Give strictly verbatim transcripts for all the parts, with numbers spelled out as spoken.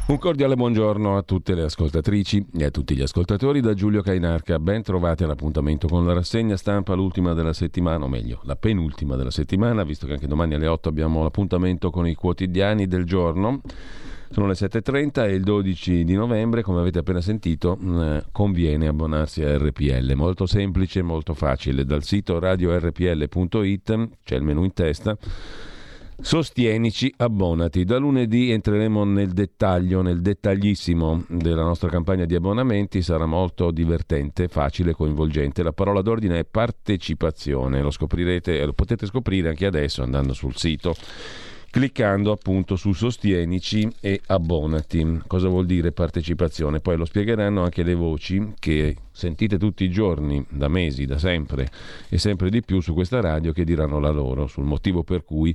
Un cordiale buongiorno a tutte le ascoltatrici e a tutti gli ascoltatori da Giulio Cainarca. Ben trovati all'appuntamento con la rassegna stampa, l'ultima della settimana, o meglio, la penultima della settimana, visto che anche domani alle otto abbiamo l'appuntamento con i quotidiani del giorno. Sono le sette e trenta e il dodici di novembre, come avete appena sentito, eh, conviene abbonarsi a R P L. Molto semplice, molto facile. Dal sito radio erre pi elle punto it, c'è il menu in testa. Sostienici, abbonati. Da lunedì entreremo nel dettaglio, nel dettaglissimo della nostra campagna di abbonamenti. Sarà molto divertente, facile, coinvolgente. La parola d'ordine è partecipazione. Lo scoprirete, lo potete scoprire anche adesso andando sul sito, cliccando appunto su Sostienici e abbonati. Cosa vuol dire partecipazione? Poi lo spiegheranno anche le voci che sentite tutti i giorni, da mesi, da sempre e sempre di più su questa radio, che diranno la loro sul motivo per cui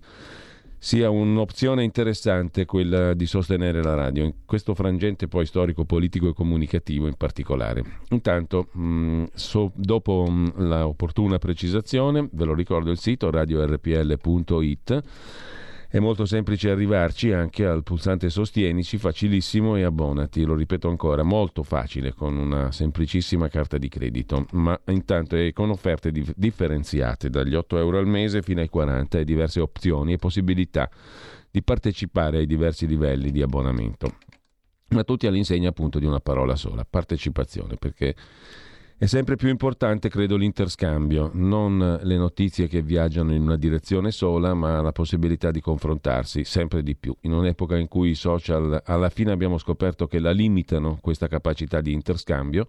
sia un'opzione interessante quella di sostenere la radio, in questo frangente poi storico, politico e comunicativo in particolare. Intanto, mh, so, dopo mh, la opportuna precisazione, ve lo ricordo il sito radio erre pi elle punto it. È molto semplice arrivarci anche al pulsante Sostienici, facilissimo, e abbonati. Lo ripeto ancora, molto facile, con una semplicissima carta di credito, ma intanto è con offerte dif- differenziate dagli otto euro al mese fino ai quaranta, e diverse opzioni e possibilità di partecipare ai diversi livelli di abbonamento, ma tutti all'insegna appunto di una parola sola: partecipazione, perché è sempre più importante, credo, l'interscambio, non le notizie che viaggiano in una direzione sola, ma la possibilità di confrontarsi sempre di più. In un'epoca in cui i social alla fine abbiamo scoperto che la limitano, questa capacità di interscambio,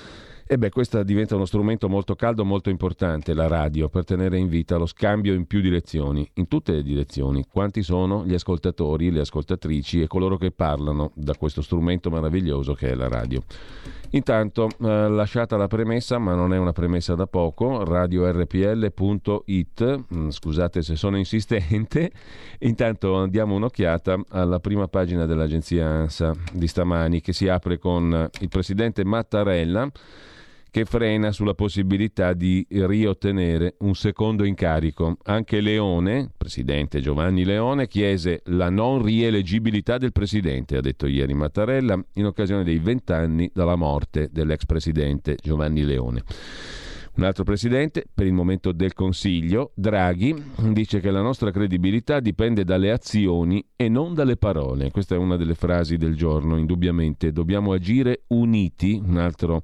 e beh, questa diventa uno strumento molto caldo, molto importante, la radio, per tenere in vita lo scambio in più direzioni, in tutte le direzioni. Quanti sono gli ascoltatori, le ascoltatrici e coloro che parlano da questo strumento meraviglioso che è la radio. Intanto, eh, lasciata la premessa, ma non è una premessa da poco, radio erre pi elle punto it, mm, scusate se sono insistente, intanto diamo un'occhiata alla prima pagina dell'agenzia ANSA di stamani, che si apre con il presidente Mattarella che frena sulla possibilità di riottenere un secondo incarico. Anche Leone, presidente Giovanni Leone, chiese la non rieleggibilità del presidente, ha detto ieri Mattarella, in occasione dei vent'anni dalla morte dell'ex presidente Giovanni Leone. Un altro presidente, per il momento del Consiglio, Draghi, dice che la nostra credibilità dipende dalle azioni e non dalle parole. Questa è una delle frasi del giorno, indubbiamente. Dobbiamo agire uniti, un altro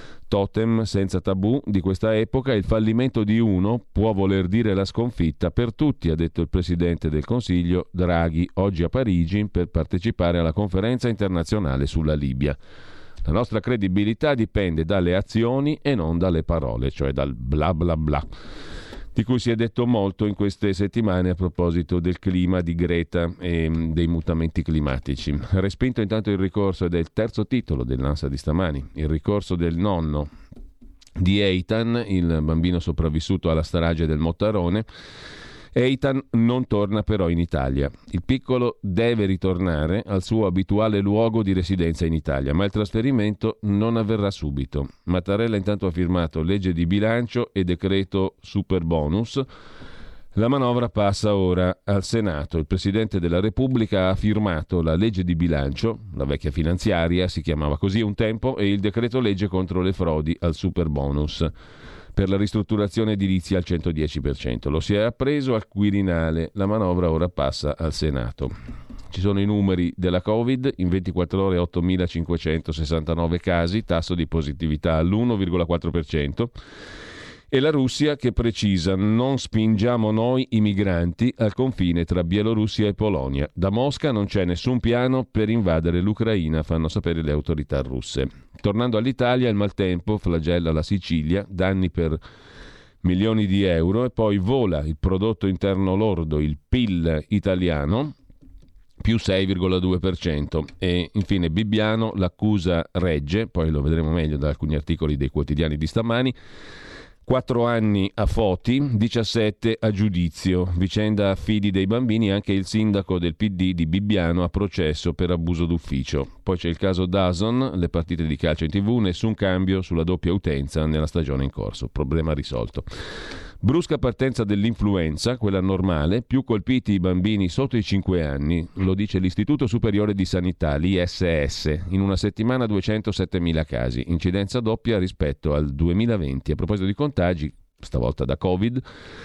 totem senza tabù di questa epoca. Il fallimento di uno può voler dire la sconfitta per tutti, ha detto il presidente del Consiglio Draghi oggi a Parigi per partecipare alla conferenza internazionale sulla Libia. La nostra credibilità dipende dalle azioni e non dalle parole, cioè dal bla bla bla, di cui si è detto molto in queste settimane a proposito del clima, di Greta e dei mutamenti climatici. Respinto intanto il ricorso, ed è il terzo titolo dell'ANSA di stamani, il ricorso del nonno di Eitan, il bambino sopravvissuto alla strage del Mottarone. Eitan non torna però in Italia. Il piccolo deve ritornare al suo abituale luogo di residenza in Italia, ma il trasferimento non avverrà subito. Mattarella intanto ha firmato legge di bilancio e decreto super bonus. La manovra passa ora al Senato. Il Presidente della Repubblica ha firmato la legge di bilancio, la vecchia finanziaria si chiamava così un tempo, e il decreto legge contro le frodi al super bonus per la ristrutturazione edilizia al centodieci per cento. Lo si è appreso al Quirinale, la manovra ora passa al Senato. Ci sono i numeri della Covid, in ventiquattro ore ottomilacinquecentosessantanove casi, tasso di positività all'uno virgola quattro per cento, e la Russia che precisa: non spingiamo noi i migranti al confine tra Bielorussia e Polonia. Da Mosca non c'è nessun piano per invadere l'Ucraina, fanno sapere le autorità russe. Tornando all'Italia, il maltempo flagella la Sicilia, danni per milioni di euro, e poi vola il prodotto interno lordo, il P I L italiano, più sei virgola due per cento. E infine Bibbiano, l'accusa regge, poi lo vedremo meglio da alcuni articoli dei quotidiani di stamani. Quattro anni a Foti, diciassette a giudizio. Vicenda a fidi dei bambini, anche il sindaco del P D di Bibbiano a processo per abuso d'ufficio. Poi c'è il caso Dazon, le partite di calcio in tivù, nessun cambio sulla doppia utenza nella stagione in corso. Problema risolto. Brusca partenza dell'influenza, quella normale, più colpiti i bambini sotto i cinque anni, lo dice l'Istituto Superiore di Sanità, l'I S S. In una settimana duecentosettemila casi, incidenza doppia rispetto al duemilaventi. A proposito di contagi, stavolta da Covid,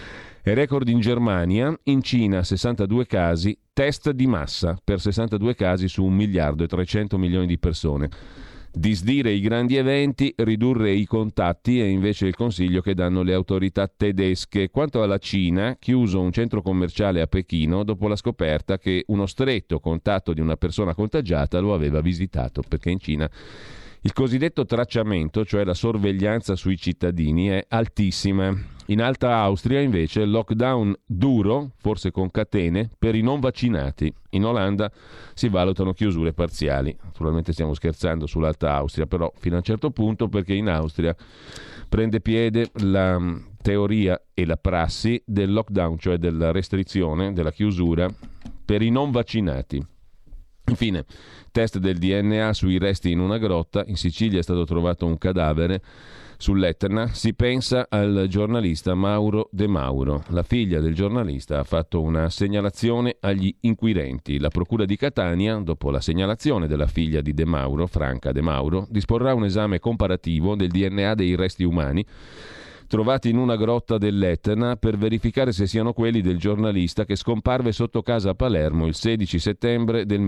e record in Germania, in Cina sessantadue casi, test di massa per sessantadue casi su un miliardo e trecento milioni di persone. Disdire i grandi eventi, ridurre i contatti è invece il consiglio che danno le autorità tedesche. Quanto alla Cina, chiuso un centro commerciale a Pechino dopo la scoperta che uno stretto contatto di una persona contagiata lo aveva visitato, perché in Cina il cosiddetto tracciamento, cioè la sorveglianza sui cittadini, è altissima. In Alta Austria invece lockdown duro, forse con catene, per i non vaccinati. In Olanda si valutano chiusure parziali. Naturalmente stiamo scherzando sull'Alta Austria, però fino a un certo punto, perché in Austria prende piede la teoria e la prassi del lockdown, cioè della restrizione, della chiusura per i non vaccinati. Infine, test del D N A sui resti in una grotta. In Sicilia è stato trovato un cadavere sull'Etna. Si pensa al giornalista Mauro De Mauro. La figlia del giornalista ha fatto una segnalazione agli inquirenti. La procura di Catania, dopo la segnalazione della figlia di De Mauro, Franca De Mauro, disporrà un esame comparativo del D N A dei resti umani trovati in una grotta dell'Etna per verificare se siano quelli del giornalista che scomparve sotto casa a Palermo il sedici settembre del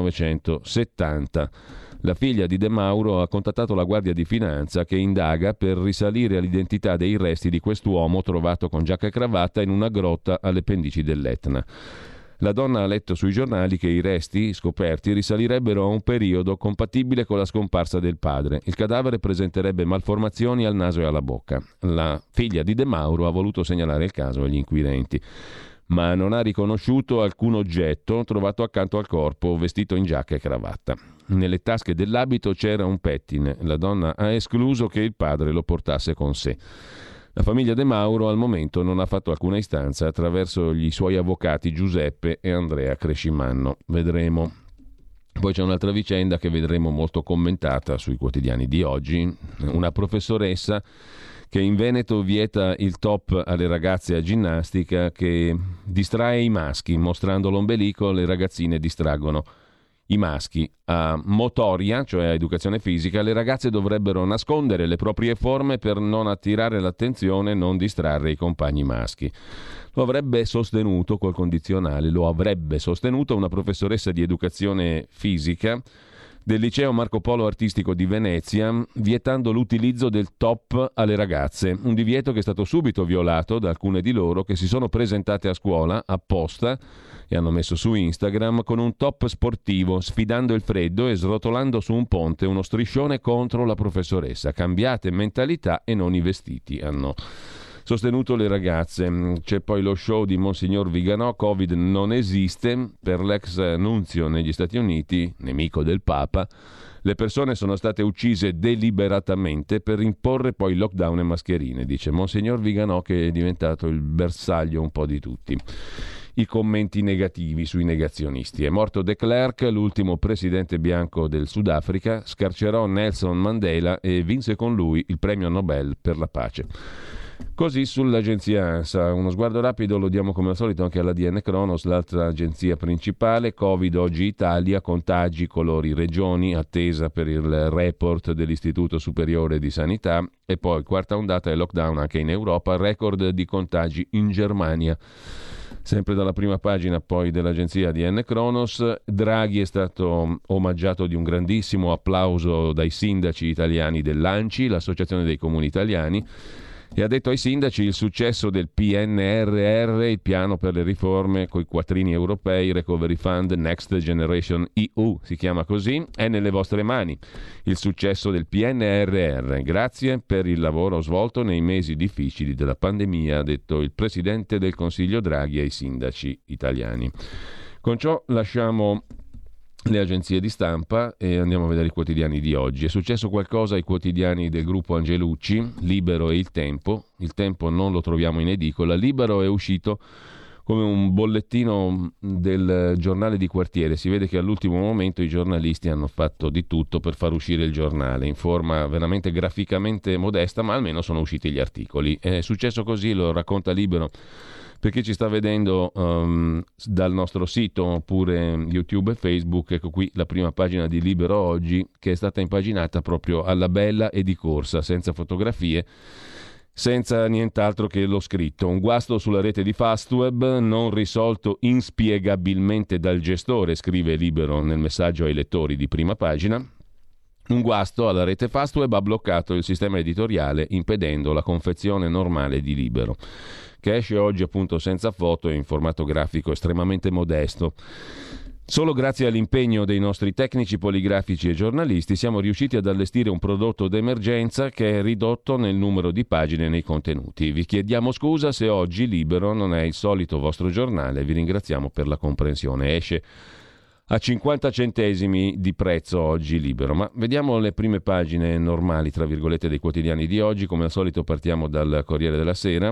millenovecentosettanta. La figlia di De Mauro ha contattato la Guardia di Finanza che indaga per risalire all'identità dei resti di quest'uomo trovato con giacca e cravatta in una grotta alle pendici dell'Etna. La donna ha letto sui giornali che i resti scoperti risalirebbero a un periodo compatibile con la scomparsa del padre. Il cadavere presenterebbe malformazioni al naso e alla bocca. La figlia di De Mauro ha voluto segnalare il caso agli inquirenti, ma non ha riconosciuto alcun oggetto trovato accanto al corpo vestito in giacca e cravatta. Nelle tasche dell'abito c'era un pettine. La donna ha escluso che il padre lo portasse con sé. La famiglia De Mauro al momento non ha fatto alcuna istanza attraverso gli suoi avvocati Giuseppe e Andrea Crescimanno. Vedremo. Poi c'è un'altra vicenda che vedremo molto commentata sui quotidiani di oggi. Una professoressa che in Veneto vieta il top alle ragazze a ginnastica, che distrae i maschi. Mostrando l'ombelico, le ragazzine distraggono i maschi. A motoria, cioè a educazione fisica, le ragazze dovrebbero nascondere le proprie forme per non attirare l'attenzione e non distrarre i compagni maschi. Lo avrebbe sostenuto col condizionale, lo avrebbe sostenuto una professoressa di educazione fisica del liceo Marco Polo Artistico di Venezia, vietando l'utilizzo del top alle ragazze, un divieto che è stato subito violato da alcune di loro che si sono presentate a scuola apposta e hanno messo su Instagram con un top sportivo, sfidando il freddo e srotolando su un ponte uno striscione contro la professoressa. Cambiate mentalità e non i vestiti, hanno sostenuto le ragazze. C'è poi lo show di Monsignor Viganò, Covid non esiste, per l'ex nunzio negli Stati Uniti, nemico del Papa. Le persone sono state uccise deliberatamente per imporre poi lockdown e mascherine, dice Monsignor Viganò, che è diventato il bersaglio un po' di tutti i commenti negativi sui negazionisti. È morto de Klerk, l'ultimo presidente bianco del Sudafrica, scarcerò Nelson Mandela e vinse con lui il premio Nobel per la pace. Così sull'agenzia ANSA, uno sguardo rapido lo diamo come al solito anche alla D N Kronos, l'altra agenzia principale. Covid oggi Italia, contagi, colori, regioni, attesa per il report dell'Istituto Superiore di Sanità, e poi quarta ondata e lockdown anche in Europa, record di contagi in Germania. Sempre dalla prima pagina poi dell'agenzia D N Kronos, Draghi è stato omaggiato di un grandissimo applauso dai sindaci italiani dell'ANCI, l'Associazione dei Comuni Italiani, e ha detto ai sindaci: il successo del P N R R, il piano per le riforme coi quattrini europei, Recovery Fund, Next Generation E U si chiama così, è nelle vostre mani. Il successo del P N R R, grazie per il lavoro svolto nei mesi difficili della pandemia, ha detto il presidente del Consiglio Draghi ai sindaci italiani. Con ciò lasciamo le agenzie di stampa e andiamo a vedere i quotidiani di oggi. È successo qualcosa ai quotidiani del gruppo Angelucci, Libero e Il Tempo. Il Tempo non lo troviamo in edicola. Libero è uscito come un bollettino del giornale di quartiere. Si vede che all'ultimo momento i giornalisti hanno fatto di tutto per far uscire il giornale in forma veramente graficamente modesta, ma almeno sono usciti gli articoli. È successo così, lo racconta Libero, per chi ci sta vedendo um, dal nostro sito oppure YouTube e Facebook. Ecco qui la prima pagina di Libero oggi, che è stata impaginata proprio alla bella e di corsa, senza fotografie, senza nient'altro che lo scritto. Un guasto sulla rete di Fastweb non risolto inspiegabilmente dal gestore, scrive Libero nel messaggio ai lettori di prima pagina. Un guasto alla rete Fastweb ha bloccato il sistema editoriale, impedendo la confezione normale di Libero, che esce oggi appunto senza foto e in formato grafico estremamente modesto. Solo grazie all'impegno dei nostri tecnici poligrafici e giornalisti siamo riusciti ad allestire un prodotto d'emergenza che è ridotto nel numero di pagine e nei contenuti. Vi chiediamo scusa se oggi Libero non è il solito vostro giornale, vi ringraziamo per la comprensione. Esce a cinquanta centesimi di prezzo oggi Libero, ma vediamo le prime pagine normali, tra virgolette, dei quotidiani di oggi. Come al solito partiamo dal Corriere della Sera.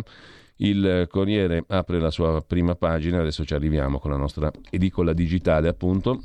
Il Corriere apre la sua prima pagina, adesso ci arriviamo con la nostra edicola digitale appunto.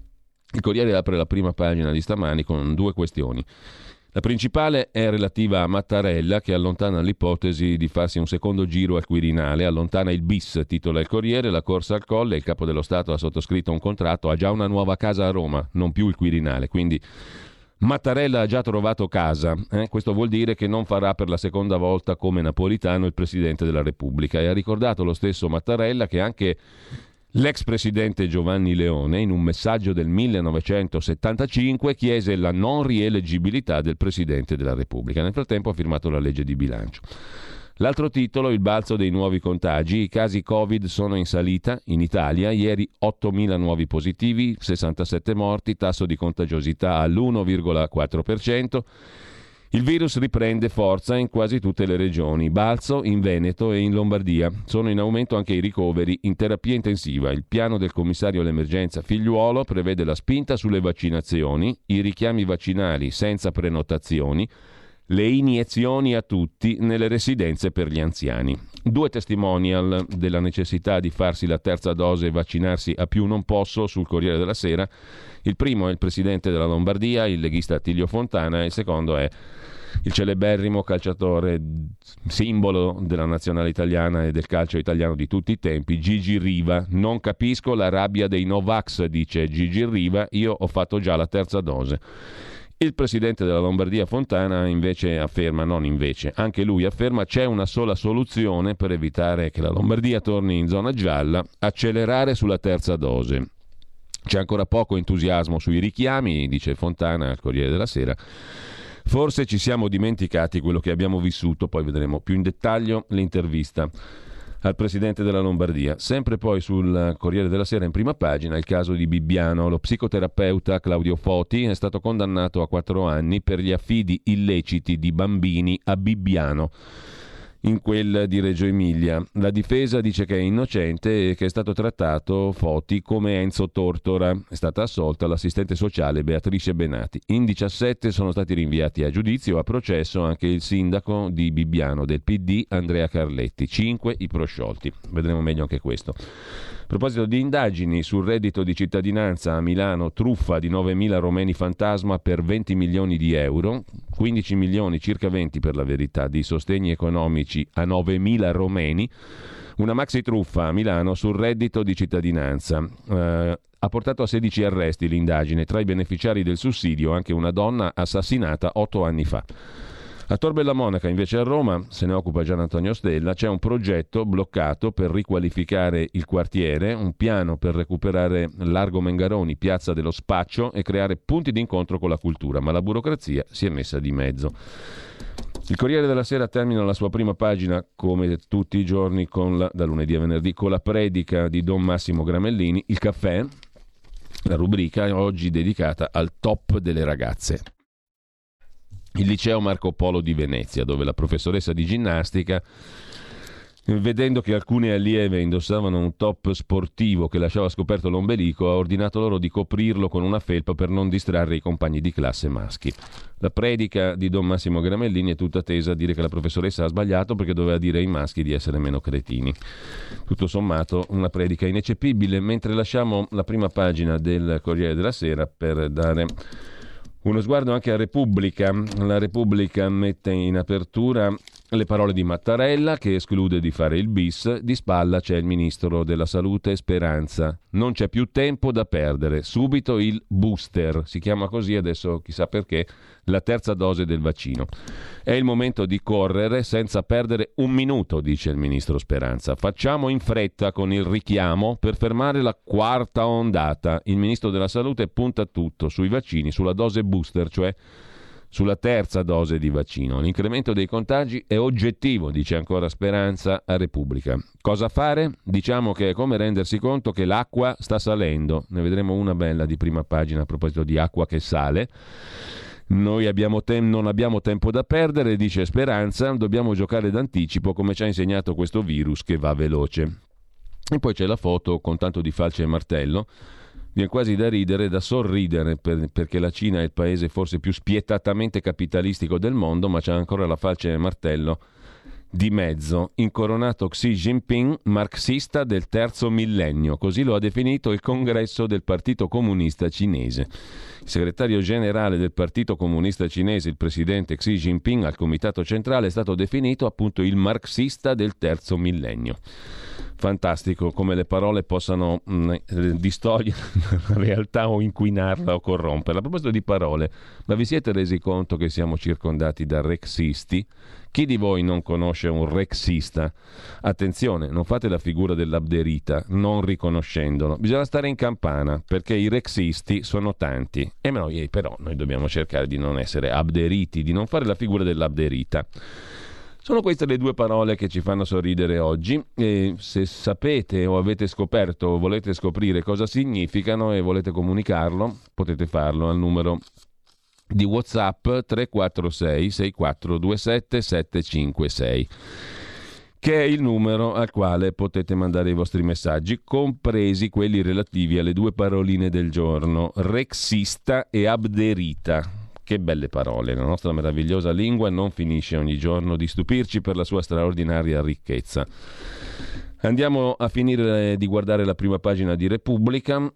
Il Corriere apre la prima pagina di stamani con due questioni. La principale è relativa a Mattarella, che allontana l'ipotesi di farsi un secondo giro al Quirinale, allontana il bis, titola il Corriere, la corsa al colle, il capo dello Stato ha sottoscritto un contratto, ha già una nuova casa a Roma, non più il Quirinale, quindi Mattarella ha già trovato casa, eh? Questo vuol dire che non farà per la seconda volta come Napolitano il Presidente della Repubblica, e ha ricordato lo stesso Mattarella che anche l'ex presidente Giovanni Leone in un messaggio del millenovecentosettantacinque chiese la non rieleggibilità del Presidente della Repubblica. Nel frattempo ha firmato la legge di bilancio. L'altro titolo, il balzo dei nuovi contagi. I casi Covid sono in salita in Italia. Ieri ottomila nuovi positivi, sessantasette morti, tasso di contagiosità all'uno virgola quattro per cento. Il virus riprende forza in quasi tutte le regioni. Balzo in Veneto e in Lombardia. Sono in aumento anche i ricoveri in terapia intensiva. Il piano del commissario all'emergenza Figliuolo prevede la spinta sulle vaccinazioni, i richiami vaccinali senza prenotazioni, le iniezioni a tutti nelle residenze per gli anziani. Due testimonial della necessità di farsi la terza dose e vaccinarsi a più non posso sul Corriere della Sera. Il primo è il presidente della Lombardia, il leghista Attilio Fontana, e il secondo è il celeberrimo calciatore simbolo della nazionale italiana e del calcio italiano di tutti i tempi, Gigi Riva. Non capisco la rabbia dei Novax, dice Gigi Riva, io ho fatto già la terza dose. Il presidente della Lombardia Fontana invece afferma, non invece, anche lui afferma c'è una sola soluzione per evitare che la Lombardia torni in zona gialla: accelerare sulla terza dose. C'è ancora poco entusiasmo sui richiami, dice Fontana al Corriere della Sera. Forse ci siamo dimenticati quello che abbiamo vissuto, poi vedremo più in dettaglio l'intervista al presidente della Lombardia. Sempre poi sul Corriere della Sera in prima pagina il caso di Bibbiano. Lo psicoterapeuta Claudio Foti è stato condannato a quattro anni per gli affidi illeciti di bambini a Bibbiano, in quel di Reggio Emilia. La difesa dice che è innocente e che è stato trattato Foti come Enzo Tortora. È stata assolta l'assistente sociale Beatrice Benati. In diciassette sono stati rinviati a giudizio, a processo anche il sindaco di Bibbiano del P D Andrea Carletti. Cinque i prosciolti. Vedremo meglio anche questo. A proposito di indagini sul reddito di cittadinanza, a Milano truffa di novemila romeni fantasma per venti milioni di euro, quindici milioni, circa venti per la verità, di sostegni economici a novemila romeni. Una maxi truffa a Milano sul reddito di cittadinanza. Eh, ha portato a sedici arresti l'indagine, tra i beneficiari del sussidio anche una donna assassinata otto anni fa. A Tor Bella Monaca, invece, a Roma, se ne occupa Gian Antonio Stella, c'è un progetto bloccato per riqualificare il quartiere, un piano per recuperare Largo Mengaroni, Piazza dello Spaccio, e creare punti d'incontro con la cultura, ma la burocrazia si è messa di mezzo. Il Corriere della Sera termina la sua prima pagina, come tutti i giorni, con la, da lunedì a venerdì, con la predica di Don Massimo Gramellini, Il Caffè, la rubrica oggi dedicata al top delle ragazze. Il liceo Marco Polo di Venezia, dove la professoressa di ginnastica vedendo che alcune allieve indossavano un top sportivo che lasciava scoperto l'ombelico, ha ordinato loro di coprirlo con una felpa per non distrarre i compagni di classe maschi. La predica di Don Massimo Gramellini è tutta tesa a dire che la professoressa ha sbagliato perché doveva dire ai maschi di essere meno cretini. Tutto sommato una predica ineccepibile, mentre lasciamo la prima pagina del Corriere della Sera per dare uno sguardo anche a Repubblica. La Repubblica mette in apertura le parole di Mattarella, che esclude di fare il bis. Di spalla c'è il ministro della Salute Speranza. Non c'è più tempo da perdere. Subito il booster. Si chiama così adesso, chissà perché, la terza dose del vaccino. È il momento di correre senza perdere un minuto, dice il ministro Speranza. Facciamo in fretta con il richiamo per fermare la quarta ondata. Il ministro della Salute punta tutto sui vaccini, sulla dose booster, cioè sulla terza dose di vaccino. L'incremento dei contagi è oggettivo, dice ancora Speranza a Repubblica. Cosa fare? Diciamo che è come rendersi conto che l'acqua sta salendo. Ne vedremo una bella di prima pagina a proposito di acqua che sale. Noi abbiamo te- non abbiamo tempo da perdere, dice Speranza, dobbiamo giocare d'anticipo come ci ha insegnato questo virus che va veloce. E poi c'è la foto con tanto di falce e martello. Viene quasi da ridere, da sorridere, per, perché la Cina è il paese forse più spietatamente capitalistico del mondo, ma c'è ancora la falce e il martello di mezzo. Incoronato Xi Jinping, marxista del terzo millennio, così lo ha definito il congresso del Partito Comunista Cinese. Il segretario generale del Partito Comunista Cinese, il presidente Xi Jinping, al comitato centrale è stato definito appunto il marxista del terzo millennio. Fantastico come le parole possano mh, distogliere la realtà o inquinarla o corromperla. A proposito di parole, ma vi siete resi conto che siamo circondati da rexisti? Chi di voi non conosce un rexista? Attenzione, non fate la figura dell'abderita non riconoscendolo. Bisogna stare in campana perché i rexisti sono tanti. E noi, però noi dobbiamo cercare di non essere abderiti, di non fare la figura dell'abderita. Sono queste le due parole che ci fanno sorridere oggi e se sapete o avete scoperto o volete scoprire cosa significano e volete comunicarlo, potete farlo al numero di WhatsApp tre quattro sei sei quattro due sette sette cinque sei, che è il numero al quale potete mandare i vostri messaggi, compresi quelli relativi alle due paroline del giorno, rexista e abderita. Che belle parole, la nostra meravigliosa lingua non finisce ogni giorno di stupirci per la sua straordinaria ricchezza. Andiamo a finire di guardare la prima pagina di Repubblica.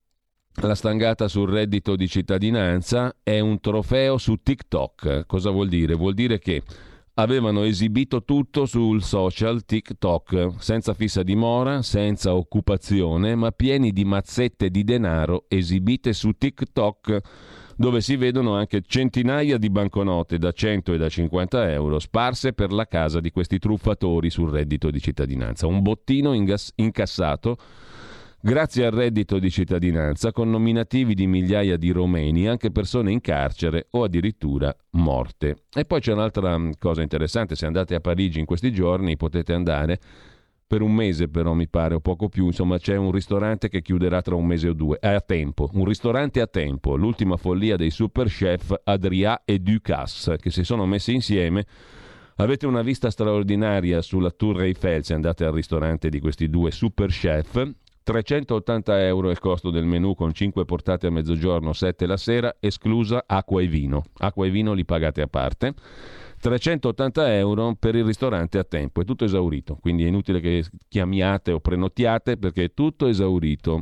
La stangata sul reddito di cittadinanza è un trofeo su TikTok. Cosa vuol dire? Vuol dire che avevano esibito tutto sul social TikTok, senza fissa dimora, senza occupazione, ma pieni di mazzette di denaro esibite su TikTok, dove si vedono anche centinaia di banconote da cento e da cinquanta euro sparse per la casa di questi truffatori sul reddito di cittadinanza. Un bottino ingas- incassato grazie al reddito di cittadinanza con nominativi di migliaia di romeni, anche persone in carcere o addirittura morte. E poi c'è un'altra cosa interessante, se andate a Parigi in questi giorni potete andare per un mese però mi pare o poco più, insomma c'è un ristorante che chiuderà tra un mese o due, è a tempo, un ristorante a tempo, l'ultima follia dei super chef Adria e Ducasse che si sono messi insieme. Avete una vista straordinaria sulla Tour Eiffel se andate al ristorante di questi due super chef. trecentottanta euro è il costo del menù con cinque portate a mezzogiorno, sette la sera, esclusa acqua e vino. Acqua e vino li pagate a parte. trecentottanta euro per il ristorante a tempo, è tutto esaurito, quindi è inutile che chiamiate o prenotiate perché è tutto esaurito.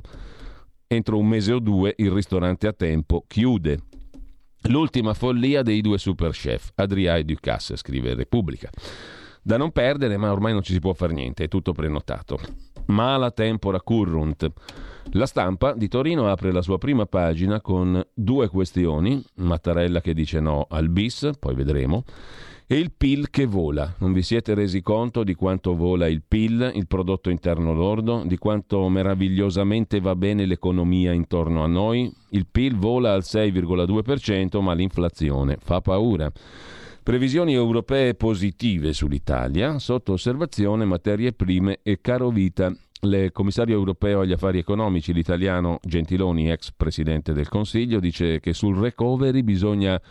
Entro un mese o due il ristorante a tempo chiude. L'ultima follia dei due super chef, Adria e Ducasse, scrive Repubblica. Da non perdere, ma ormai non ci si può fare niente, è tutto prenotato. Mala tempora currunt. La Stampa di Torino apre la sua prima pagina con due questioni, Mattarella che dice no al bis, poi vedremo, e il P I L che vola. Non vi siete resi conto di quanto vola il P I L, il prodotto interno lordo, di quanto meravigliosamente va bene l'economia intorno a noi? Il P I L vola al sei virgola due per cento, ma l'inflazione fa paura. Previsioni europee positive sull'Italia, sotto osservazione materie prime e caro vita. Il commissario europeo agli affari economici, l'italiano Gentiloni, ex presidente del Consiglio, dice che sul recovery bisogna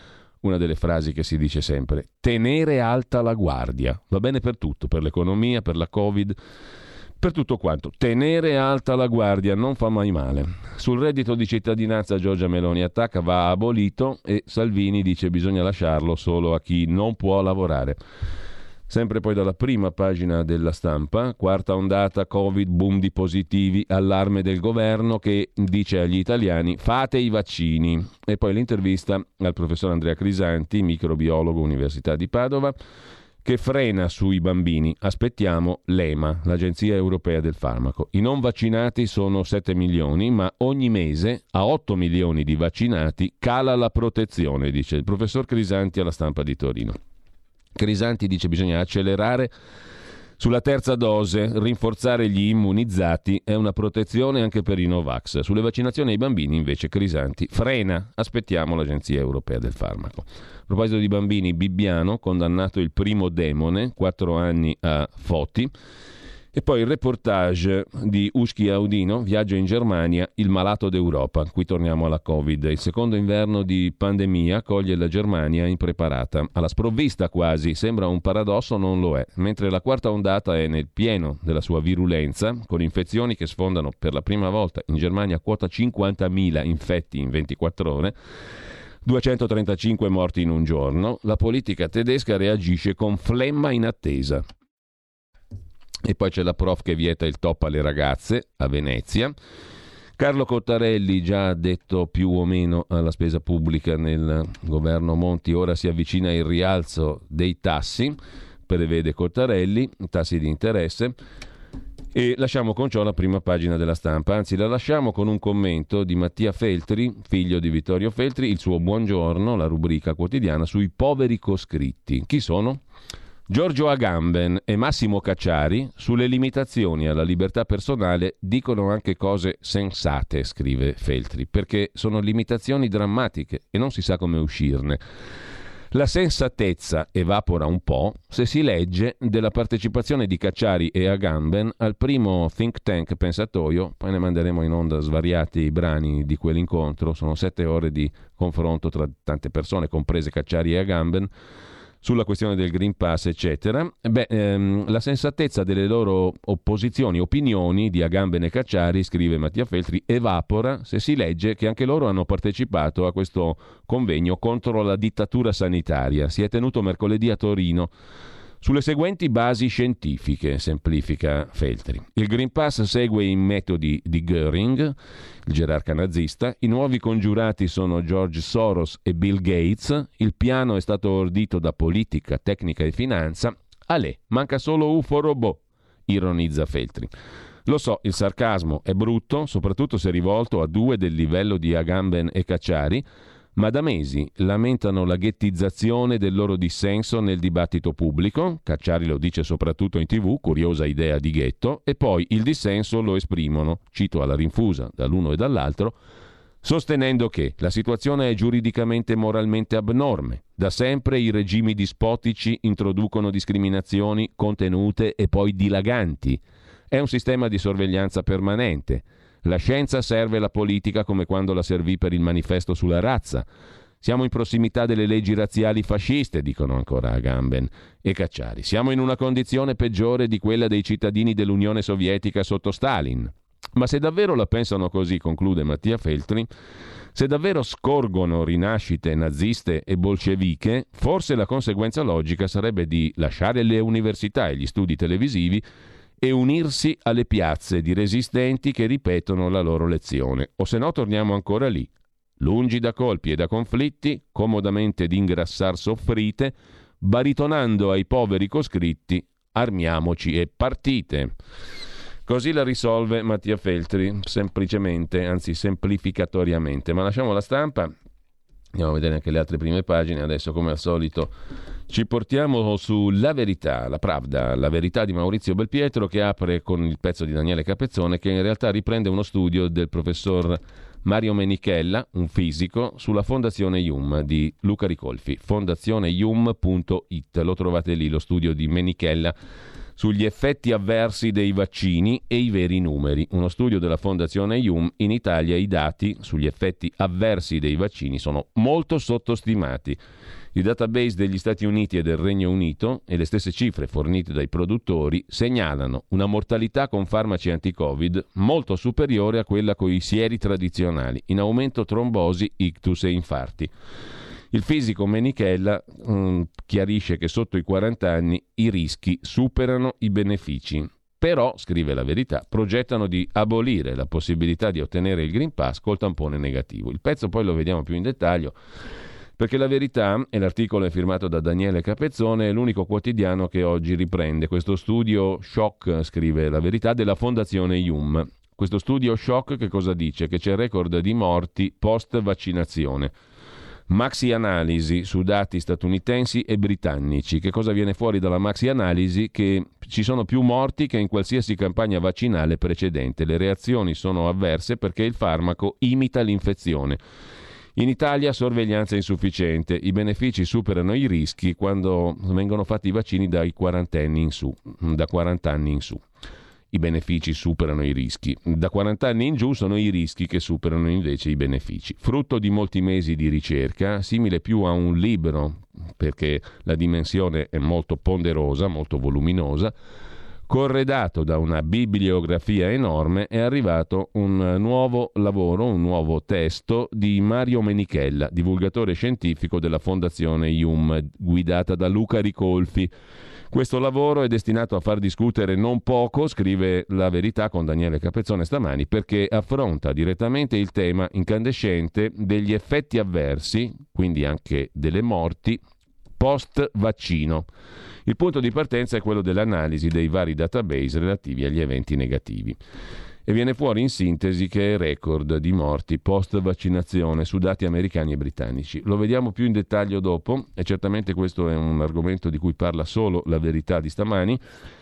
una delle frasi che si dice sempre: tenere alta la guardia. Va bene per tutto, per l'economia, per la Covid, per tutto quanto. Tenere alta la guardia non fa mai male. Sul reddito di cittadinanza Giorgia Meloni attacca, va abolito, e Salvini dice bisogna lasciarlo solo a chi non può lavorare. Sempre poi dalla prima pagina della Stampa: quarta ondata Covid, boom di positivi, allarme del governo che dice agli italiani fate i vaccini. E poi l'intervista al professor Andrea Crisanti, microbiologo, Università di Padova, che frena sui bambini. Aspettiamo l'E M A, l'Agenzia Europea del Farmaco. I non vaccinati sono sette milioni, ma ogni mese a otto milioni di vaccinati cala la protezione, dice il professor Crisanti alla Stampa di Torino. Crisanti dice bisogna accelerare sulla terza dose, rinforzare gli immunizzati, è una protezione anche per i Novax. Sulle vaccinazioni ai bambini invece Crisanti frena, aspettiamo l'Agenzia Europea del Farmaco. A proposito di bambini, Bibbiano, condannato il primo demone, quattro anni a Foti. E poi il reportage di Uschi Audino, viaggio in Germania, il malato d'Europa. Qui torniamo alla Covid. Il secondo inverno di pandemia coglie la Germania impreparata, alla sprovvista quasi. Sembra un paradosso, non lo è. Mentre la quarta ondata è nel pieno della sua virulenza, con infezioni che sfondano per la prima volta in Germania quota cinquantamila infetti in ventiquattro ore, duecentotrentacinque morti in un giorno, la politica tedesca reagisce con flemma in attesa. E poi c'è la prof che vieta il top alle ragazze a Venezia. Carlo Cottarelli già ha detto più o meno alla spesa pubblica nel governo Monti, ora si avvicina il rialzo dei tassi, prevede Cottarelli, tassi di interesse. E lasciamo con ciò la prima pagina della Stampa, anzi la lasciamo con un commento di Mattia Feltri, figlio di Vittorio Feltri, il suo Buongiorno, la rubrica quotidiana sui poveri coscritti. Chi sono? Giorgio Agamben e Massimo Cacciari sulle limitazioni alla libertà personale dicono anche cose sensate, scrive Feltri, perché sono limitazioni drammatiche e non si sa come uscirne. La sensatezza evapora un po' se si legge della partecipazione di Cacciari e Agamben al primo think tank pensatoio, poi ne manderemo in onda svariati brani di quell'incontro, sono sette ore di confronto tra tante persone, comprese Cacciari e Agamben, sulla questione del Green Pass, eccetera. Beh, ehm, la sensatezza delle loro opposizioni, opinioni di Agamben e Cacciari, scrive Mattia Feltri, evapora se si legge che anche loro hanno partecipato a questo convegno contro la dittatura sanitaria. Si è tenuto mercoledì a Torino sulle seguenti basi scientifiche, semplifica Feltri. Il Green Pass segue i metodi di Göring, il gerarca nazista, i nuovi congiurati sono George Soros e Bill Gates, il piano è stato ordito da politica, tecnica e finanza, alè, manca solo U F O robot, ironizza Feltri. Lo so, il sarcasmo è brutto, soprattutto se rivolto a due del livello di Agamben e Cacciari, ma da mesi lamentano la ghettizzazione del loro dissenso nel dibattito pubblico, Cacciari lo dice soprattutto in tivù, curiosa idea di ghetto, e poi il dissenso lo esprimono, cito alla rinfusa, dall'uno e dall'altro, sostenendo che la situazione è giuridicamente e moralmente abnorme. Da sempre i regimi dispotici introducono discriminazioni contenute e poi dilaganti. È un sistema di sorveglianza permanente. La scienza serve la politica come quando la servì per il manifesto sulla razza. Siamo in prossimità delle leggi razziali fasciste, dicono ancora Agamben e Cacciari. Siamo in una condizione peggiore di quella dei cittadini dell'Unione Sovietica sotto Stalin. Ma se davvero la pensano così, conclude Mattia Feltri, se davvero scorgono rinascite naziste e bolsceviche, forse la conseguenza logica sarebbe di lasciare le università e gli studi televisivi e unirsi alle piazze di resistenti che ripetono la loro lezione. O se no torniamo ancora lì, lungi da colpi e da conflitti, comodamente di ingrassar soffrite, baritonando ai poveri coscritti, armiamoci e partite. Così la risolve Mattia Feltri, semplicemente, anzi semplificatoriamente. Ma lasciamo la Stampa, andiamo a vedere anche le altre prime pagine. Adesso, come al solito, ci portiamo su La Verità, la Pravda, la verità di Maurizio Belpietro, che apre con il pezzo di Daniele Capezzone, che in realtà riprende uno studio del professor Mario Menichella, un fisico, sulla Fondazione Ium di Luca Ricolfi, fondazione ium punto it. Lo trovate lì, lo studio di Menichella sugli effetti avversi dei vaccini e i veri numeri. Uno studio della Fondazione I U M: in Italia i dati sugli effetti avversi dei vaccini sono molto sottostimati. I database degli Stati Uniti e del Regno Unito e le stesse cifre fornite dai produttori segnalano una mortalità con farmaci anti-Covid molto superiore a quella con i sieri tradizionali, in aumento trombosi, ictus e infarti. Il fisico Menichella mh, chiarisce che sotto i quaranta anni i rischi superano i benefici. Però, scrive La Verità, progettano di abolire la possibilità di ottenere il Green Pass col tampone negativo. Il pezzo poi lo vediamo più in dettaglio, perché La Verità, e l'articolo è firmato da Daniele Capezzone, è l'unico quotidiano che oggi riprende questo studio shock, scrive La Verità, della Fondazione I U M. Questo studio shock che cosa dice? Che c'è record di morti post-vaccinazione. Maxi analisi su dati statunitensi e britannici. Che cosa viene fuori dalla maxi analisi? Che ci sono più morti che in qualsiasi campagna vaccinale precedente. Le reazioni sono avverse perché il farmaco imita l'infezione. In Italia sorveglianza insufficiente, i benefici superano i rischi quando vengono fatti i vaccini dai quarantenni in su, da quaranta anni in su. I benefici superano i rischi. Da quaranta anni in giù sono i rischi che superano invece i benefici. Frutto di molti mesi di ricerca, simile più a un libro, perché la dimensione è molto ponderosa, molto voluminosa, corredato da una bibliografia enorme, è arrivato un nuovo lavoro, un nuovo testo di Mario Menichella, divulgatore scientifico della Fondazione I U M, guidata da Luca Ricolfi. Questo lavoro è destinato a far discutere non poco, scrive La Verità con Daniele Capezzone stamani, perché affronta direttamente il tema incandescente degli effetti avversi, quindi anche delle morti, post-vaccino. Il punto di partenza è quello dell'analisi dei vari database relativi agli eventi negativi. E viene fuori in sintesi che è record di morti post-vaccinazione su dati americani e britannici. Lo vediamo più in dettaglio dopo, e certamente questo è un argomento di cui parla solo La Verità di stamani.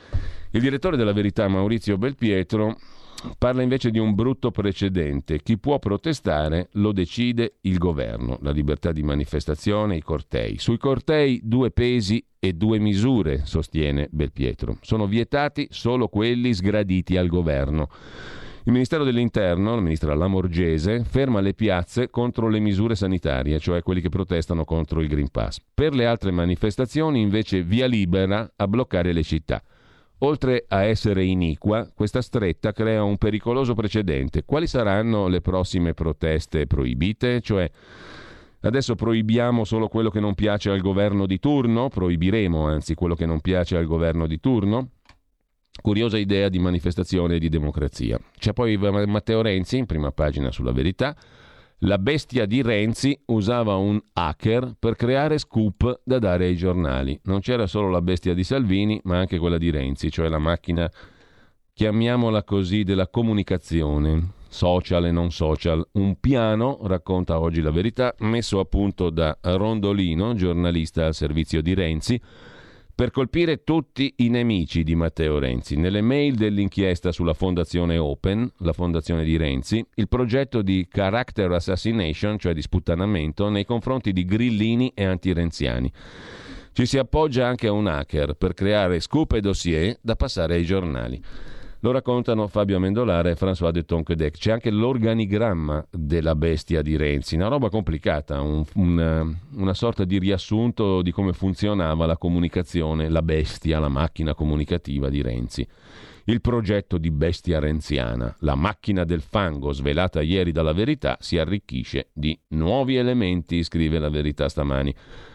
Il direttore della Verità, Maurizio Belpietro, parla invece di un brutto precedente. Chi può protestare lo decide il governo. La libertà di manifestazione, i cortei. Sui cortei due pesi e due misure, sostiene Belpietro. Sono vietati solo quelli sgraditi al governo. Il Ministero dell'Interno, la ministra Lamorgese, ferma le piazze contro le misure sanitarie, cioè quelli che protestano contro il Green Pass. Per le altre manifestazioni invece via libera a bloccare le città. Oltre a essere iniqua, questa stretta crea un pericoloso precedente. Quali saranno le prossime proteste proibite? Cioè, adesso proibiamo solo quello che non piace al governo di turno? Proibiremo, anzi, quello che non piace al governo di turno? Curiosa idea di manifestazione e di democrazia. C'è poi Matteo Renzi, in prima pagina sulla Verità. La bestia di Renzi usava un hacker per creare scoop da dare ai giornali. Non c'era solo la bestia di Salvini, ma anche quella di Renzi, cioè la macchina, chiamiamola così, della comunicazione, social e non social. Un piano, racconta oggi La Verità, messo a punto da Rondolino, giornalista al servizio di Renzi, per colpire tutti i nemici di Matteo Renzi. Nelle mail dell'inchiesta sulla Fondazione Open, la fondazione di Renzi, il progetto di character assassination, cioè di sputtanamento, nei confronti di grillini e antirenziani. Ci si appoggia anche a un hacker per creare scoop e dossier da passare ai giornali. Lo raccontano Fabio Amendolare e François de Tonquedec. C'è anche l'organigramma della bestia di Renzi, una roba complicata, un, un, una sorta di riassunto di come funzionava la comunicazione, la bestia, la macchina comunicativa di Renzi. Il progetto di bestia renziana, la macchina del fango svelata ieri dalla Verità, si arricchisce di nuovi elementi, scrive La Verità stamani.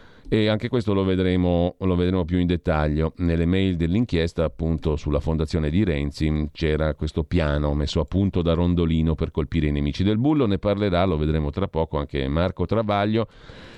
E anche questo lo vedremo, lo vedremo più in dettaglio. Nelle mail dell'inchiesta, appunto, sulla fondazione di Renzi c'era questo piano messo a punto da Rondolino per colpire i nemici del bullo. Ne parlerà, lo vedremo tra poco, anche Marco Travaglio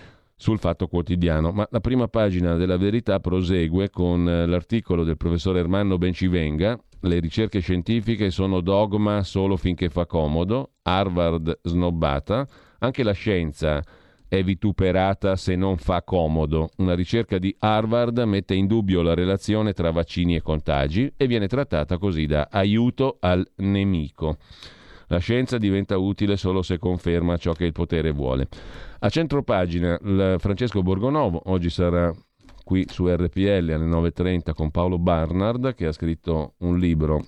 sul Fatto Quotidiano. Ma la prima pagina della Verità prosegue con l'articolo del professor Ermanno Bencivenga. Le ricerche scientifiche sono dogma solo finché fa comodo. Harvard snobbata. Anche la scienza è vituperata se non fa comodo. Una ricerca di Harvard mette in dubbio la relazione tra vaccini e contagi e viene trattata così da aiuto al nemico. La scienza diventa utile solo se conferma ciò che il potere vuole. A centropagina, il Francesco Borgonovo oggi sarà qui su R P L alle nove e trenta con Paolo Barnard, che ha scritto un libro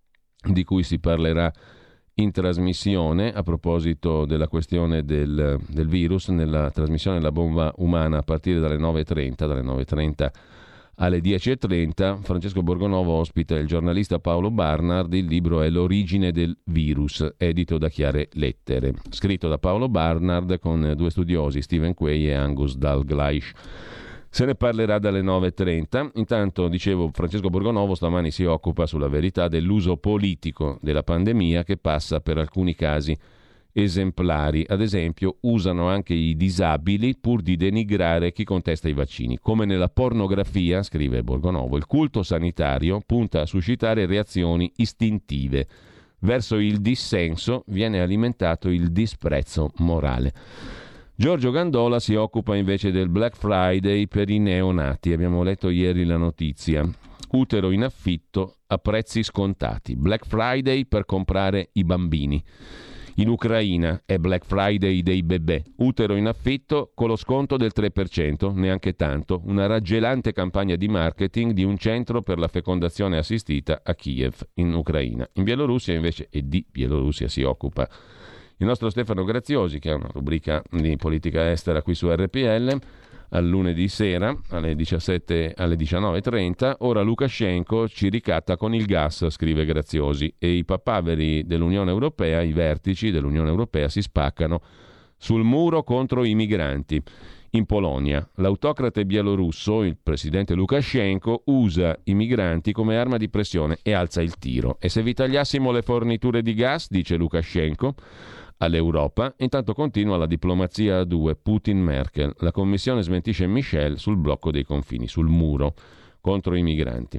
di cui si parlerà in trasmissione a proposito della questione del, del virus, nella trasmissione della bomba umana a partire dalle nove e trenta, dalle nove e trenta alle dieci e trenta. Francesco Borgonovo ospita il giornalista Paolo Barnard. Il libro è L'origine del virus, edito da Chiare Lettere, scritto da Paolo Barnard con due studiosi, Stephen Quay e Angus Dalgleish. Se ne parlerà dalle nove e trenta. Intanto, dicevo, Francesco Borgonovo stamani si occupa sulla Verità dell'uso politico della pandemia, che passa per alcuni casi esemplari. Ad esempio, usano anche i disabili pur di denigrare chi contesta i vaccini. Come nella pornografia, scrive Borgonovo, il culto sanitario punta a suscitare reazioni istintive. Verso il dissenso viene alimentato il disprezzo morale. Giorgio Gandola si occupa invece del Black Friday per i neonati. Abbiamo letto ieri la notizia. Utero in affitto a prezzi scontati. Black Friday per comprare i bambini. In Ucraina è Black Friday dei bebè. Utero in affitto con lo sconto del tre per cento, neanche tanto. Una raggelante campagna di marketing di un centro per la fecondazione assistita a Kiev, in Ucraina. In Bielorussia invece, e di Bielorussia si occupa il nostro Stefano Graziosi, che ha una rubrica di politica estera qui su R P L, al lunedì sera alle diciassette alle diciannove e trenta. Ora Lukashenko ci ricatta con il gas, scrive Graziosi, e i papaveri dell'Unione Europea, i vertici dell'Unione Europea si spaccano sul muro contro i migranti. In Polonia, l'autocrate bielorusso, il presidente Lukashenko, usa i migranti come arma di pressione e alza il tiro. E se vi tagliassimo le forniture di gas, dice Lukashenko all'Europa. Intanto continua la diplomazia a due, Putin-Merkel. La commissione smentisce Michel sul blocco dei confini, sul muro contro i migranti.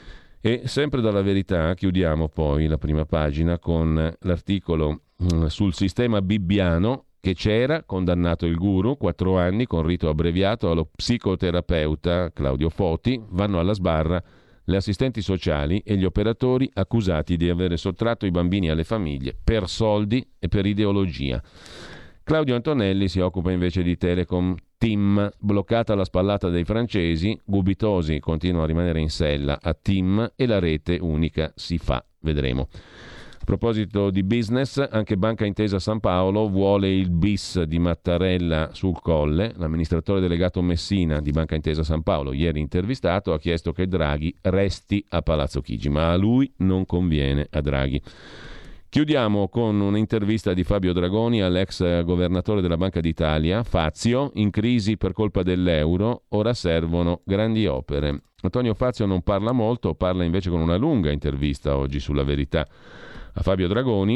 E sempre dalla Verità chiudiamo poi la prima pagina con l'articolo mh, sul sistema bibbiano, che c'era, condannato il guru, quattro anni con rito abbreviato allo psicoterapeuta Claudio Foti, vanno alla sbarra le assistenti sociali e gli operatori accusati di avere sottratto i bambini alle famiglie per soldi e per ideologia. Claudio Antonelli si occupa invece di Telecom Tim, bloccata la spallata dei francesi, Gubitosi continua a rimanere in sella a Tim e la rete unica si fa, vedremo. A proposito di business, anche Banca Intesa San Paolo vuole il bis di Mattarella sul Colle. L'amministratore delegato Messina di Banca Intesa San Paolo, ieri intervistato, ha chiesto che Draghi resti a Palazzo Chigi, ma a lui non conviene, a Draghi. Chiudiamo con un'intervista di Fabio Dragoni all'ex governatore della Banca d'Italia, Fazio, in crisi per colpa dell'euro, ora servono grandi opere. Antonio Fazio non parla molto, parla invece con una lunga intervista oggi sulla Verità a Fabio Dragoni.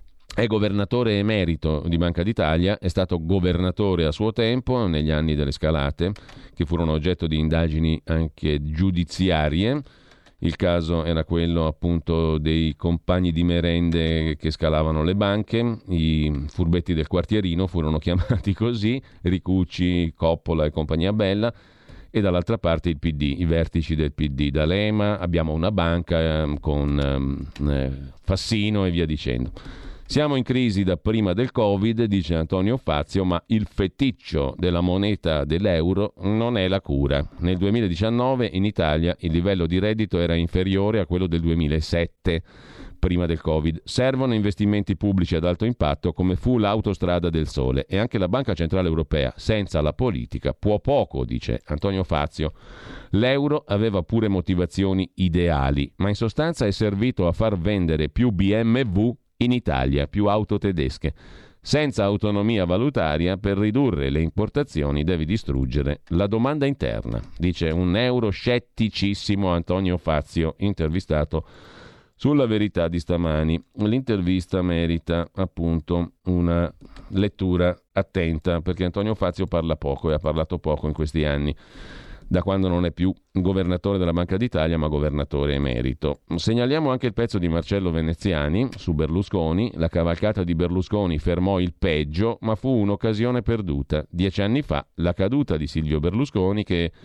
È governatore emerito di Banca d'Italia, è stato governatore a suo tempo negli anni delle scalate che furono oggetto di indagini anche giudiziarie. Il caso era quello appunto dei compagni di merende che scalavano le banche, i furbetti del quartierino furono chiamati così, Ricucci, Coppola e compagnia bella. E dall'altra parte il P D, i vertici del P D. D'Alema, abbiamo una banca eh, con eh, Fassino e via dicendo. Siamo in crisi da prima del Covid, dice Antonio Fazio, ma il feticcio della moneta dell'euro non è la cura. Nel duemiladiciannove in Italia il livello di reddito era inferiore a quello del duemilasette, prima del Covid. Servono investimenti pubblici ad alto impatto come fu l'autostrada del sole, e anche la Banca Centrale Europea senza la politica può poco, dice Antonio Fazio. L'euro aveva pure motivazioni ideali, ma in sostanza è servito a far vendere più B M W in Italia, più auto tedesche. Senza autonomia valutaria, per ridurre le importazioni devi distruggere la domanda interna, dice un euroscetticissimo Antonio Fazio, intervistato sulla Verità di stamani. L'intervista merita appunto una lettura attenta, perché Antonio Fazio parla poco e ha parlato poco in questi anni, da quando non è più governatore della Banca d'Italia ma governatore emerito. Segnaliamo anche il pezzo di Marcello Veneziani su Berlusconi. La cavalcata di Berlusconi fermò il peggio, ma fu un'occasione perduta. Dieci anni fa la caduta di Silvio Berlusconi, che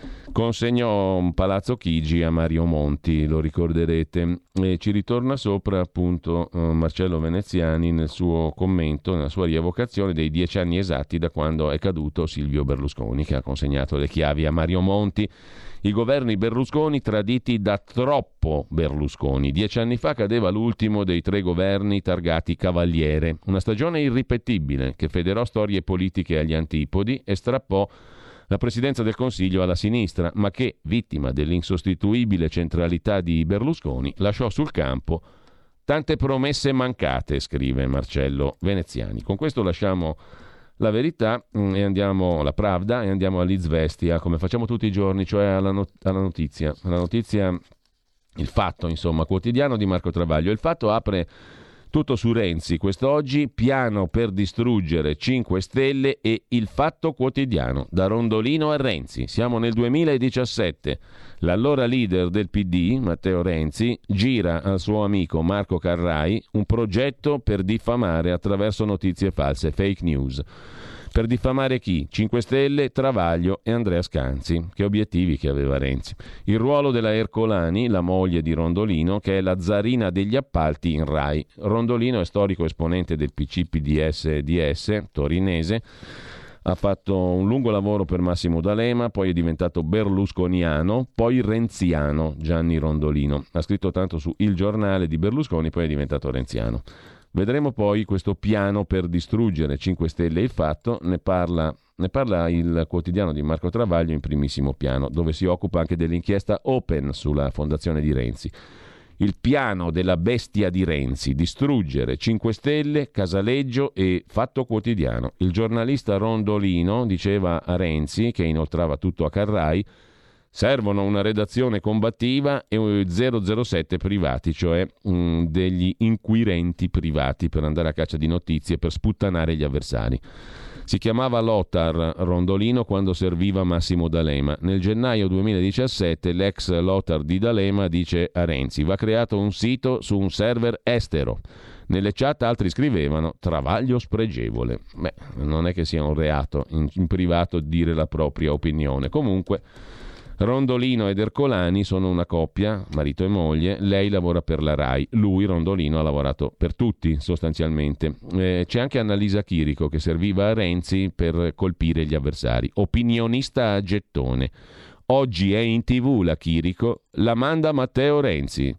consegnò un Palazzo Chigi a Mario Monti, lo ricorderete, e ci ritorna sopra appunto eh, Marcello Veneziani nel suo commento, nella sua rievocazione dei dieci anni esatti da quando è caduto Silvio Berlusconi, che ha consegnato le chiavi a Mario Monti. I governi Berlusconi traditi da troppo Berlusconi. Dieci anni fa cadeva l'ultimo dei tre governi targati Cavaliere, una stagione irripetibile che federò storie politiche agli antipodi e strappò la presidenza del Consiglio alla sinistra, ma che, vittima dell'insostituibile centralità di Berlusconi, lasciò sul campo tante promesse mancate, scrive Marcello Veneziani. Con questo lasciamo La Verità e andiamo la Pravda e andiamo all'Izvestia, come facciamo tutti i giorni, cioè alla, not- alla notizia. La notizia, il Fatto, insomma, quotidiano di Marco Travaglio. Il Fatto apre tutto su Renzi quest'oggi, piano per distruggere cinque Stelle e Il Fatto Quotidiano, da Rondolino a Renzi. Siamo nel duemiladiciassette. L'allora leader del P D, Matteo Renzi, gira al suo amico Marco Carrai un progetto per diffamare attraverso notizie false, fake news. Per diffamare chi? cinque Stelle, Travaglio e Andrea Scanzi. Che obiettivi che aveva Renzi. Il ruolo della Ercolani, la moglie di Rondolino, che è la zarina degli appalti in Rai. Rondolino è storico esponente del P C P D S D S torinese. Ha fatto un lungo lavoro per Massimo D'Alema, poi è diventato berlusconiano, poi renziano, Gianni Rondolino. Ha scritto tanto su Il Giornale di Berlusconi, poi è diventato renziano. Vedremo poi questo piano per distruggere cinque Stelle e Il Fatto, ne parla, ne parla il quotidiano di Marco Travaglio in primissimo piano, dove si occupa anche dell'inchiesta Open sulla fondazione di Renzi. Il piano della bestia di Renzi, distruggere cinque Stelle, Casaleggio e Fatto Quotidiano. Il giornalista Rondolino diceva a Renzi, che inoltrava tutto a Carrai, servono una redazione combattiva e zero zero sette privati, cioè mh, degli inquirenti privati per andare a caccia di notizie, per sputtanare gli avversari. Si chiamava Lothar Rondolino quando serviva Massimo D'Alema. Nel gennaio duemiladiciassette l'ex Lothar di D'Alema dice a Renzi: va creato un sito su un server estero. Nelle chat altri scrivevano Travaglio spregevole. Beh, non è che sia un reato in, in privato dire la propria opinione. Comunque Rondolino ed Ercolani sono una coppia, marito e moglie. Lei lavora per la Rai, lui, Rondolino, ha lavorato per tutti sostanzialmente. Eh, c'è anche Annalisa Chirico che serviva a Renzi per colpire gli avversari. Opinionista a gettone. Oggi è in tv la Chirico, la manda Matteo Renzi.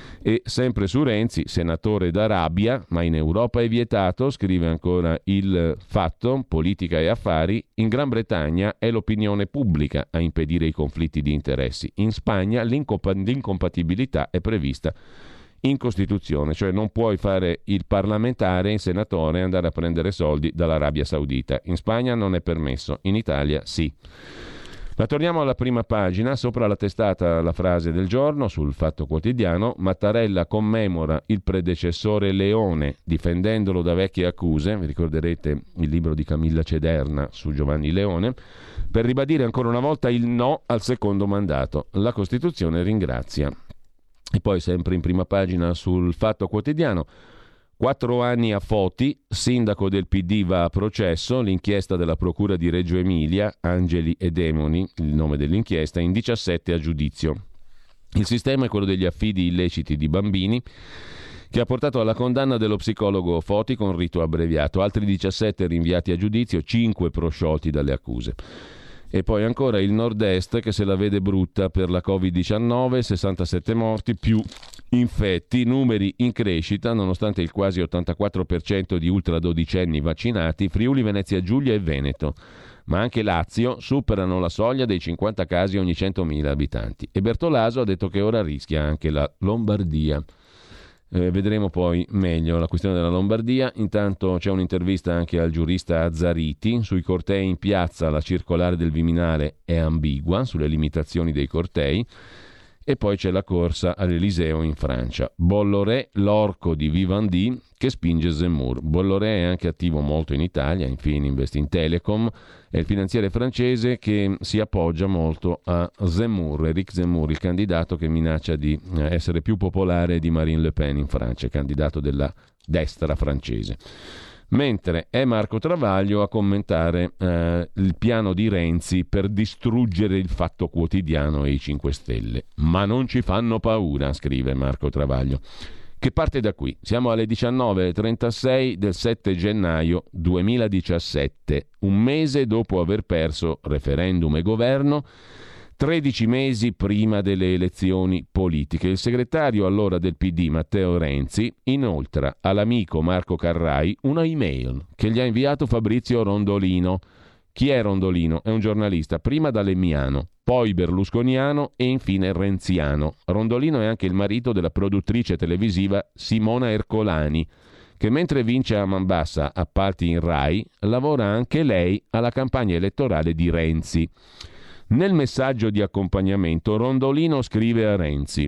E sempre su Renzi, senatore d'Arabia, ma in Europa è vietato, scrive ancora Il Fatto, politica e affari, in Gran Bretagna è l'opinione pubblica a impedire i conflitti di interessi. In Spagna l'incompa- l'incompatibilità è prevista in Costituzione, cioè non puoi fare il parlamentare, il senatore, e andare a prendere soldi dall'Arabia Saudita. In Spagna non è permesso, in Italia sì. Ma torniamo alla prima pagina, sopra la testata la frase del giorno sul Fatto Quotidiano: Mattarella commemora il predecessore Leone difendendolo da vecchie accuse, vi ricorderete il libro di Camilla Cederna su Giovanni Leone, per ribadire ancora una volta il no al secondo mandato. La Costituzione ringrazia. E poi sempre in prima pagina sul Fatto Quotidiano: Quattro anni a Foti, sindaco del P D va a processo, l'inchiesta della Procura di Reggio Emilia, Angeli e Demoni, il nome dell'inchiesta, in diciassette a giudizio. Il sistema è quello degli affidi illeciti di bambini, che ha portato alla condanna dello psicologo Foti con rito abbreviato, altri diciassette rinviati a giudizio, cinque prosciolti dalle accuse. E poi ancora il Nord-Est che se la vede brutta per la covid diciannove, sessantasette morti più infetti, numeri in crescita nonostante il quasi ottantaquattro per cento di ultradodicenni vaccinati. Friuli, Venezia Giulia e Veneto, ma anche Lazio superano la soglia dei cinquanta casi ogni centomila abitanti. E Bertolaso ha detto che ora rischia anche la Lombardia. Eh, vedremo poi meglio la questione della Lombardia. Intanto c'è un'intervista anche al giurista Azzariti sui cortei in piazza. La circolare del Viminale è ambigua sulle limitazioni dei cortei. E poi c'è la corsa all'Eliseo in Francia. Bolloré, l'orco di Vivendi che spinge Zemmour. Bolloré è anche attivo molto in Italia, infine investe in Telecom, è il finanziere francese che si appoggia molto a Zemmour, Éric Zemmour, il candidato che minaccia di essere più popolare di Marine Le Pen in Francia, candidato della destra francese. Mentre è Marco Travaglio a commentare eh, il piano di Renzi per distruggere il Fatto Quotidiano e i cinque Stelle. Ma non ci fanno paura, scrive Marco Travaglio, che parte da qui. Siamo alle diciannove e trentasei del sette gennaio duemiladiciassette, un mese dopo aver perso referendum e governo, tredici mesi prima delle elezioni politiche. Il segretario allora del P D, Matteo Renzi, inoltra all'amico Marco Carrai una email che gli ha inviato Fabrizio Rondolino. Chi è Rondolino? È un giornalista, prima dalemmiano, poi berlusconiano e infine renziano. Rondolino è anche il marito della produttrice televisiva Simona Ercolani, che mentre vince a man bassa appalti in Rai, lavora anche lei alla campagna elettorale di Renzi. Nel messaggio di accompagnamento Rondolino scrive a Renzi: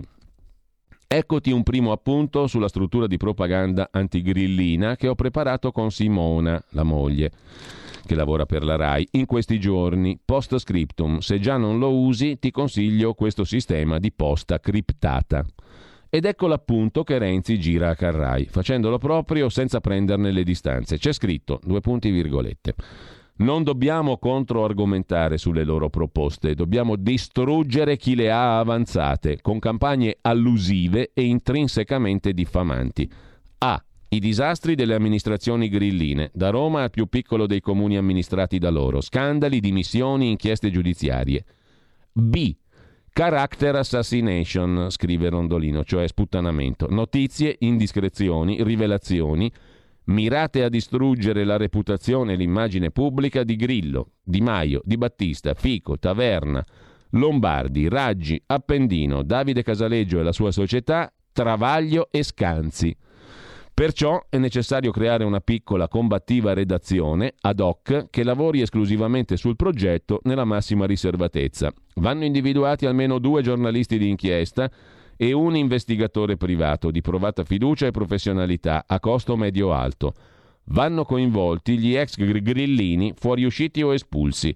eccoti un primo appunto sulla struttura di propaganda antigrillina che ho preparato con Simona, la moglie, che lavora per la Rai, in questi giorni. Post scriptum: se già non lo usi ti consiglio questo sistema di posta criptata. Ed ecco l'appunto che Renzi gira a Carrai, facendolo proprio senza prenderne le distanze. C'è scritto, due punti virgolette: non dobbiamo controargomentare sulle loro proposte, dobbiamo distruggere chi le ha avanzate con campagne allusive e intrinsecamente diffamanti. A. I disastri delle amministrazioni grilline, da Roma al più piccolo dei comuni amministrati da loro, scandali, dimissioni, inchieste giudiziarie. B. Character assassination, scrive Rondolino, cioè sputtanamento, notizie, indiscrezioni, rivelazioni mirate a distruggere la reputazione e l'immagine pubblica di Grillo, Di Maio, Di Battista, Fico, Taverna, Lombardi, Raggi, Appendino, Davide Casaleggio e la sua società, Travaglio e Scanzi. Perciò è necessario creare una piccola combattiva redazione ad hoc che lavori esclusivamente sul progetto nella massima riservatezza. Vanno individuati almeno due giornalisti di inchiesta e un investigatore privato di provata fiducia e professionalità a costo medio-alto. Vanno coinvolti gli ex grillini fuoriusciti o espulsi.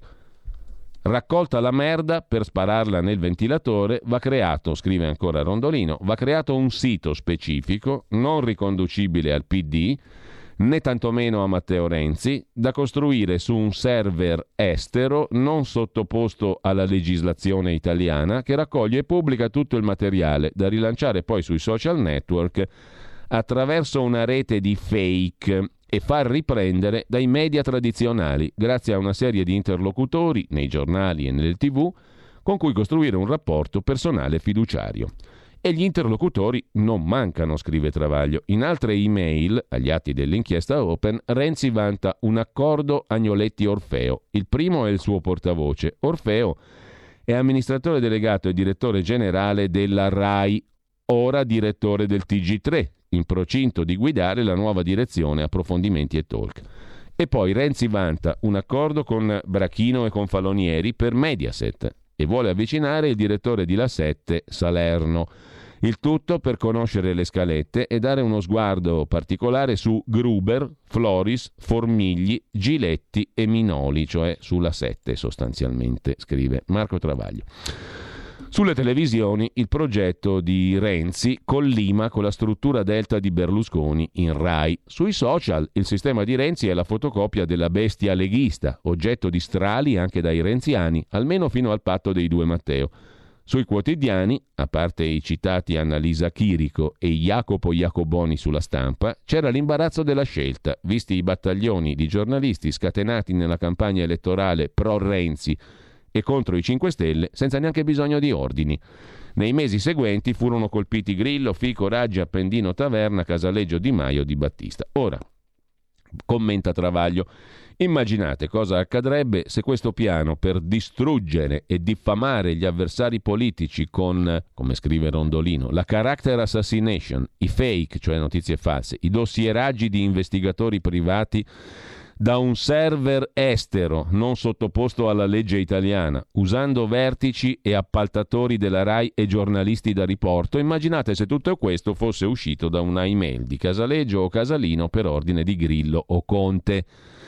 Raccolta la merda per spararla nel ventilatore, va creato, scrive ancora Rondolino, va creato un sito specifico, non riconducibile al P D, né tantomeno a Matteo Renzi, da costruire su un server estero non sottoposto alla legislazione italiana, che raccoglie e pubblica tutto il materiale, da rilanciare poi sui social network attraverso una rete di fake e far riprendere dai media tradizionali, grazie a una serie di interlocutori nei giornali e nelle tivù, con cui costruire un rapporto personale fiduciario. E gli interlocutori non mancano, scrive Travaglio. In altre email, agli atti dell'inchiesta Open, Renzi vanta un accordo Agnoletti-Orfeo. Il primo è il suo portavoce. Orfeo è amministratore delegato e direttore generale della Rai, ora direttore del T G tre, in procinto di guidare la nuova direzione Approfondimenti e Talk. E poi Renzi vanta un accordo con Brachino e Confalonieri per Mediaset e vuole avvicinare il direttore di La sette, Salerno. Il tutto per conoscere le scalette e dare uno sguardo particolare su Gruber, Floris, Formigli, Giletti e Minoli, cioè sulla sette sostanzialmente, scrive Marco Travaglio. Sulle televisioni il progetto di Renzi collima con la struttura delta di Berlusconi in Rai. Sui social il sistema di Renzi è la fotocopia della bestia leghista, oggetto di strali anche dai renziani, almeno fino al patto dei due Matteo. Sui quotidiani, a parte i citati Annalisa Chirico e Jacopo Jacoboni sulla Stampa, c'era l'imbarazzo della scelta, visti i battaglioni di giornalisti scatenati nella campagna elettorale pro-Renzi e contro i cinque Stelle senza neanche bisogno di ordini. Nei mesi seguenti furono colpiti Grillo, Fico, Raggi, Appendino, Taverna, Casaleggio, Di Maio, Di Battista. Ora, commenta Travaglio, immaginate cosa accadrebbe se questo piano per distruggere e diffamare gli avversari politici con, come scrive Rondolino, la character assassination, i fake, cioè notizie false, i dossieraggi di investigatori privati da un server estero non sottoposto alla legge italiana, usando vertici e appaltatori della Rai e giornalisti da riporto. Immaginate se tutto questo fosse uscito da una email di Casaleggio o Casalino per ordine di Grillo o Conte.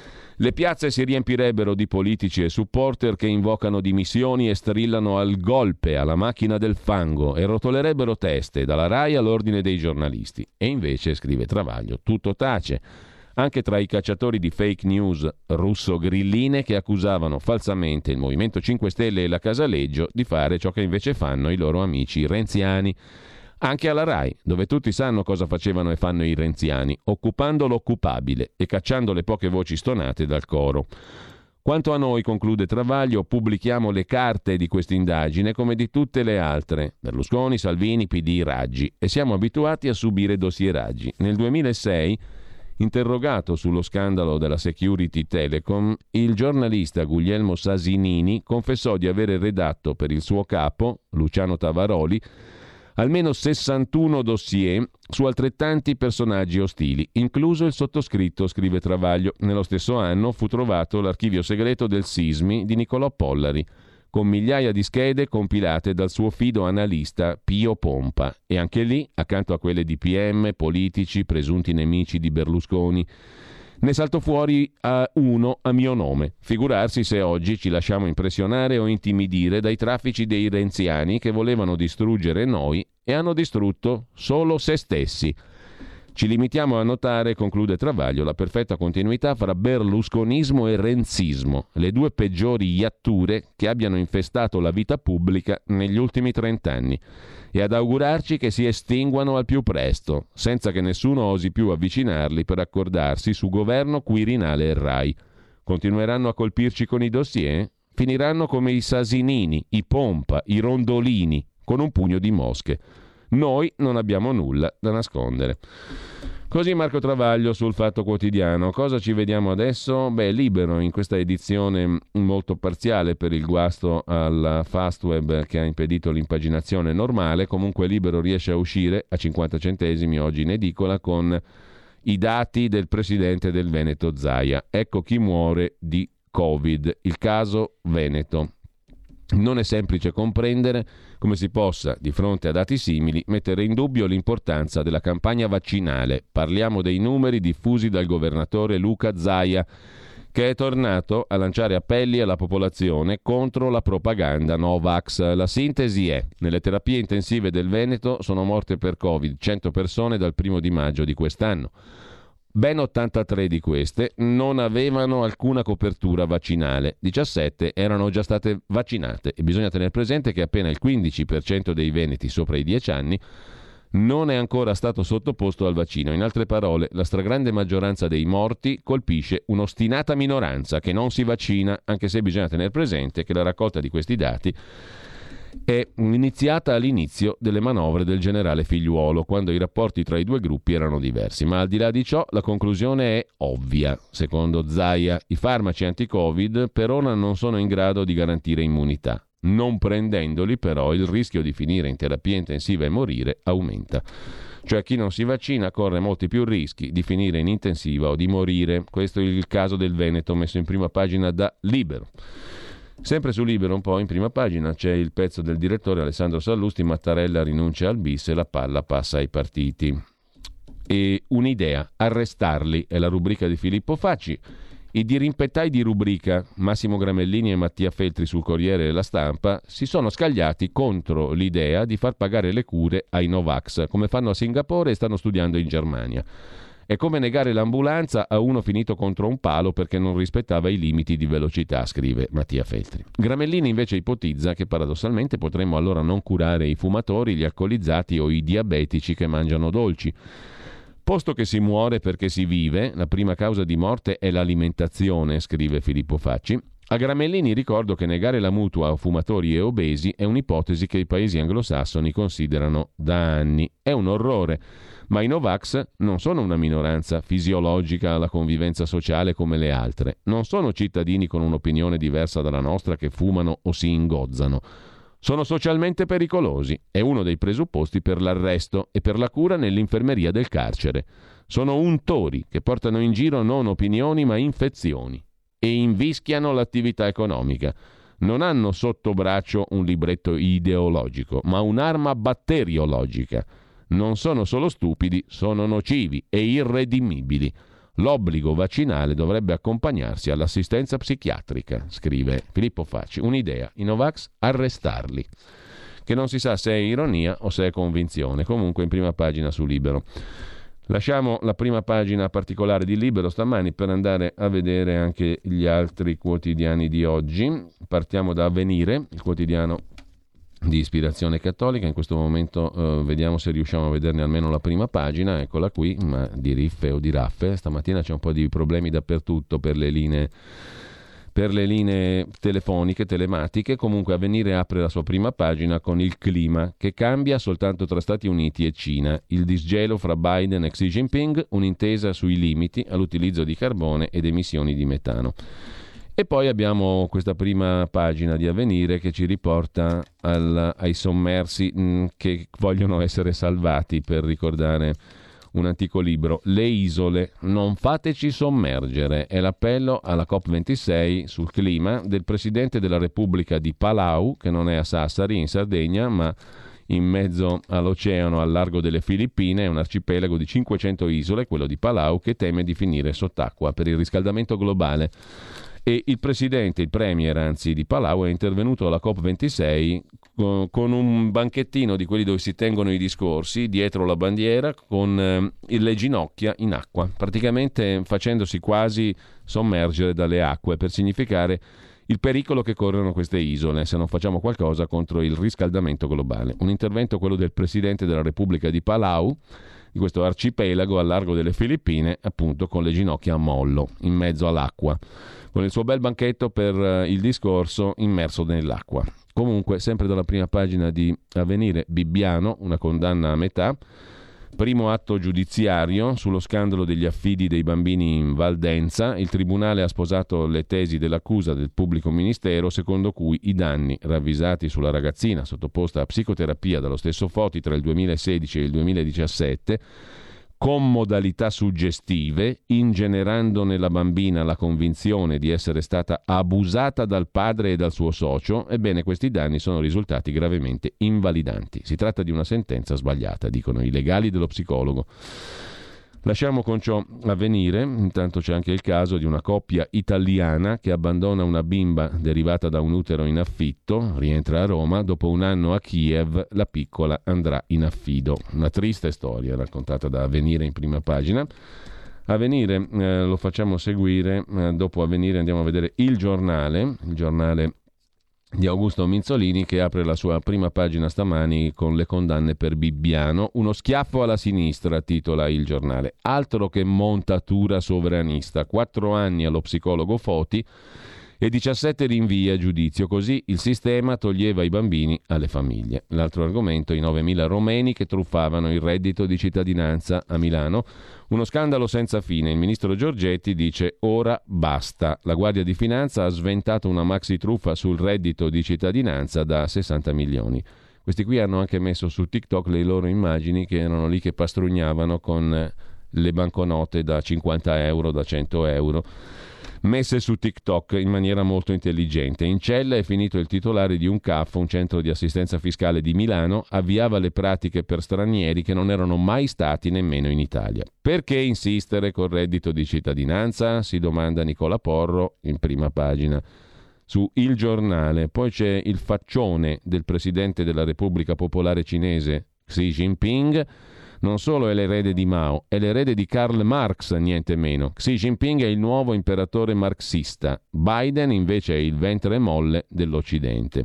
Le piazze si riempirebbero di politici e supporter che invocano dimissioni e strillano al golpe, alla macchina del fango, e rotolerebbero teste dalla Rai all'ordine dei giornalisti. E invece, scrive Travaglio, tutto tace. anche tra i cacciatori di fake news russo-grilline che accusavano falsamente il Movimento cinque Stelle e la Casaleggio di fare ciò che invece fanno i loro amici renziani. Anche alla RAI, dove tutti sanno cosa facevano e fanno i renziani, occupando l'occupabile e cacciando le poche voci stonate dal coro. Quanto a noi, conclude Travaglio, pubblichiamo le carte di questa indagine come di tutte le altre, Berlusconi, Salvini, P D, Raggi, e siamo abituati a subire dossieraggi. Nel duemilasei, interrogato sullo scandalo della Security Telecom, il giornalista Guglielmo Sasinini confessò di avere redatto per il suo capo, Luciano Tavaroli, almeno sessantuno dossier su altrettanti personaggi ostili, incluso il sottoscritto, scrive Travaglio. Nello stesso anno fu trovato l'archivio segreto del Sismi di Nicolò Pollari, con migliaia di schede compilate dal suo fido analista Pio Pompa, e anche lì, accanto a quelle di P M, politici, presunti nemici di Berlusconi, ne saltò fuori a uno a mio nome. Figurarsi se oggi ci lasciamo impressionare o intimidire dai traffici dei renziani che volevano distruggere noi e hanno distrutto solo se stessi. Ci limitiamo a notare, conclude Travaglio, la perfetta continuità fra berlusconismo e renzismo, le due peggiori iatture che abbiano infestato la vita pubblica negli ultimi trent'anni, e ad augurarci che si estinguano al più presto, senza che nessuno osi più avvicinarli per accordarsi su governo, Quirinale e RAI. Continueranno a colpirci con i dossier? Finiranno come i Sasinini, i Pompa, i Rondolini, con un pugno di mosche. Noi non abbiamo nulla da nascondere. Così Marco Travaglio sul Fatto Quotidiano. Cosa ci vediamo adesso? Beh, Libero in questa edizione molto parziale per il guasto alla Fastweb che ha impedito l'impaginazione normale. Comunque Libero riesce a uscire a cinquanta centesimi oggi in edicola con i dati del presidente del Veneto Zaia. Ecco chi muore di Covid, il caso Veneto. Non è semplice comprendere come si possa, di fronte a dati simili, mettere in dubbio l'importanza della campagna vaccinale. Parliamo dei numeri diffusi dal governatore Luca Zaia, che è tornato a lanciare appelli alla popolazione contro la propaganda Novax. La sintesi è: nelle terapie intensive del Veneto sono morte per Covid cento persone dal primo di maggio di quest'anno. Ben ottantatré di queste non avevano alcuna copertura vaccinale, diciassette erano già state vaccinate, e bisogna tenere presente che appena il quindici per cento dei veneti sopra i dieci anni non è ancora stato sottoposto al vaccino. In altre parole, la stragrande maggioranza dei morti colpisce un'ostinata minoranza che non si vaccina, anche se bisogna tenere presente che la raccolta di questi dati è iniziata all'inizio delle manovre del generale Figliuolo, quando i rapporti tra i due gruppi erano diversi. Ma al di là di ciò, la conclusione è ovvia. Secondo Zaia, i farmaci anti-Covid per ora non sono in grado di garantire immunità. Non prendendoli, però, il rischio di finire in terapia intensiva e morire aumenta. Cioè chi non si vaccina corre molti più rischi di finire in intensiva o di morire. Questo è il caso del Veneto, messo in prima pagina da Libero. Sempre su Libero, un po' in prima pagina, c'è il pezzo del direttore Alessandro Sallusti: Mattarella rinuncia al bis e la palla passa ai partiti. E un'idea: arrestarli, è la rubrica di Filippo Facci. I dirimpettai di rubrica Massimo Gramellini e Mattia Feltri sul Corriere della Stampa si sono scagliati contro l'idea di far pagare le cure ai Novax, come fanno a Singapore e stanno studiando in Germania. È come negare l'ambulanza a uno finito contro un palo perché non rispettava i limiti di velocità, scrive Mattia Feltri. Gramellini invece ipotizza che paradossalmente potremmo allora non curare i fumatori, gli alcolizzati o i diabetici che mangiano dolci. Posto che si muore perché si vive, la prima causa di morte è l'alimentazione, scrive Filippo Facci. A Gramellini ricordo che negare la mutua a fumatori e obesi è un'ipotesi che i paesi anglosassoni considerano da anni. È un orrore. Ma i Novax non sono una minoranza fisiologica alla convivenza sociale come le altre. Non sono cittadini con un'opinione diversa dalla nostra che fumano o si ingozzano. Sono socialmente pericolosi. È uno dei presupposti per l'arresto e per la cura nell'infermeria del carcere. Sono untori che portano in giro non opinioni ma infezioni e invischiano l'attività economica. Non hanno sotto braccio un libretto ideologico, ma un'arma batteriologica. Non sono solo stupidi, sono nocivi e irredimibili. L'obbligo vaccinale dovrebbe accompagnarsi all'assistenza psichiatrica, scrive Filippo Facci. Un'idea: i Novax arrestarli, che non si sa se è ironia o se è convinzione. Comunque in prima pagina su Libero. Lasciamo la prima pagina particolare di Libero stamani per andare a vedere anche gli altri quotidiani di oggi. Partiamo da Avvenire, il quotidiano di ispirazione cattolica. In questo momento eh, vediamo se riusciamo a vederne almeno la prima pagina. Eccola qui, ma di riffe o di raffe. Stamattina c'è un po' di problemi dappertutto per le linee per le linee telefoniche, telematiche. Comunque Avvenire apre la sua prima pagina con il clima che cambia soltanto tra Stati Uniti e Cina, il disgelo fra Biden e Xi Jinping, un'intesa sui limiti all'utilizzo di carbone ed emissioni di metano. E poi abbiamo questa prima pagina di Avvenire che ci riporta al, ai sommersi mh, che vogliono essere salvati, per ricordare un antico libro, Le isole, non fateci sommergere, è l'appello alla COP ventisei sul clima del presidente della Repubblica di Palau, che non è a Sassari in Sardegna, ma in mezzo all'oceano al largo delle Filippine, è un arcipelago di cinquecento isole, quello di Palau, che teme di finire sott'acqua per il riscaldamento globale. E il presidente, il premier anzi di Palau, è intervenuto alla COP ventisei con, con un banchettino di quelli dove si tengono i discorsi dietro la bandiera, con eh, le ginocchia in acqua, praticamente facendosi quasi sommergere dalle acque, per significare il pericolo che corrono queste isole se non facciamo qualcosa contro il riscaldamento globale. Un intervento, quello del presidente della Repubblica di Palau, di questo arcipelago al largo delle Filippine, appunto con le ginocchia a mollo in mezzo all'acqua, con il suo bel banchetto per il discorso immerso nell'acqua. Comunque, sempre dalla prima pagina di Avvenire, Bibbiano, una condanna a metà. Primo atto giudiziario sullo scandalo degli affidi dei bambini in Valdenza. Il tribunale ha sposato le tesi dell'accusa del pubblico ministero, secondo cui i danni ravvisati sulla ragazzina sottoposta a psicoterapia dallo stesso Foti tra il duemilasedici e il duemiladiciassette, con modalità suggestive, ingenerando nella bambina la convinzione di essere stata abusata dal padre e dal suo socio, ebbene questi danni sono risultati gravemente invalidanti. Si tratta di una sentenza sbagliata, dicono i legali dello psicologo. Lasciamo con ciò Avvenire. Intanto c'è anche il caso di una coppia italiana che abbandona una bimba derivata da un utero in affitto, rientra a Roma, dopo un anno a Kiev la piccola andrà in affido. Una triste storia raccontata da Avvenire in prima pagina. Avvenire eh, lo facciamo seguire, eh, dopo Avvenire andiamo a vedere Il Giornale, il giornale di Augusto Minzolini, che apre la sua prima pagina stamani con le condanne per Bibbiano. Uno schiaffo alla sinistra, titola Il Giornale. Altro che montatura sovranista. Quattro anni allo psicologo Foti e diciassette rinvii a giudizio. Così il sistema toglieva i bambini alle famiglie. L'altro argomento, i novemila romeni che truffavano il reddito di cittadinanza a Milano. Uno scandalo senza fine. Il ministro Giorgetti dice ora basta. La Guardia di Finanza ha sventato una maxi truffa sul reddito di cittadinanza da sessanta milioni. Questi qui hanno anche messo su TikTok le loro immagini, che erano lì che pastrugnavano con le banconote da cinquanta euro, da cento euro, messe su TikTok in maniera molto intelligente. In cella è finito il titolare di un C A F, un centro di assistenza fiscale di Milano, avviava le pratiche per stranieri che non erano mai stati nemmeno in Italia. Perché insistere col reddito di cittadinanza? Si domanda Nicola Porro in prima pagina su Il Giornale. Poi c'è il faccione del presidente della Repubblica Popolare Cinese Xi Jinping. Non solo è l'erede di Mao, è l'erede di Karl Marx, niente meno. Xi Jinping è il nuovo imperatore marxista. Biden invece è il ventre molle dell'Occidente.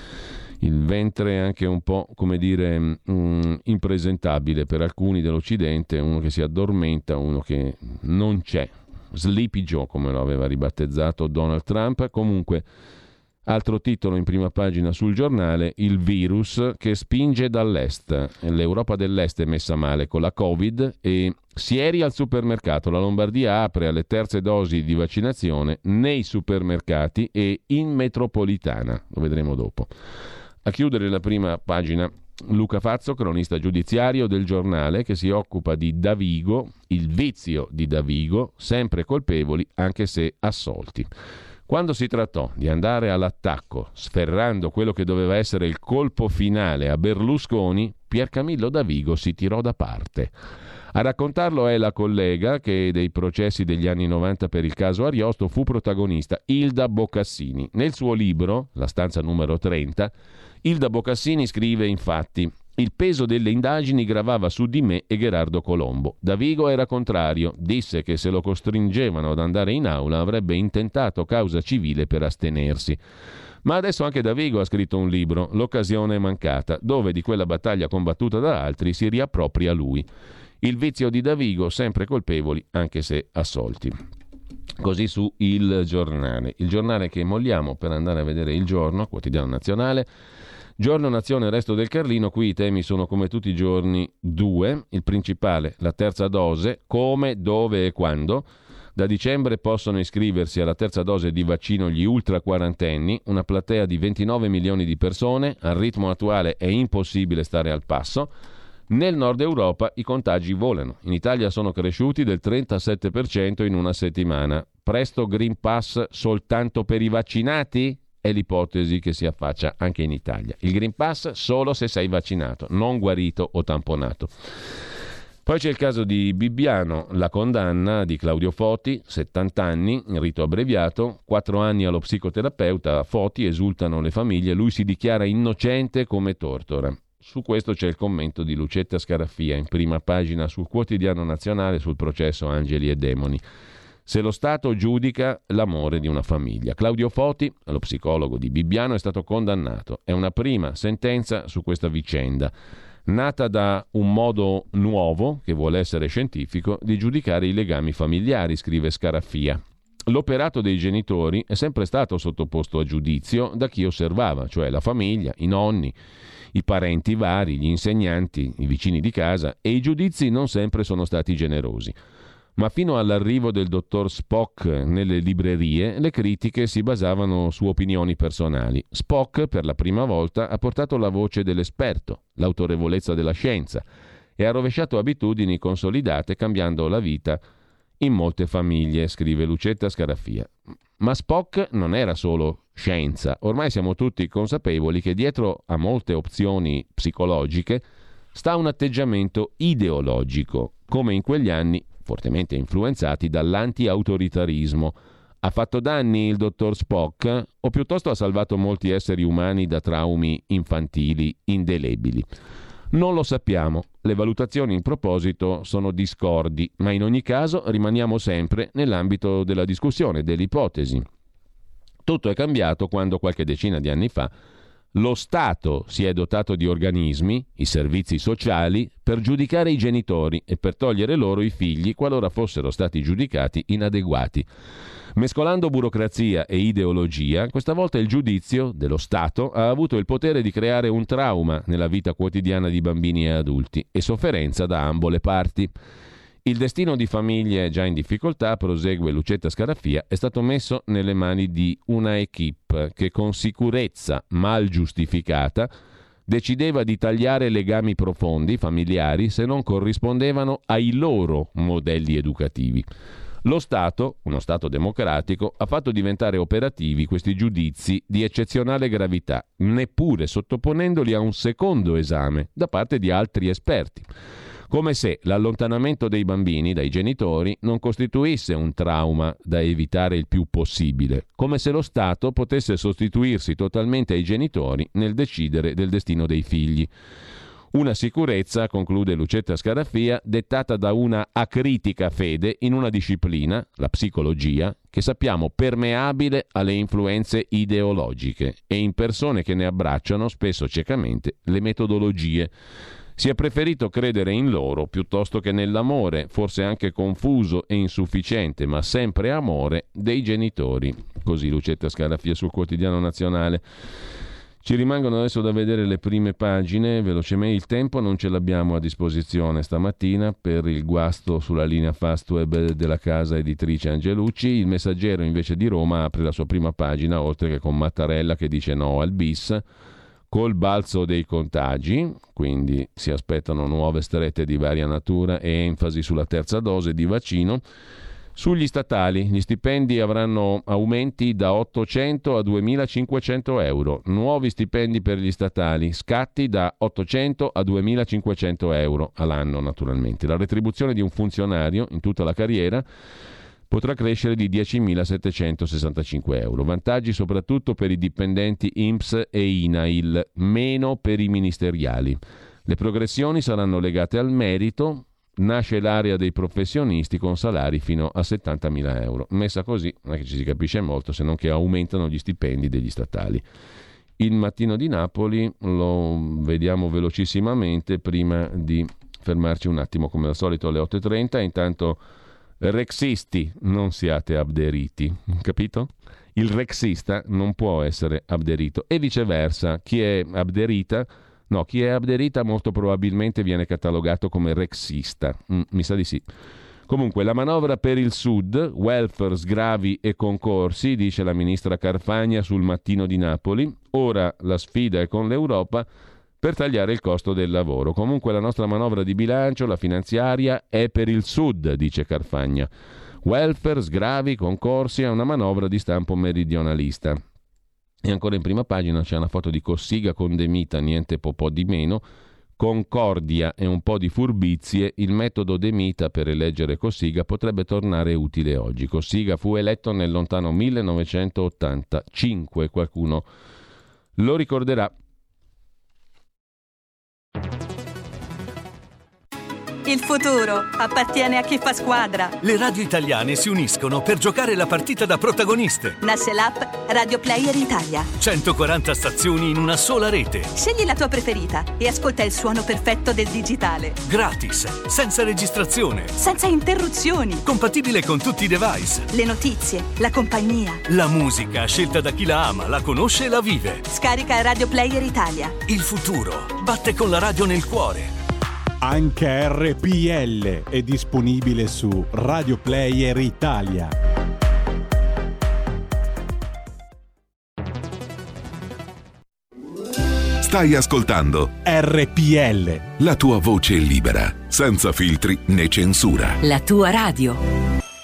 Il ventre anche un po', come dire, mh, impresentabile per alcuni dell'Occidente, uno che si addormenta, uno che non c'è. Sleepy Joe, come lo aveva ribattezzato Donald Trump. Comunque, altro titolo in prima pagina sul Giornale, il virus che spinge dall'est. L'Europa dell'est è messa male con la Covid e sieri al supermercato. La Lombardia apre alle terze dosi di vaccinazione nei supermercati e in metropolitana. Lo vedremo dopo. A chiudere la prima pagina, Luca Fazzo, cronista giudiziario del Giornale, che si occupa di Davigo, il vizio di Davigo, sempre colpevoli anche se assolti. Quando si trattò di andare all'attacco, sferrando quello che doveva essere il colpo finale a Berlusconi, Piercamillo Davigo si tirò da parte. A raccontarlo è la collega che dei processi degli anni novanta per il caso Ariosto fu protagonista, Ilda Boccassini. Nel suo libro, La stanza numero trenta, Ilda Boccassini scrive infatti: Il peso delle indagini gravava su di me e Gherardo Colombo. Davigo era contrario, disse che se lo costringevano ad andare in aula avrebbe intentato causa civile per astenersi. Ma adesso anche Davigo ha scritto un libro, L'occasione mancata, dove di quella battaglia combattuta da altri si riappropria lui. Il vizio di Davigo, sempre colpevoli, anche se assolti. Così su Il Giornale. Il Giornale che molliamo per andare a vedere Il Giorno, quotidiano nazionale. Giorno, Nazione, Resto del Carlino, qui i temi sono come tutti i giorni due. Il principale, la terza dose, come, dove e quando. Da dicembre possono iscriversi alla terza dose di vaccino gli ultra quarantenni, una platea di ventinove milioni di persone. Al ritmo attuale è impossibile stare al passo. Nel nord Europa i contagi volano. In Italia sono cresciuti del trentasette per cento in una settimana. Presto Green Pass soltanto per i vaccinati? È l'ipotesi che si affaccia anche in Italia. Il Green Pass solo se sei vaccinato, non guarito o tamponato. Poi c'è il caso di Bibbiano, la condanna di Claudio Foti, settanta anni, in rito abbreviato, quattro anni allo psicoterapeuta Foti, esultano le famiglie, lui si dichiara innocente come Tortora. Su questo c'è il commento di Lucetta Scaraffia, in prima pagina sul Quotidiano Nazionale sul processo Angeli e Demoni. Se lo Stato giudica l'amore di una famiglia. Claudio Foti, lo psicologo di Bibbiano, è stato condannato. È una prima sentenza su questa vicenda, nata da un modo nuovo, che vuole essere scientifico, di giudicare i legami familiari, scrive Scaraffia. L'operato dei genitori è sempre stato sottoposto a giudizio da chi osservava, cioè la famiglia, i nonni, i parenti vari, gli insegnanti, i vicini di casa, e i giudizi non sempre sono stati generosi. Ma fino all'arrivo del dottor Spock nelle librerie, le critiche si basavano su opinioni personali. Spock, per la prima volta, ha portato la voce dell'esperto, l'autorevolezza della scienza, e ha rovesciato abitudini consolidate, cambiando la vita in molte famiglie, scrive Lucetta Scaraffia. Ma Spock non era solo scienza. Ormai siamo tutti consapevoli che dietro a molte opzioni psicologiche sta un atteggiamento ideologico, come in quegli anni fortemente influenzati dall'anti-autoritarismo. Ha fatto danni il dottor Spock o piuttosto ha salvato molti esseri umani da traumi infantili indelebili? Non lo sappiamo, le valutazioni in proposito sono discordi, ma in ogni caso rimaniamo sempre nell'ambito della discussione, dell'ipotesi. Tutto è cambiato quando qualche decina di anni fa lo Stato si è dotato di organismi, i servizi sociali, per giudicare i genitori e per togliere loro i figli qualora fossero stati giudicati inadeguati. Mescolando burocrazia e ideologia, questa volta il giudizio dello Stato ha avuto il potere di creare un trauma nella vita quotidiana di bambini e adulti e sofferenza da ambo le parti. Il destino di famiglie già in difficoltà, prosegue Lucetta Scaraffia, è stato messo nelle mani di una equipe che con sicurezza mal giustificata decideva di tagliare legami profondi familiari se non corrispondevano ai loro modelli educativi. Lo Stato, uno Stato democratico, ha fatto diventare operativi questi giudizi di eccezionale gravità, neppure sottoponendoli a un secondo esame da parte di altri esperti. Come se l'allontanamento dei bambini dai genitori non costituisse un trauma da evitare il più possibile, come se lo Stato potesse sostituirsi totalmente ai genitori nel decidere del destino dei figli. Una sicurezza, conclude Lucetta Scaraffia, dettata da una acritica fede in una disciplina, la psicologia, che sappiamo permeabile alle influenze ideologiche e in persone che ne abbracciano, spesso ciecamente, le metodologie. Si è preferito credere in loro piuttosto che nell'amore, forse anche confuso e insufficiente, ma sempre amore, dei genitori. Così Lucetta Scaraffia sul Quotidiano Nazionale. Ci rimangono adesso da vedere le prime pagine, velocemente il tempo non ce l'abbiamo a disposizione stamattina per il guasto sulla linea Fastweb della casa editrice Angelucci. Il Messaggero invece di Roma apre la sua prima pagina, oltre che con Mattarella che dice no al bis, col balzo dei contagi, quindi si aspettano nuove strette di varia natura e enfasi sulla terza dose di vaccino. Sugli statali, gli stipendi avranno aumenti da ottocento a duemilacinquecento euro, nuovi stipendi per gli statali, scatti da ottocento a duemilacinquecento euro all'anno naturalmente. La retribuzione di un funzionario in tutta la carriera potrà crescere di diecimilasettecentosessantacinque euro. Vantaggi soprattutto per i dipendenti I N P S e I N A I L, meno per i ministeriali. Le progressioni saranno legate al merito. Nasce l'area dei professionisti con salari fino a settantamila euro. Messa così non è che ci si capisce molto, se non che aumentano gli stipendi degli statali. Il Mattino di Napoli lo vediamo velocissimamente prima di fermarci un attimo come al solito alle otto e trenta. Intanto rexisti, non siate abderiti, capito? Il rexista non può essere abderito e viceversa, chi è abderita No, chi è abderita molto probabilmente viene catalogato come rexista. Mm, mi sa di sì. Comunque, la manovra per il Sud, welfare, sgravi e concorsi, dice la ministra Carfagna sul Mattino di Napoli. Ora la sfida è con l'Europa per tagliare il costo del lavoro. Comunque la nostra manovra di bilancio, la finanziaria, è per il Sud, dice Carfagna. Welfare, sgravi, concorsi, è una manovra di stampo meridionalista. E ancora in prima pagina c'è una foto di Cossiga con De Mita, niente po' po' di meno, concordia e un po' di furbizie. Il metodo De Mita per eleggere Cossiga potrebbe tornare utile oggi. Cossiga fu eletto nel lontano millenovecentottantacinque, qualcuno lo ricorderà. Il futuro appartiene a chi fa squadra. Le radio italiane si uniscono per giocare la partita da protagoniste. Nasce l'app Radio Player Italia. centoquaranta stazioni in una sola rete. Scegli la tua preferita e ascolta il suono perfetto del digitale. Gratis, senza registrazione. Senza interruzioni. Compatibile con tutti i device. Le notizie, la compagnia. La musica, scelta da chi la ama, la conosce e la vive. Scarica Radio Player Italia. Il futuro batte con la radio nel cuore. Anche R P L è disponibile su Radio Player Italia. Stai ascoltando R P L, la tua voce libera, senza filtri né censura. La tua radio.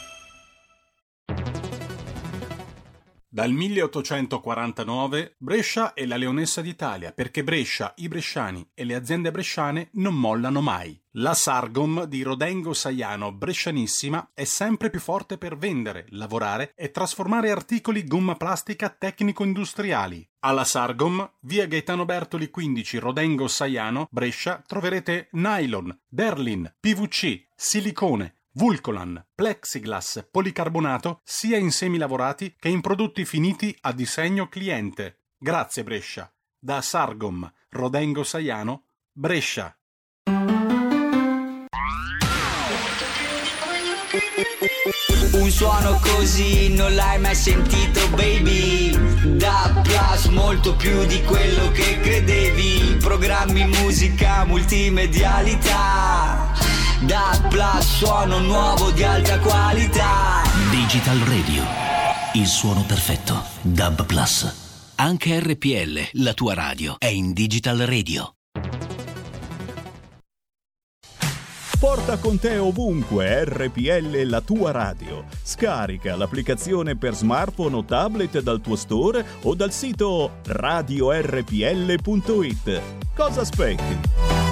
Dal milleottocentoquarantanove Brescia è la leonessa d'Italia, perché Brescia, i bresciani e le aziende bresciane non mollano mai. La Sargom di Rodengo Saiano Brescianissima è sempre più forte per vendere, lavorare e trasformare articoli gomma plastica tecnico-industriali. Alla Sargom, via Gaetano Bertoli quindici, Rodengo Saiano, Brescia, troverete nylon, derlin, P V C, silicone, Vulcolan, plexiglass, policarbonato, sia in semi lavorati che in prodotti finiti a disegno cliente. Grazie Brescia. Da Sargom, Rodengo Saiano, Brescia. Un suono così non l'hai mai sentito, baby. Da Plus, molto più di quello che credevi. Programmi, musica, multimedialità. Da Plus, suono nuovo di alta qualità. Digital Radio, il suono perfetto. Dub Plus. Anche R P L, la tua radio, è in Digital Radio. Porta con te ovunque R P L, la tua radio. Scarica l'applicazione per smartphone o tablet dal tuo store o dal sito radio r p l punto i t. Cosa aspetti?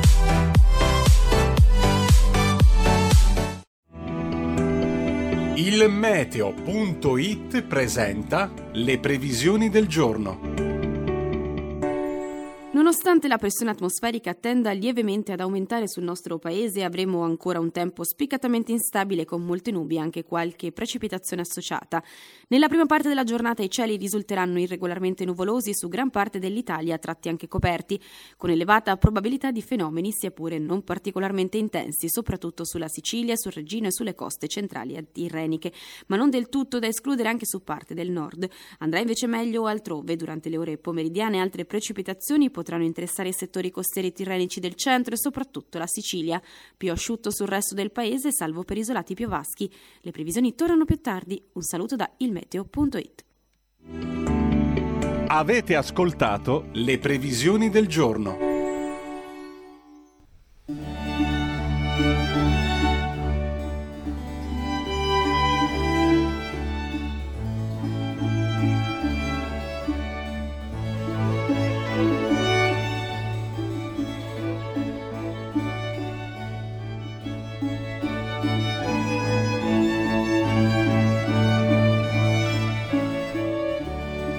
Il meteo punto it presenta le previsioni del giorno. Nonostante la pressione atmosferica tenda lievemente ad aumentare sul nostro paese, avremo ancora un tempo spiccatamente instabile con molte nubi e anche qualche precipitazione associata. Nella prima parte della giornata i cieli risulteranno irregolarmente nuvolosi su gran parte dell'Italia, a tratti anche coperti, con elevata probabilità di fenomeni sia pure non particolarmente intensi, soprattutto sulla Sicilia, sul Reggino e sulle coste centrali e tirreniche, ma non del tutto da escludere anche su parte del nord. Andrà invece meglio altrove. Durante le ore pomeridiane altre precipitazioni potranno interessare i settori costieri tirrenici del centro e soprattutto la Sicilia. Più asciutto sul resto del paese, salvo per isolati piovaschi. Le previsioni tornano più tardi. Un saluto da ilmeteo punto it. Avete ascoltato le previsioni del giorno.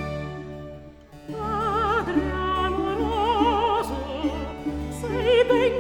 Sei ben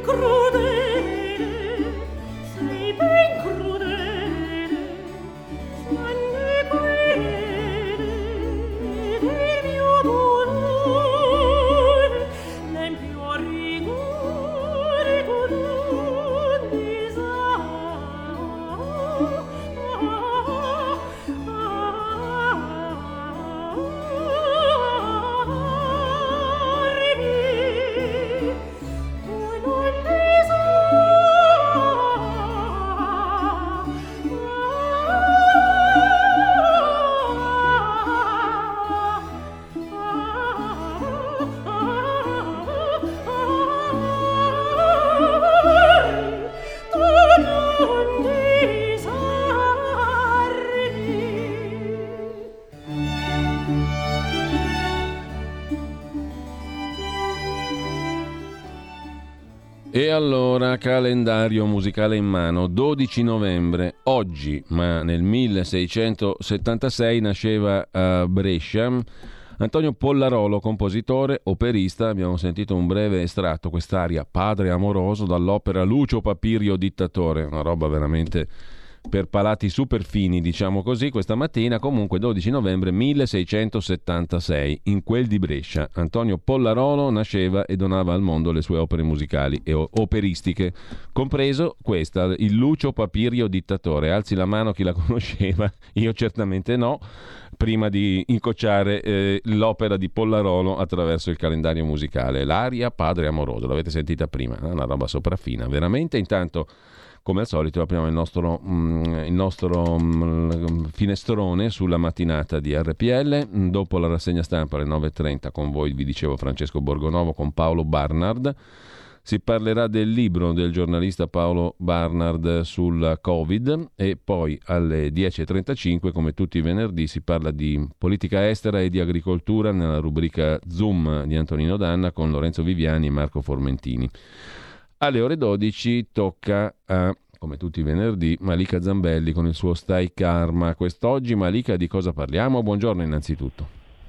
E allora, calendario musicale in mano, dodici novembre, oggi, ma nel milleseicentosettantasei nasceva a Brescia Antonio Pollarolo, compositore, operista. Abbiamo sentito un breve estratto, quest'aria Padre amoroso, dall'opera Lucio Papirio Dittatore, una roba veramente per palati super fini, diciamo così, questa mattina. Comunque dodici novembre milleseicentosettantasei, in quel di Brescia, Antonio Pollarolo nasceva e donava al mondo le sue opere musicali e operistiche, compreso questa, il Lucio Papirio Dittatore. Alzi la mano chi la conosceva, io certamente no, prima di incocciare eh, l'opera di Pollarolo attraverso il calendario musicale. L'aria Padre amoroso, l'avete sentita prima, eh? Una roba sopraffina, veramente. Intanto, come al solito, apriamo il nostro, mm, il nostro mm, finestrone sulla mattinata di R P L. Dopo la rassegna stampa alle nove e trenta con voi, vi dicevo, Francesco Borgonovo con Paolo Barnard. Si parlerà del libro del giornalista Paolo Barnard sul Covid e poi alle dieci e trentacinque, come tutti i venerdì, si parla di politica estera e di agricoltura nella rubrica Zoom di Antonino Danna con Lorenzo Viviani e Marco Formentini. Alle ore dodici tocca a, come tutti i venerdì, Malika Zambelli con il suo Stai Karma. Quest'oggi, Malika, di cosa parliamo? Buongiorno innanzitutto.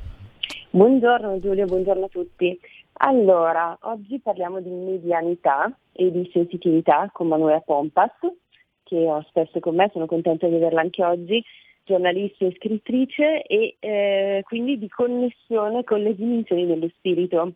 Buongiorno Giulio, buongiorno a tutti. Allora, oggi parliamo di medianità e di sensitività con Manuela Pompas, che ho spesso con me, sono contenta di averla anche oggi, giornalista e scrittrice, e eh, quindi di connessione con le dimensioni dello spirito.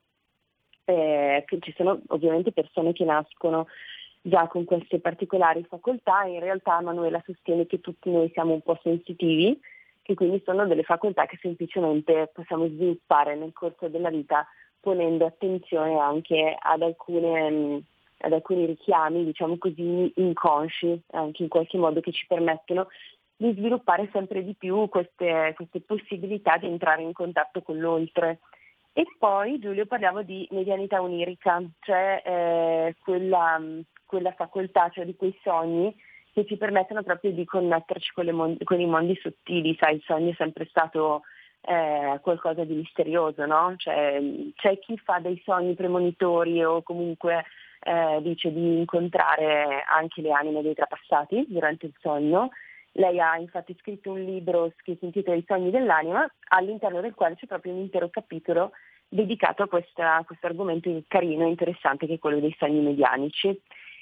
Eh, che ci sono ovviamente persone che nascono già con queste particolari facoltà. In realtà Manuela sostiene che tutti noi siamo un po' sensitivi, che quindi sono delle facoltà che semplicemente possiamo sviluppare nel corso della vita, ponendo attenzione anche ad alcune ad alcuni richiami, diciamo così, inconsci, anche in qualche modo, che ci permettono di sviluppare sempre di più queste, queste possibilità di entrare in contatto con l'oltre. E poi, Giulio, parliamo di medianità onirica, cioè eh, quella, quella facoltà, cioè di quei sogni che ci permettono proprio di connetterci con, le mon- con i mondi sottili. Sai, il sogno è sempre stato eh, qualcosa di misterioso, no? Cioè, c'è chi fa dei sogni premonitori o comunque eh, dice di incontrare anche le anime dei trapassati durante il sogno. Lei ha infatti scritto un libro che si intitola I sogni dell'anima, all'interno del quale c'è proprio un intero capitolo dedicato a questa, a questo argomento carino e interessante, che è quello dei sogni medianici.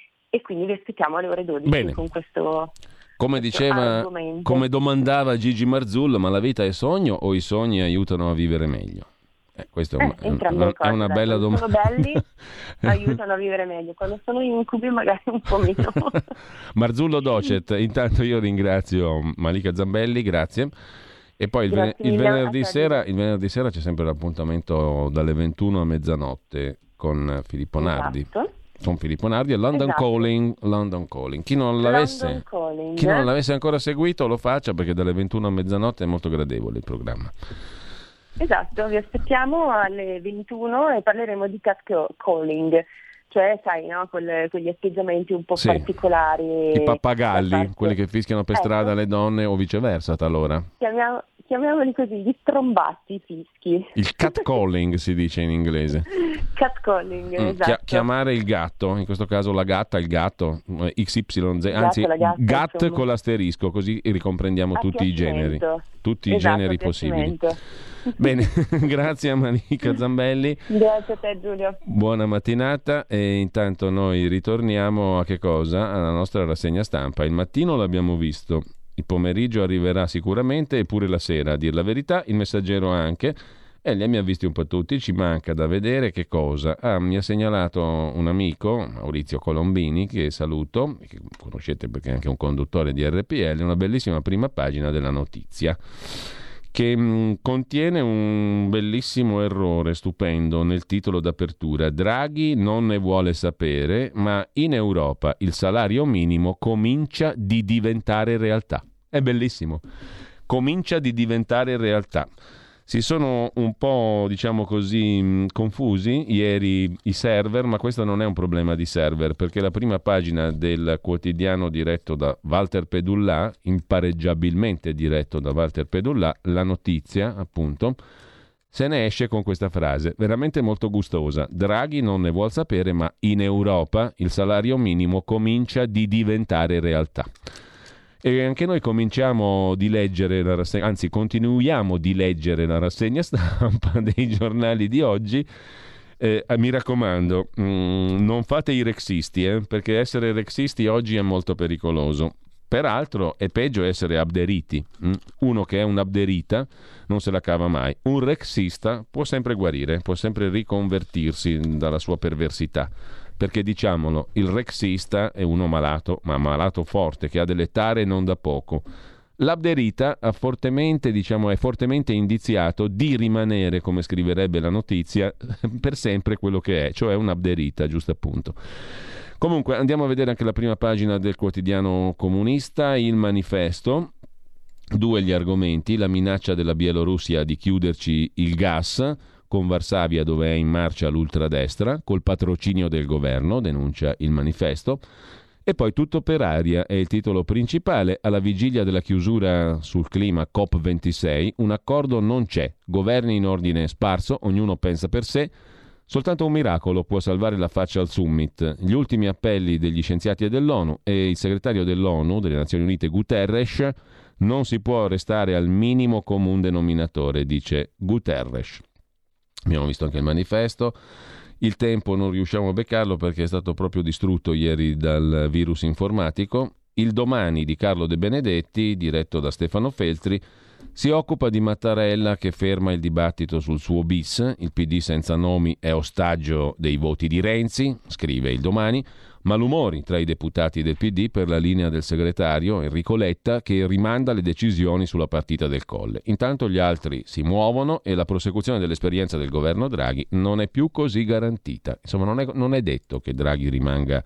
E quindi vi aspettiamo alle ore dodici. Bene. Con questo, come questo diceva, argomento. Come domandava Gigi Marzullo, ma la vita è sogno o i sogni aiutano a vivere meglio? Eh, questa è, un, eh, è, una, cose, è una dai. bella domanda. Quando sono belli aiutano a vivere meglio, quando sono incubi magari un po' meno. Marzullo Docet, intanto io ringrazio Malika Zambelli, grazie. E poi il, ven- il, venerdì sera, il venerdì sera c'è sempre l'appuntamento dalle ventuno a mezzanotte con Filippo Nardi. Esatto. Con Filippo Nardi e London esatto. Calling, London Calling. Chi non, l'avesse, Calling. chi non l'avesse ancora seguito lo faccia, perché dalle ventuno a mezzanotte è molto gradevole il programma. Esatto, vi aspettiamo alle ventuno e parleremo di catcalling, cioè sai, no, quelle, quegli atteggiamenti un po' sì. particolari. I pappagalli, parte... quelli che fischiano per ecco. strada le donne o viceversa talora. Chiamiamo, chiamiamoli così, gli strombati, i fischi. Il catcalling si dice in inglese. Catcalling, mm, esatto. Chia- chiamare il gatto, in questo caso la gatta, il gatto, X Y Z, anzi gatta, gat insomma. con l'asterisco, così ricomprendiamo A tutti i generi, tutti esatto, i generi possibili. Bene, grazie a Malika Zambelli. Grazie a te Giulio. Buona mattinata, e intanto noi ritorniamo a che cosa? Alla nostra rassegna stampa. Il mattino l'abbiamo visto, il pomeriggio arriverà sicuramente, eppure la sera, a dir la verità, il Messaggero anche. E li abbiamo visti un po' tutti, ci manca da vedere che cosa. Ah, mi ha segnalato un amico, Maurizio Colombini, che saluto, che conoscete perché è anche un conduttore di R P L, una bellissima prima pagina della Notizia, che mh, contiene un bellissimo errore stupendo nel titolo d'apertura. Draghi non ne vuole sapere, ma in Europa il salario minimo comincia di diventare realtà. È bellissimo. Comincia di diventare realtà. Si sono un po', diciamo così, mh, confusi ieri i server, ma questo non è un problema di server, perché la prima pagina del quotidiano diretto da Walter Pedullà, impareggiabilmente diretto da Walter Pedullà, La Notizia, appunto, se ne esce con questa frase, veramente molto gustosa. Draghi non ne vuol sapere, ma in Europa il salario minimo comincia di diventare realtà. E anche noi cominciamo di leggere la rassegna, anzi continuiamo di leggere la rassegna stampa dei giornali di oggi. Eh, mi raccomando, mh, non fate i rexisti, eh, perché essere rexisti oggi è molto pericoloso. Peraltro è peggio essere abderiti. Uno che è un abderita non se la cava mai. Un rexista può sempre guarire, può sempre riconvertirsi dalla sua perversità. Perché diciamolo, il rexista è uno malato, ma malato forte, che ha delle tare non da poco. L'abderita ha fortemente, diciamo, è fortemente indiziato di rimanere, come scriverebbe la notizia, per sempre quello che è, cioè un abderita, giusto appunto. Comunque andiamo a vedere anche la prima pagina del quotidiano comunista, Il Manifesto. Due gli argomenti: la minaccia della Bielorussia di chiuderci il gas con Varsavia, dove è in marcia l'ultradestra, col patrocinio del governo, denuncia Il Manifesto. E poi tutto per aria è il titolo principale. Alla vigilia della chiusura sul clima COP ventisei, un accordo non c'è, governi in ordine sparso, ognuno pensa per sé. Soltanto un miracolo può salvare la faccia al summit. Gli ultimi appelli degli scienziati dell'ONU e il segretario dell'ONU, delle Nazioni Unite, Guterres: non si può restare al minimo comune denominatore, dice Guterres. Abbiamo visto anche Il Manifesto. Il Tempo non riusciamo a beccarlo perché è stato proprio distrutto ieri dal virus informatico. Il Domani di Carlo De Benedetti, diretto da Stefano Feltri, si occupa di Mattarella che ferma il dibattito sul suo bis. Il P D senza nomi è ostaggio dei voti di Renzi, scrive il Domani. Malumori tra i deputati del P D per la linea del segretario Enrico Letta, che rimanda le decisioni sulla partita del Colle. Intanto gli altri si muovono e la prosecuzione dell'esperienza del governo Draghi non è più così garantita. Insomma, non è, non è detto che Draghi rimanga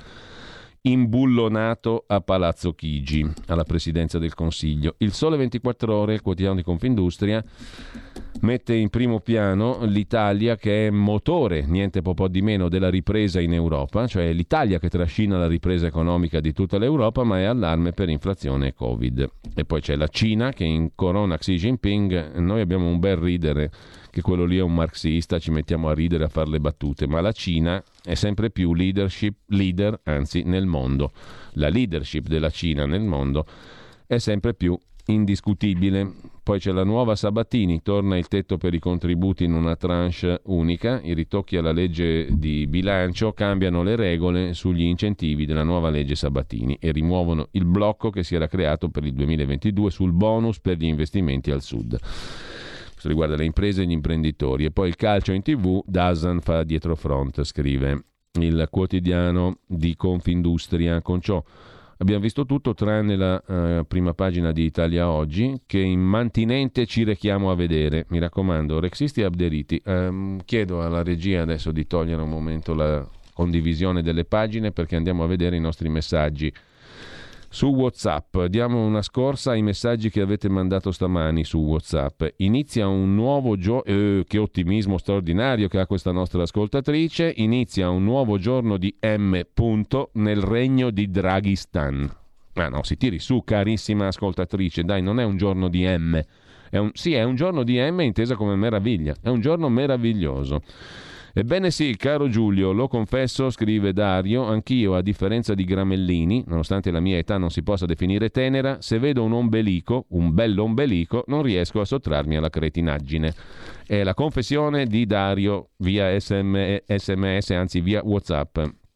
imbullonato a Palazzo Chigi, alla presidenza del Consiglio. Il Sole ventiquattro Ore, il quotidiano di Confindustria, mette in primo piano l'Italia che è motore, niente po' di meno, della ripresa in Europa, cioè l'Italia che trascina la ripresa economica di tutta l'Europa, ma è allarme per inflazione e Covid. E poi c'è la Cina che incorona Xi Jinping. Noi abbiamo un bel ridere, che quello lì è un marxista, ci mettiamo a ridere, a fare le battute, ma la Cina è sempre più leadership, leader, anzi, nel mondo. La leadership della Cina nel mondo è sempre più indiscutibile. Poi c'è la nuova Sabatini, torna il tetto per i contributi in una tranche unica, i ritocchi alla legge di bilancio cambiano le regole sugli incentivi della nuova legge Sabatini e rimuovono il blocco che si era creato per il duemilaventidue sul bonus per gli investimenti al sud. Questo riguarda le imprese e gli imprenditori. E poi il calcio in tv, Dasan fa dietrofront, scrive il quotidiano di Confindustria. Con ciò abbiamo visto tutto tranne la uh, prima pagina di Italia Oggi, che immantinente ci rechiamo a vedere. Mi raccomando, rexisti e abderiti. Um, chiedo alla regia adesso di togliere un momento la condivisione delle pagine perché andiamo a vedere i nostri messaggi su WhatsApp. Diamo una scorsa ai messaggi che avete mandato stamani su WhatsApp. Inizia un nuovo giorno, eh, che ottimismo straordinario che ha questa nostra ascoltatrice, inizia un nuovo giorno di M. Punto nel regno di Draghistan. Ah no, si tiri su, carissima ascoltatrice, dai, non è un giorno di M. È un, sì, è un giorno di M intesa come meraviglia, è un giorno meraviglioso. Ebbene sì, caro Giulio, lo confesso, scrive Dario, anch'io, a differenza di Gramellini, nonostante la mia età non si possa definire tenera, se vedo un ombelico, un bello-ombelico, non riesco a sottrarmi alla cretinaggine. È la confessione di Dario via S M S, anzi via WhatsApp,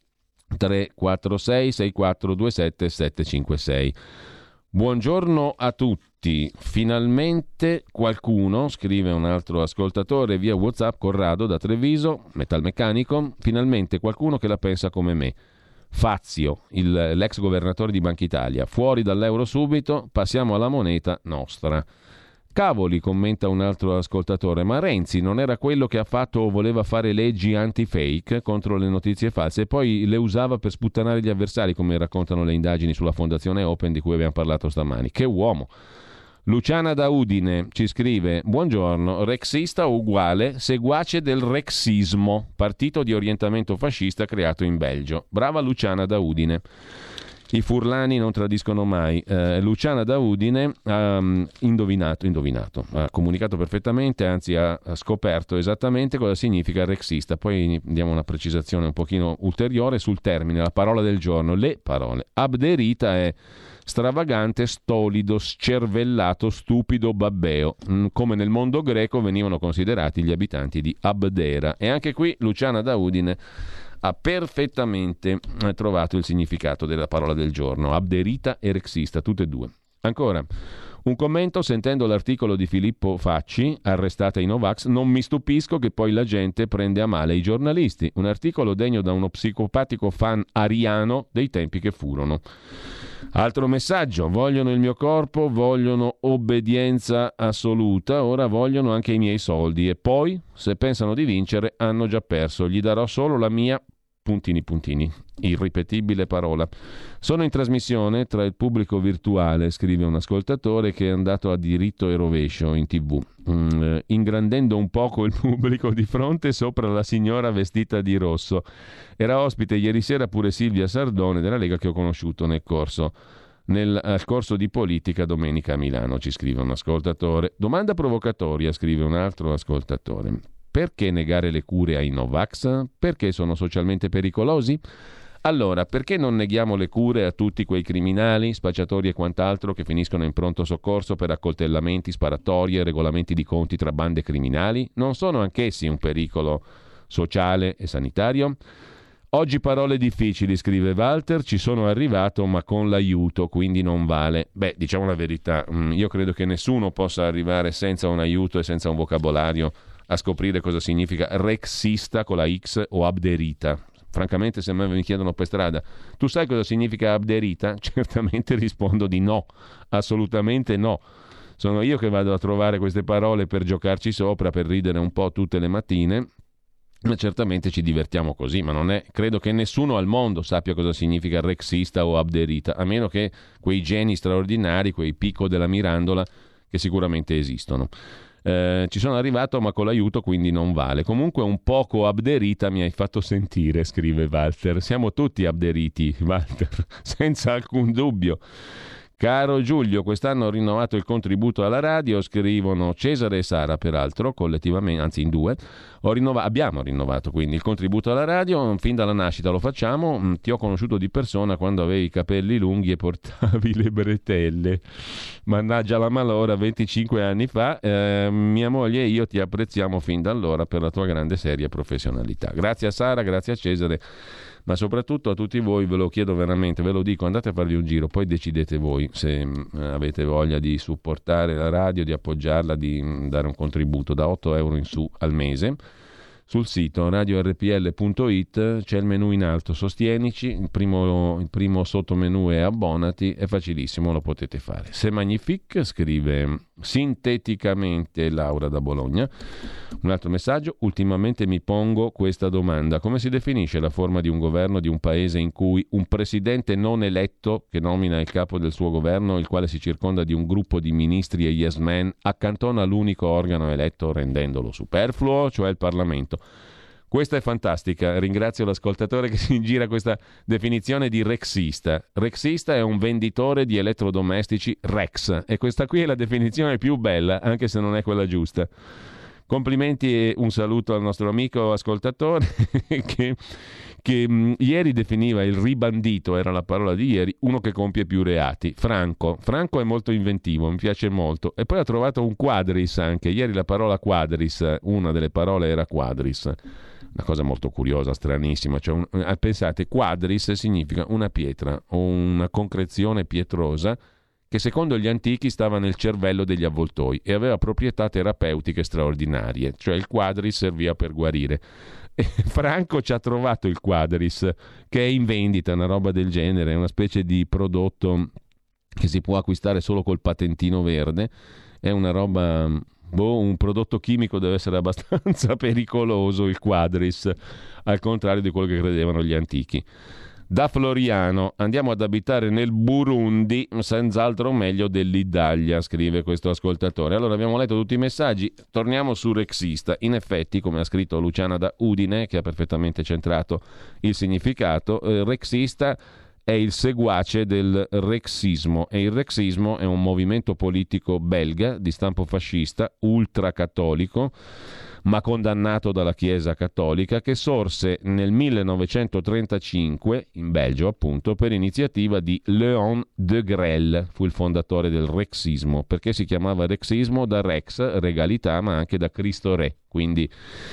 tre quattro sei sei quattro due sette sette cinque sei. Buongiorno a tutti, finalmente qualcuno, scrive un altro ascoltatore via WhatsApp, Corrado da Treviso, metalmeccanico, finalmente qualcuno che la pensa come me. Fazio, il, l'ex governatore di Banca Italia, fuori dall'euro subito, passiamo alla moneta nostra. Cavoli, commenta un altro ascoltatore, ma Renzi non era quello che ha fatto o voleva fare leggi anti-fake contro le notizie false e poi le usava per sputtanare gli avversari, come raccontano le indagini sulla Fondazione Open di cui abbiamo parlato stamani. Che uomo! Luciana da Udine ci scrive: buongiorno, rexista uguale seguace del rexismo, partito di orientamento fascista creato in Belgio. Brava Luciana da Udine. I furlani non tradiscono mai. Eh, Luciana da Udine ha um, indovinato, indovinato, ha comunicato perfettamente, anzi ha, ha scoperto esattamente cosa significa rexista. Poi diamo una precisazione un pochino ulteriore sul termine, la parola del giorno, le parole. Abderita è stravagante, stolido, scervellato, stupido, babbeo, mm, come nel mondo greco venivano considerati gli abitanti di Abdera. E anche qui Luciana da Udine ha perfettamente trovato il significato della parola del giorno, abderita e rexista, tutte e due. Ancora, un commento sentendo l'articolo di Filippo Facci, arrestata i Novax, non mi stupisco che poi la gente prende a male i giornalisti. Un articolo degno da uno psicopatico fan ariano dei tempi che furono. Altro messaggio, vogliono il mio corpo, vogliono obbedienza assoluta, ora vogliono anche i miei soldi e poi, se pensano di vincere, hanno già perso, gli darò solo la mia... puntini puntini, irripetibile parola. Sono in trasmissione tra il pubblico virtuale, scrive un ascoltatore che è andato a diritto e rovescio in tv, mm, ingrandendo un poco il pubblico di fronte sopra la signora vestita di rosso. Era ospite ieri sera pure Silvia Sardone della Lega che ho conosciuto nel corso Nel al corso di politica domenica a Milano, ci scrive un ascoltatore. Domanda provocatoria, scrive un altro ascoltatore. Perché negare le cure ai Novax? Perché sono socialmente pericolosi? Allora, perché non neghiamo le cure a tutti quei criminali, spacciatori e quant'altro che finiscono in pronto soccorso per accoltellamenti, sparatorie, regolamenti di conti tra bande criminali? Non sono anch'essi un pericolo sociale e sanitario? Oggi parole difficili, scrive Walter, ci sono arrivato ma con l'aiuto, quindi non vale. Beh, diciamo la verità, io credo che nessuno possa arrivare senza un aiuto e senza un vocabolario a scoprire cosa significa rexista con la X o abderita. Francamente, se me mi chiedono per strada, tu sai cosa significa abderita? Certamente rispondo di no, assolutamente no. Sono io che vado a trovare queste parole per giocarci sopra, per ridere un po' tutte le mattine, ma certamente ci divertiamo così, ma non è, credo che nessuno al mondo sappia cosa significa rexista o abderita, a meno che quei geni straordinari, quei Pico della Mirandola, che sicuramente esistono. Eh, ci sono arrivato ma con l'aiuto quindi non vale. Comunque un poco abderita mi hai fatto sentire, scrive Walter. Siamo tutti abderiti, Walter, senza alcun dubbio. Caro Giulio, quest'anno ho rinnovato il contributo alla radio, scrivono Cesare e Sara, peraltro, collettivamente, anzi in due. Ho rinnova- abbiamo rinnovato quindi il contributo alla radio, fin dalla nascita lo facciamo. Ti ho conosciuto di persona quando avevi i capelli lunghi e portavi le bretelle. Mannaggia la malora, venticinque anni fa. Eh, mia moglie e io ti apprezziamo fin da allora per la tua grande seria professionalità. Grazie a Sara, grazie a Cesare. Ma soprattutto a tutti voi ve lo chiedo veramente, ve lo dico, andate a farvi un giro, poi decidete voi se eh, avete voglia di supportare la radio, di appoggiarla, di mh, dare un contributo da otto euro in su al mese. Sul sito radio erre pi elle punto it c'è il menu in alto, sostienici, il primo, il primo sottomenu è abbonati, è facilissimo, lo potete fare. C'est magnifique, scrive sinteticamente Laura da Bologna. Un altro messaggio, ultimamente mi pongo questa domanda: come si definisce la forma di un governo di un paese in cui un presidente non eletto, che nomina il capo del suo governo, il quale si circonda di un gruppo di ministri e yes men, accantona l'unico organo eletto rendendolo superfluo, cioè il Parlamento? Questa è fantastica, ringrazio l'ascoltatore che si gira questa definizione di rexista. Rexista è un venditore di elettrodomestici Rex, e questa qui è la definizione più bella, anche se non è quella giusta. Complimenti e un saluto al nostro amico ascoltatore che, che mh, ieri definiva il ribandito, era la parola di ieri, uno che compie più reati. Franco. Franco è molto inventivo, mi piace molto. E poi ha trovato un quadris anche. Ieri la parola quadris, una delle parole era quadris. Una cosa molto curiosa, stranissima. Cioè un, pensate, quadris significa una pietra o una concrezione pietrosa che secondo gli antichi stava nel cervello degli avvoltoi e aveva proprietà terapeutiche straordinarie, cioè il quadris serviva per guarire. E Franco ci ha trovato il quadris, che è in vendita, una roba del genere, è una specie di prodotto che si può acquistare solo col patentino verde, è una roba, boh, un prodotto chimico, deve essere abbastanza pericoloso il quadris, al contrario di quello che credevano gli antichi. Da Floriano, andiamo ad abitare nel Burundi, senz'altro meglio dell'Italia, scrive questo ascoltatore. Allora, abbiamo letto tutti i messaggi, torniamo su rexista. In effetti, come ha scritto Luciana da Udine, che ha perfettamente centrato il significato, eh, rexista è il seguace del rexismo, e il rexismo è un movimento politico belga di stampo fascista, ultracattolico, ma condannato dalla Chiesa cattolica, che sorse nel millenovecentotrentacinque, in Belgio appunto, per iniziativa di Léon de Grelle, fu il fondatore del rexismo. Perché si chiamava rexismo? Da rex, regalità, ma anche da Cristo Re, quindi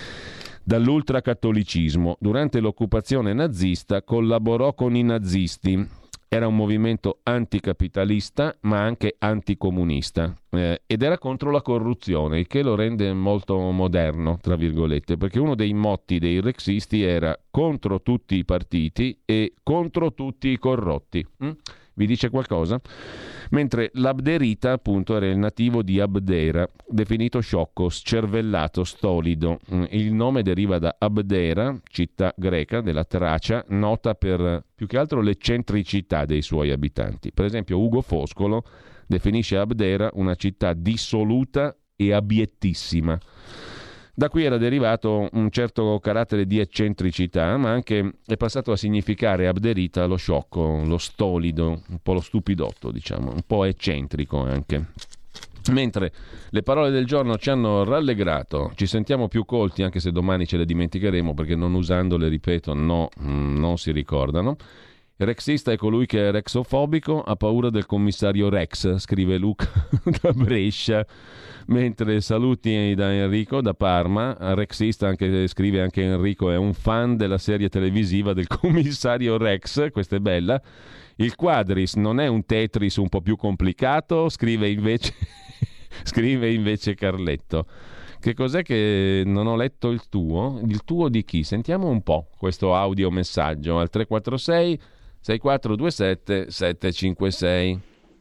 dall'ultracattolicismo. Durante l'occupazione nazista collaborò con i nazisti. Era un movimento anticapitalista ma anche anticomunista, eh, ed era contro la corruzione, il che lo rende molto moderno, tra virgolette, perché uno dei motti dei rexisti era contro tutti i partiti e contro tutti i corrotti. Mm? Vi dice qualcosa? Mentre l'abderita appunto era il nativo di Abdera, definito sciocco, scervellato, stolido. Il nome deriva da Abdera, città greca della Tracia, nota per più che altro l'eccentricità dei suoi abitanti. Per esempio Ugo Foscolo definisce Abdera una città dissoluta e abiettissima. Da qui era derivato un certo carattere di eccentricità, ma anche è passato a significare abderita lo sciocco, lo stolido, un po' lo stupidotto, diciamo, un po' eccentrico anche. Mentre le parole del giorno ci hanno rallegrato, ci sentiamo più colti, anche se domani ce le dimenticheremo, perché non usandole, ripeto, no, non si ricordano. Il rexista è colui che è rexofobico, ha paura del commissario Rex, scrive Luca da Brescia. Mentre saluti da Enrico da Parma, rexista, anche, scrive anche Enrico, è un fan della serie televisiva del commissario Rex, questa è bella. Il Quadris non è un Tetris un po' più complicato, scrive invece, scrive invece Carletto. Che cos'è che non ho letto il tuo? Il tuo di chi? Sentiamo un po' questo audio messaggio al tre quattro sei sei quattro due sette sette cinque sei.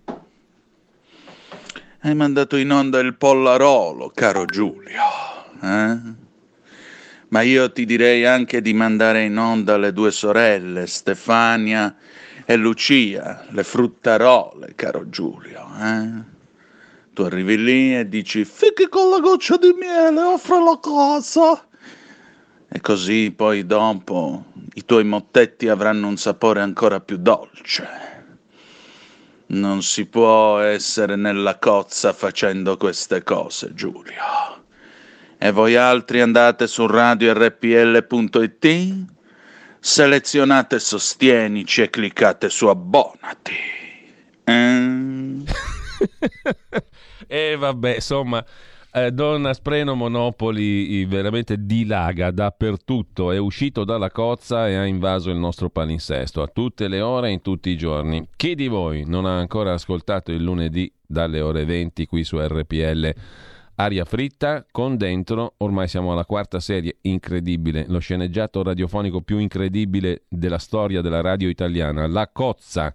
Hai mandato in onda il Pollarolo, caro Giulio, eh? Ma io ti direi anche di mandare in onda le due sorelle, Stefania e Lucia, le fruttarole, caro Giulio, eh? Tu arrivi lì e dici, fichi con la goccia di miele, offre la cosa. E così poi dopo i tuoi mottetti avranno un sapore ancora più dolce. Non si può essere nella cozza facendo queste cose, Giulio. E voi altri andate su radio erre pi elle punto it, selezionate Sostienici e cliccate su Abbonati. Eh? E vabbè, insomma, eh, Don Aspreno Monopoli veramente dilaga dappertutto, è uscito dalla cozza e ha invaso il nostro palinsesto a tutte le ore, in tutti i giorni. Chi di voi non ha ancora ascoltato il lunedì dalle ore venti qui su erre pi elle Aria Fritta, con dentro, ormai siamo alla quarta serie, incredibile, lo sceneggiato radiofonico più incredibile della storia della radio italiana, La Cozza,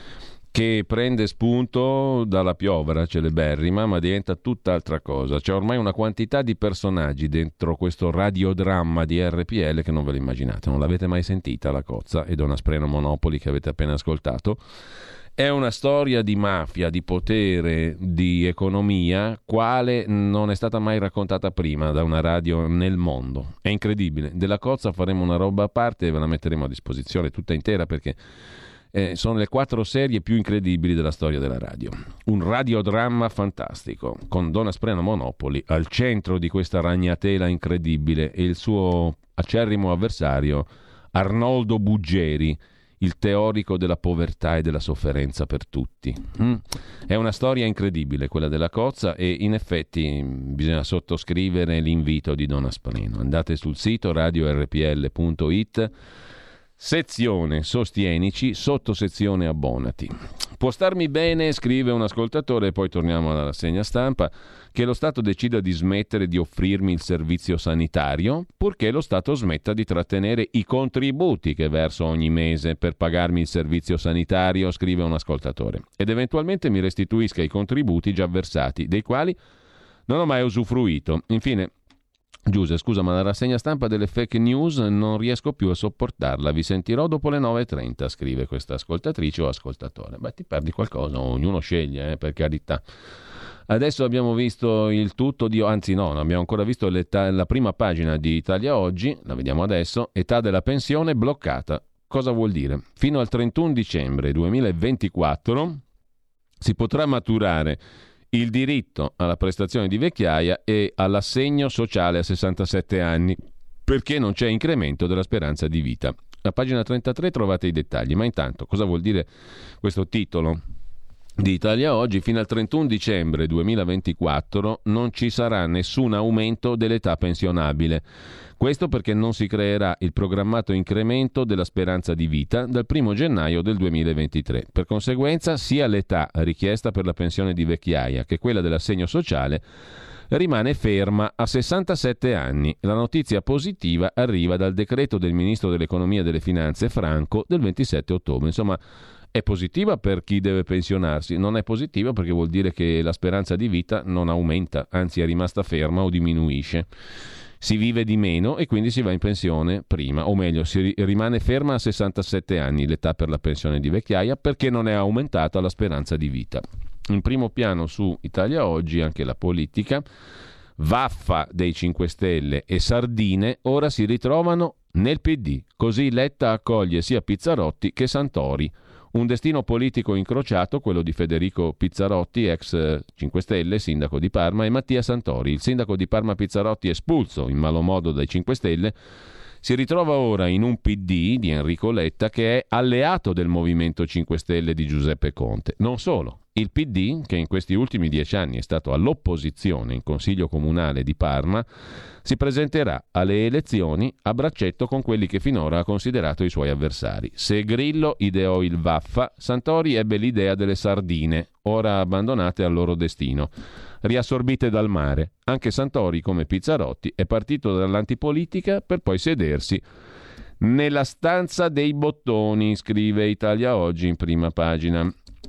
che prende spunto dalla piovra celeberrima, ma diventa tutt'altra cosa. C'è ormai una quantità di personaggi dentro questo radiodramma di erre pi elle che non ve lo immaginate. Non l'avete mai sentita, La Cozza e Don Aspreno Monopoli, che avete appena ascoltato? È una storia di mafia, di potere, di economia, quale non è stata mai raccontata prima da una radio nel mondo. È incredibile. Della Cozza faremo una roba a parte e ve la metteremo a disposizione tutta intera, perché Eh, sono le quattro serie più incredibili della storia della radio. Un radiodramma fantastico, con Don Aspreno Monopoli al centro di questa ragnatela incredibile e il suo acerrimo avversario Arnoldo Buggeri, il teorico della povertà e della sofferenza per tutti. Mm. È una storia incredibile quella della Cozza, e in effetti bisogna sottoscrivere l'invito di Don Aspreno. Andate sul sito radio erre pi elle punto it, sezione Sostienici, sottosezione Abbonati. Può starmi bene, scrive un ascoltatore, e poi torniamo alla rassegna stampa, che lo Stato decida di smettere di offrirmi il servizio sanitario, purché lo Stato smetta di trattenere i contributi che verso ogni mese per pagarmi il servizio sanitario, scrive un ascoltatore, ed eventualmente mi restituisca i contributi già versati, dei quali non ho mai usufruito. Infine, Giuse, scusa, ma la rassegna stampa delle fake news non riesco più a sopportarla. Vi sentirò dopo le nove e trenta, scrive questa ascoltatrice o ascoltatore. Beh, ti perdi qualcosa, ognuno sceglie, eh, per carità. Adesso abbiamo visto il tutto di... Anzi no, non abbiamo ancora visto la prima pagina di Italia Oggi, la vediamo adesso. Età della pensione bloccata. cosa vuol dire? Fino al trentuno dicembre duemilaventiquattro si potrà maturare il diritto alla prestazione di vecchiaia e all'assegno sociale a sessantasette anni, perché non c'è incremento della speranza di vita. A pagina trentatré trovate i dettagli, ma intanto cosa vuol dire questo titolo di Italia Oggi? Fino al trentuno dicembre duemilaventiquattro non ci sarà nessun aumento dell'età pensionabile. Questo perché non si creerà il programmato incremento della speranza di vita dal primo gennaio del duemilaventitré. Per conseguenza, sia l'età richiesta per la pensione di vecchiaia che quella dell'assegno sociale rimane ferma a sessantasette anni. La notizia positiva arriva dal decreto del Ministro dell'Economia e delle Finanze Franco del ventisette ottobre. Insomma, è positiva per chi deve pensionarsi, non è positiva perché vuol dire che la speranza di vita non aumenta, anzi è rimasta ferma o diminuisce. Si vive di meno e quindi si va in pensione prima, o meglio, si rimane ferma a sessantasette anni l'età per la pensione di vecchiaia perché non è aumentata la speranza di vita. In primo piano su Italia Oggi anche la politica. Vaffa dei cinque Stelle e sardine ora si ritrovano nel P D, così Letta accoglie sia Pizzarotti che Santori. Un destino politico incrociato, quello di Federico Pizzarotti, ex cinque Stelle, sindaco di Parma, e Mattia Santori. Il sindaco di Parma Pizzarotti, espulso in malo modo dai cinque Stelle, si ritrova ora in un P D di Enrico Letta che è alleato del Movimento cinque Stelle di Giuseppe Conte. Non solo, il P D, che in questi ultimi dieci anni è stato all'opposizione in Consiglio Comunale di Parma, si presenterà alle elezioni a braccetto con quelli che finora ha considerato i suoi avversari. Se Grillo ideò il Vaffa, Santori ebbe l'idea delle sardine, ora abbandonate al loro destino, riassorbite dal mare. Anche Santori, come Pizzarotti, è partito dall'antipolitica per poi sedersi nella stanza dei bottoni, scrive Italia Oggi in prima pagina.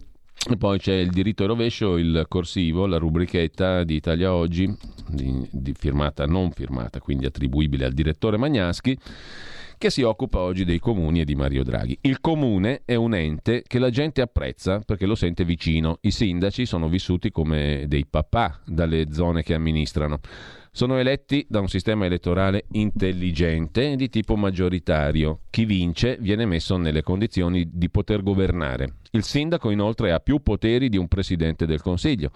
E poi c'è il diritto e rovescio, il corsivo, la rubrichetta di Italia Oggi, di, di firmata, non firmata, quindi attribuibile al direttore Magnaschi, che si occupa oggi dei comuni e di Mario Draghi. Il comune è un ente che la gente apprezza perché lo sente vicino. I sindaci sono vissuti come dei papà dalle zone che amministrano. Sono eletti da un sistema elettorale intelligente di tipo maggioritario. Chi vince viene messo nelle condizioni di poter governare. Il sindaco inoltre ha più poteri di un presidente del Consiglio.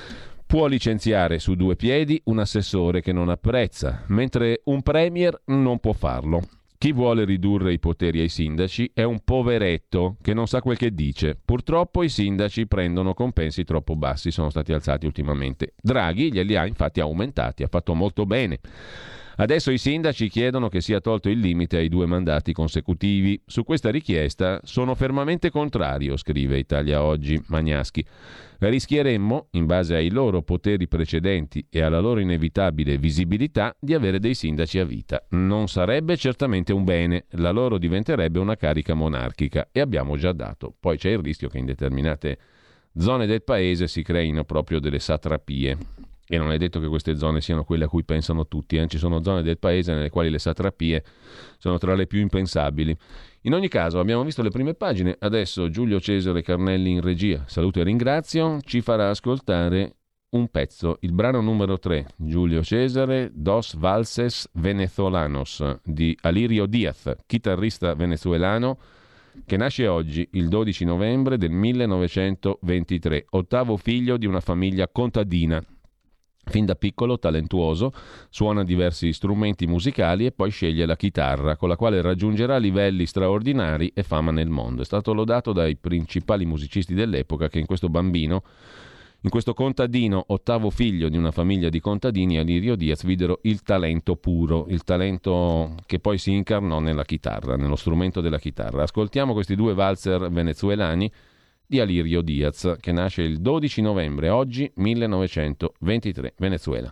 Può licenziare su due piedi un assessore che non apprezza, mentre un premier non può farlo. Chi vuole ridurre i poteri ai sindaci è un poveretto che non sa quel che dice. Purtroppo i sindaci prendono compensi troppo bassi, sono stati alzati ultimamente. Draghi glieli ha infatti aumentati, ha fatto molto bene. Adesso i sindaci chiedono che sia tolto il limite ai due mandati consecutivi. Su questa richiesta sono fermamente contrario, scrive Italia Oggi Magnaschi. Rischieremmo, in base ai loro poteri precedenti e alla loro inevitabile visibilità, di avere dei sindaci a vita. Non sarebbe certamente un bene, la loro diventerebbe una carica monarchica e abbiamo già dato. Poi c'è il rischio che in determinate zone del paese si creino proprio delle satrapie. E non è detto che queste zone siano quelle a cui pensano tutti, eh? Ci sono zone del paese nelle quali le satrapie sono tra le più impensabili. In ogni caso abbiamo visto le prime pagine, adesso Giulio Cesare Carnelli in regia, saluto e ringrazio, ci farà ascoltare un pezzo, il brano numero tre, Giulio Cesare, Dos Valses Venezolanos, di Alirio Diaz, chitarrista venezuelano, che nasce oggi, il dodici novembre del millenovecentoventitré, ottavo figlio di una famiglia contadina. Fin da piccolo talentuoso, suona diversi strumenti musicali e poi sceglie la chitarra, con la quale raggiungerà livelli straordinari e fama nel mondo. È stato lodato dai principali musicisti dell'epoca che in questo bambino, in questo contadino, ottavo figlio di una famiglia di contadini, Alirio Diaz, videro il talento puro, il talento che poi si incarnò nella chitarra, nello strumento della chitarra. Ascoltiamo questi due valzer venezuelani di Alirio Diaz, che nasce il dodici novembre, oggi millenovecentoventitré, Venezuela.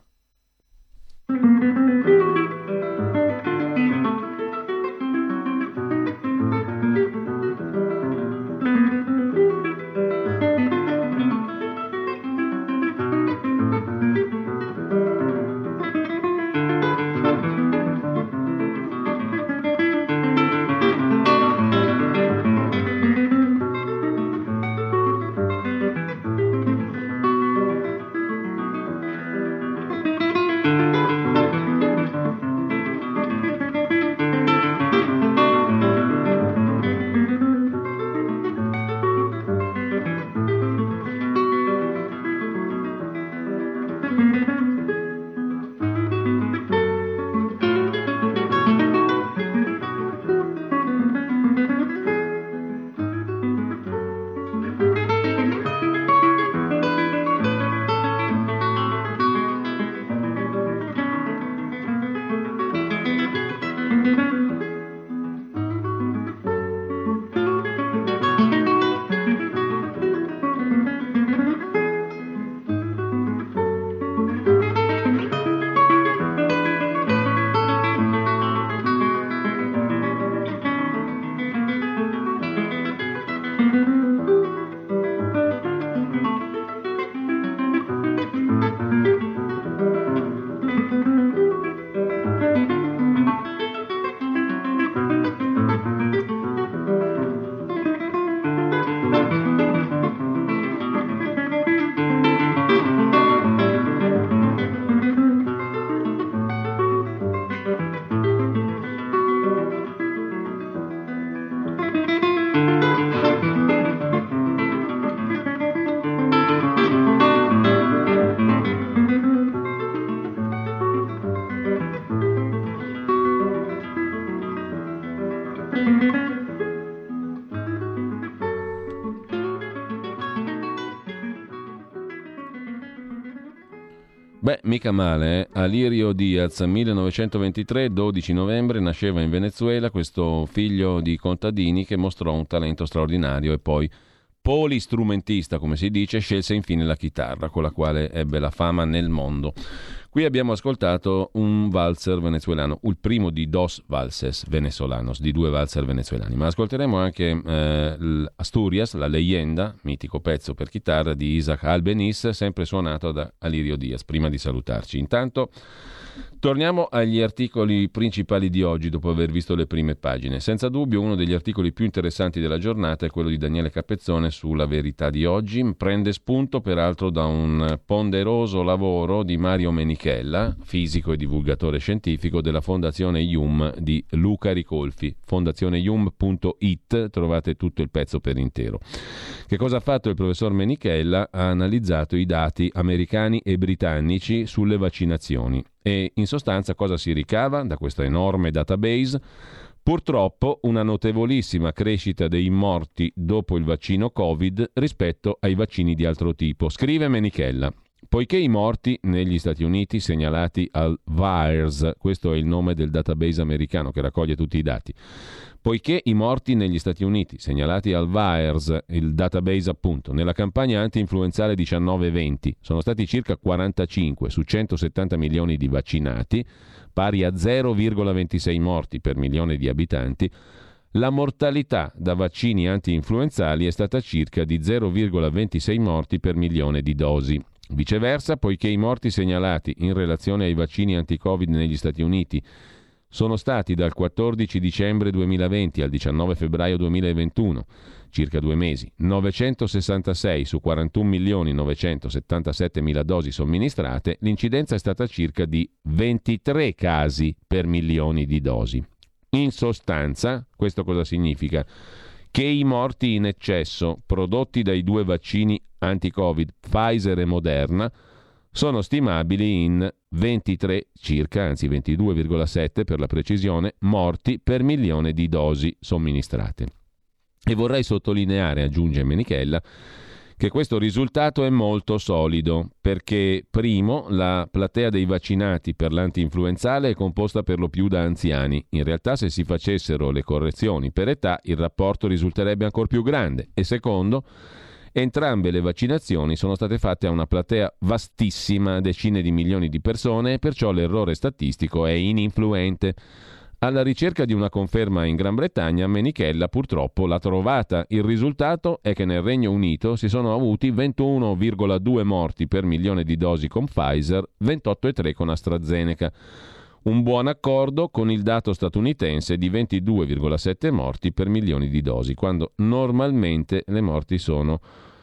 Beh, mica male, eh? Alirio Diaz, millenovecentoventitré, dodici novembre, nasceva in Venezuela questo figlio di contadini che mostrò un talento straordinario e poi polistrumentista, come si dice, scelse infine la chitarra, con la quale ebbe la fama nel mondo. Qui abbiamo ascoltato un valzer venezuelano, il primo di dos valses venezolanos, di due valzer venezuelani, ma ascolteremo anche eh, Asturias, la leyenda, mitico pezzo per chitarra di Isaac Albeniz, sempre suonato da Alirio Diaz, prima di salutarci. Intanto torniamo agli articoli principali di oggi dopo aver visto le prime pagine. Senza dubbio uno degli articoli più interessanti della giornata è quello di Daniele Capezzone sulla Verità di oggi. Prende spunto peraltro da un ponderoso lavoro di Mario Menichella, fisico e divulgatore scientifico della Fondazione I U M di Luca Ricolfi. fondazione I U M punto it, trovate tutto il pezzo per intero. Che cosa ha fatto il professor Menichella? Ha analizzato i dati americani e britannici sulle vaccinazioni. E in sostanza cosa si ricava da questo enorme database? Purtroppo una notevolissima crescita dei morti dopo il vaccino Covid rispetto ai vaccini di altro tipo. Scrive Menichella: poiché i morti negli Stati Uniti segnalati al V A E R S, questo è il nome del database americano che raccoglie tutti i dati, poiché i morti negli Stati Uniti segnalati al V A E R S, il database appunto, nella campagna anti-influenzale diciannove venti sono stati circa quarantacinque su centosettanta milioni di vaccinati, pari a zero virgola ventisei morti per milione di abitanti, la mortalità da vaccini anti-influenzali è stata circa di zero virgola ventisei morti per milione di dosi. Viceversa, poiché i morti segnalati in relazione ai vaccini anti-Covid negli Stati Uniti sono stati dal quattordici dicembre duemilaventi al diciannove febbraio duemilaventuno, circa due mesi, novecentosessantasei su quarantuno milioni novecentosettantasette mila dosi somministrate, l'incidenza è stata circa di ventitré casi per milioni di dosi. In sostanza, questo cosa significa? Che i morti in eccesso prodotti dai due vaccini anti-Covid Pfizer e Moderna sono stimabili in ventitré circa, anzi ventidue virgola sette per la precisione, morti per milione di dosi somministrate. E vorrei sottolineare, aggiunge Menichella, che questo risultato è molto solido, perché primo, la platea dei vaccinati per l'anti-influenzale è composta per lo più da anziani. In realtà, se si facessero le correzioni per età, il rapporto risulterebbe ancora più grande. E secondo, entrambe le vaccinazioni sono state fatte a una platea vastissima, decine di milioni di persone, e perciò l'errore statistico è ininfluente. Alla ricerca di una conferma in Gran Bretagna, Menichella purtroppo l'ha trovata. Il risultato è che nel Regno Unito si sono avuti ventuno virgola due morti per milione di dosi con Pfizer, ventotto virgola tre con AstraZeneca. Un buon accordo con il dato statunitense di ventidue virgola sette morti per milioni di dosi, quando normalmente le morti sono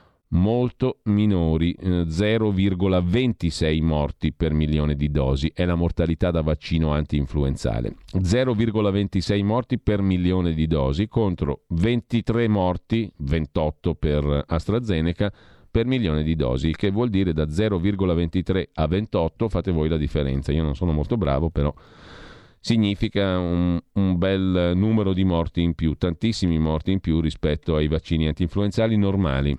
molto minori, zero virgola ventisei morti per milione di dosi è la mortalità da vaccino anti-influenzale, zero virgola ventisei morti per milione di dosi contro ventitré morti, ventotto per AstraZeneca per milione di dosi, il che vuol dire da zero virgola ventitré a ventotto, fate voi la differenza, io non sono molto bravo, però significa un, un bel numero di morti in più, tantissimi morti in più rispetto ai vaccini anti-influenzali normali.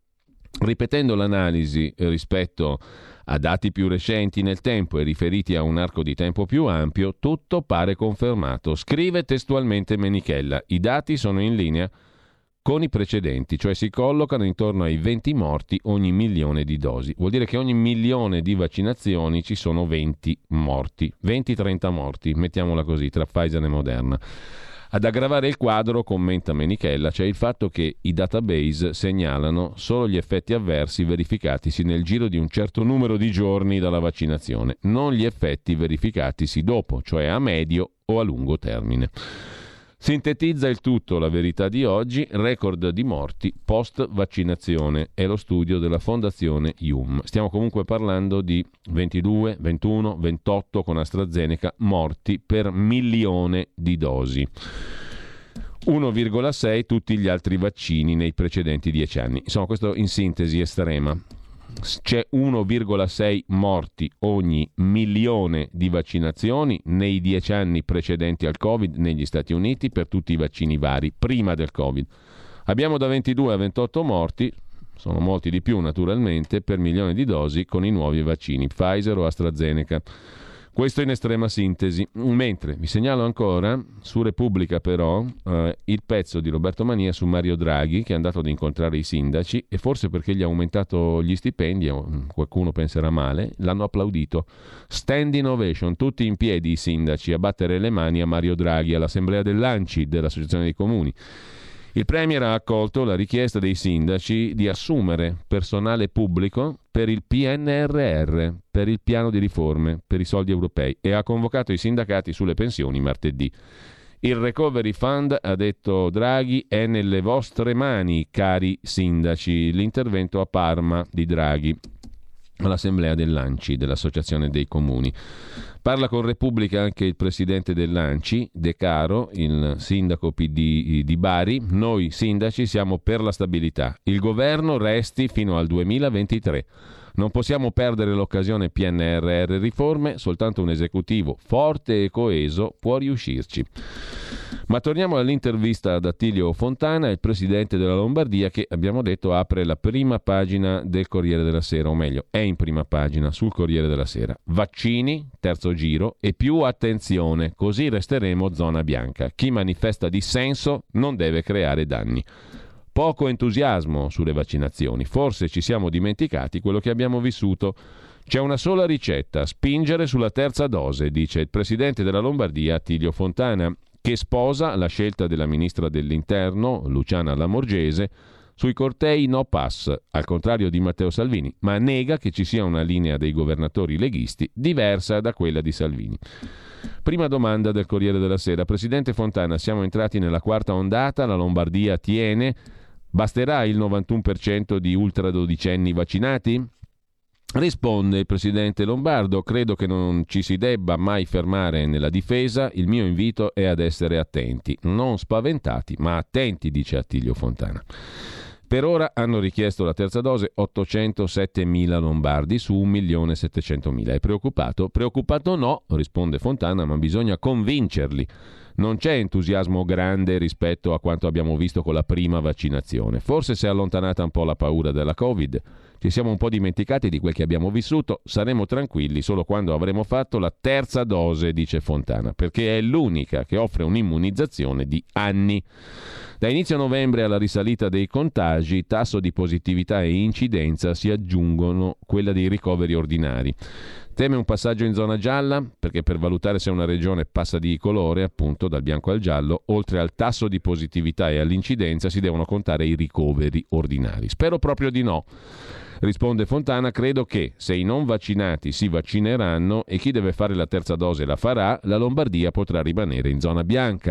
Ripetendo l'analisi rispetto a dati più recenti nel tempo e riferiti a un arco di tempo più ampio, tutto pare confermato. Scrive testualmente Menichella: i dati sono in linea con i precedenti, cioè si collocano intorno ai venti morti ogni milione di dosi. Vuol dire che ogni milione di vaccinazioni ci sono venti morti, venti trenta morti, mettiamola così, tra Pfizer e Moderna. Ad aggravare il quadro, commenta Menichella, c'è il fatto che i database segnalano solo gli effetti avversi verificatisi nel giro di un certo numero di giorni dalla vaccinazione, non gli effetti verificatisi dopo, cioè a medio o a lungo termine. Sintetizza il tutto la Verità di oggi: record di morti post vaccinazione, è lo studio della Fondazione I U M. Stiamo comunque parlando di ventidue, ventuno, ventotto con AstraZeneca morti per milione di dosi. uno virgola sei tutti gli altri vaccini nei precedenti dieci anni. Insomma, questo in sintesi estrema. C'è uno virgola sei morti ogni milione di vaccinazioni nei dieci anni precedenti al Covid negli Stati Uniti per tutti i vaccini vari, prima del Covid. Abbiamo da ventidue a ventotto morti, sono molti di più naturalmente, per milione di dosi con i nuovi vaccini Pfizer o AstraZeneca. Questo in estrema sintesi. Mentre vi segnalo ancora, su Repubblica però, eh, il pezzo di Roberto Mania su Mario Draghi, che è andato ad incontrare i sindaci e forse perché gli ha aumentato gli stipendi, qualcuno penserà male, l'hanno applaudito. Stand ovation, tutti in piedi i sindaci a battere le mani a Mario Draghi all'assemblea dell'A N C I, dell'Associazione dei Comuni. Il Premier ha accolto la richiesta dei sindaci di assumere personale pubblico per il P N R R, per il piano di riforme, per i soldi europei, e ha convocato i sindacati sulle pensioni martedì. Il Recovery Fund, ha detto Draghi, è nelle vostre mani, cari sindaci. L'intervento a Parma di Draghi all'assemblea dell'A N C I, dell'Associazione dei Comuni. Parla con Repubblica anche il presidente dell'A N C I, De Caro, il sindaco P D di Bari. Noi sindaci siamo per la stabilità. Il governo resti fino al duemilaventitré. Non possiamo perdere l'occasione P N R R riforme, soltanto un esecutivo forte e coeso può riuscirci. Ma torniamo all'intervista ad Attilio Fontana, il presidente della Lombardia, che abbiamo detto apre la prima pagina del Corriere della Sera, o meglio, è in prima pagina sul Corriere della Sera. Vaccini, terzo giro e più attenzione, così resteremo zona bianca. Chi manifesta dissenso non deve creare danni. Poco entusiasmo sulle vaccinazioni, forse ci siamo dimenticati quello che abbiamo vissuto. C'è una sola ricetta, spingere sulla terza dose, dice il presidente della Lombardia Attilio Fontana, che sposa la scelta della ministra dell'Interno, Luciana Lamorgese, sui cortei no pass, al contrario di Matteo Salvini, ma nega che ci sia una linea dei governatori leghisti diversa da quella di Salvini. Prima domanda del Corriere della Sera. Presidente Fontana, siamo entrati nella quarta ondata, la Lombardia tiene... Basterà il novantuno per cento di ultradodicenni vaccinati? Risponde il presidente Lombardo, credo che non ci si debba mai fermare nella difesa, il mio invito è ad essere attenti, non spaventati, ma attenti, dice Attilio Fontana. Per ora hanno richiesto la terza dose ottocentosettemila lombardi su un milione settecentomila. È preoccupato? Preoccupato no, risponde Fontana, ma bisogna convincerli. Non c'è entusiasmo grande rispetto a quanto abbiamo visto con la prima vaccinazione. Forse si è allontanata un po' la paura della Covid. Ci siamo un po' dimenticati di quel che abbiamo vissuto. Saremo tranquilli solo quando avremo fatto la terza dose, dice Fontana, perché è l'unica che offre un'immunizzazione di anni. Da inizio novembre alla risalita dei contagi, tasso di positività e incidenza si aggiungono quella dei ricoveri ordinari. Teme un passaggio in zona gialla? Perché per valutare se una regione passa di colore, appunto dal bianco al giallo, oltre al tasso di positività e all'incidenza si devono contare i ricoveri ordinari. Spero proprio di no. Risponde Fontana, credo che se i non vaccinati si vaccineranno e chi deve fare la terza dose la farà, la Lombardia potrà rimanere in zona bianca.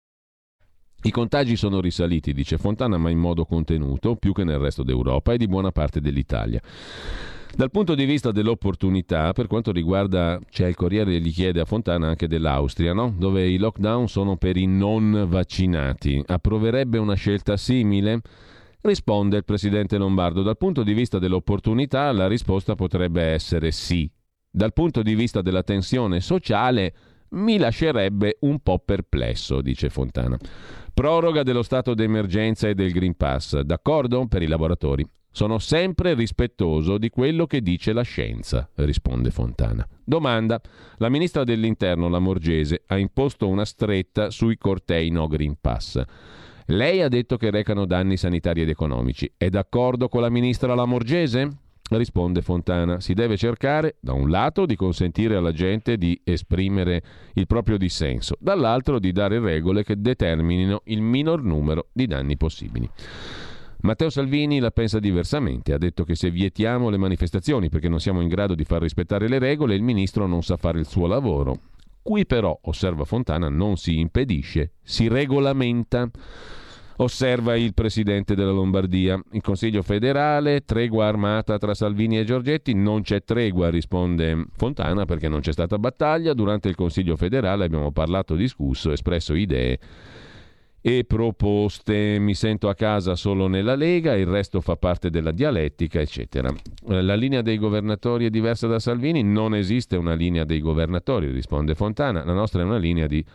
I contagi sono risaliti, dice Fontana, ma in modo contenuto, più che nel resto d'Europa e di buona parte dell'Italia. Dal punto di vista dell'opportunità, per quanto riguarda, c'è il Corriere gli chiede a Fontana anche dell'Austria, no? Dove i lockdown sono per i non vaccinati. Approverebbe una scelta simile? Risponde il presidente Lombardo. Dal punto di vista dell'opportunità la risposta potrebbe essere sì. Dal punto di vista della tensione sociale mi lascerebbe un po' perplesso, dice Fontana. Proroga dello stato d'emergenza e del Green Pass, d'accordo per i lavoratori? Sono sempre rispettoso di quello che dice la scienza, risponde Fontana. Domanda. La ministra dell'Interno, Lamorgese, ha imposto una stretta sui cortei no Green Pass. Lei ha detto che recano danni sanitari ed economici. È d'accordo con la ministra Lamorgese? Risponde Fontana. Si deve cercare, da un lato, di consentire alla gente di esprimere il proprio dissenso, dall'altro di dare regole che determinino il minor numero di danni possibili. Matteo Salvini la pensa diversamente, ha detto che se vietiamo le manifestazioni perché non siamo in grado di far rispettare le regole, il ministro non sa fare il suo lavoro. Qui però, osserva Fontana, non si impedisce, si regolamenta. Osserva il presidente della Lombardia. Il Consiglio federale, tregua armata tra Salvini e Giorgetti? Non c'è tregua, risponde Fontana, perché non c'è stata battaglia. Durante il Consiglio federale abbiamo parlato, discusso, espresso idee e proposte. Mi sento a casa solo nella Lega, il resto fa parte della dialettica, eccetera. La linea dei governatori è diversa da Salvini? Non esiste una linea dei governatori, risponde Fontana. La nostra è una linea di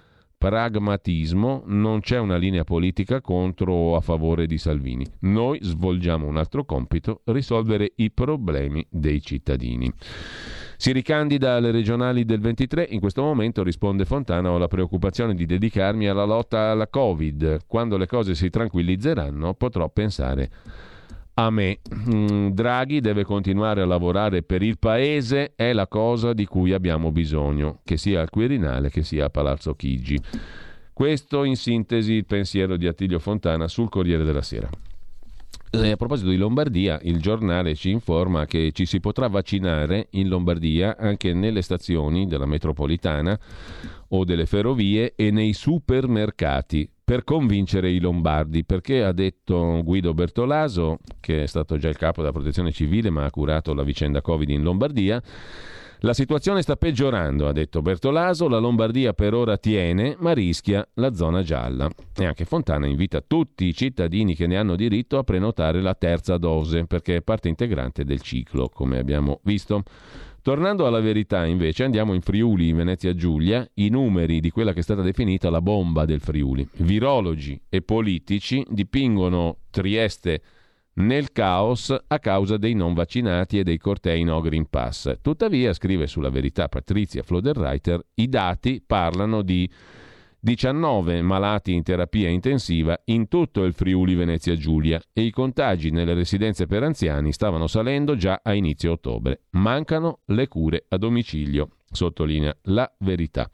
pragmatismo, non c'è una linea politica contro o a favore di Salvini. Noi svolgiamo un altro compito, risolvere i problemi dei cittadini. Si ricandida alle regionali del ventitré, in questo momento, risponde Fontana, ho la preoccupazione di dedicarmi alla lotta alla Covid. Quando le cose si tranquillizzeranno potrò pensare a me. Draghi deve continuare a lavorare per il Paese, è la cosa di cui abbiamo bisogno, che sia al Quirinale che sia a Palazzo Chigi. Questo in sintesi il pensiero di Attilio Fontana sul Corriere della Sera. E a proposito di Lombardia, il giornale ci informa che ci si potrà vaccinare in Lombardia anche nelle stazioni della metropolitana o delle ferrovie e nei supermercati per convincere i lombardi, perché ha detto Guido Bertolaso, che è stato già il capo della Protezione Civile ma ha curato la vicenda Covid in Lombardia. La situazione sta peggiorando, ha detto Bertolaso, la Lombardia per ora tiene, ma rischia la zona gialla. E anche Fontana invita tutti i cittadini che ne hanno diritto a prenotare la terza dose, perché è parte integrante del ciclo, come abbiamo visto. Tornando alla verità, invece, andiamo in Friuli, in Venezia Giulia, i numeri di quella che è stata definita la bomba del Friuli. Virologi e politici dipingono Trieste nel caos a causa dei non vaccinati e dei cortei no Green Pass. Tuttavia, scrive sulla Verità Patrizia Floderreiter, i dati parlano di diciannove malati in terapia intensiva in tutto il Friuli Venezia Giulia e i contagi nelle residenze per anziani stavano salendo già a inizio ottobre. Mancano le cure a domicilio, sottolinea la Verità.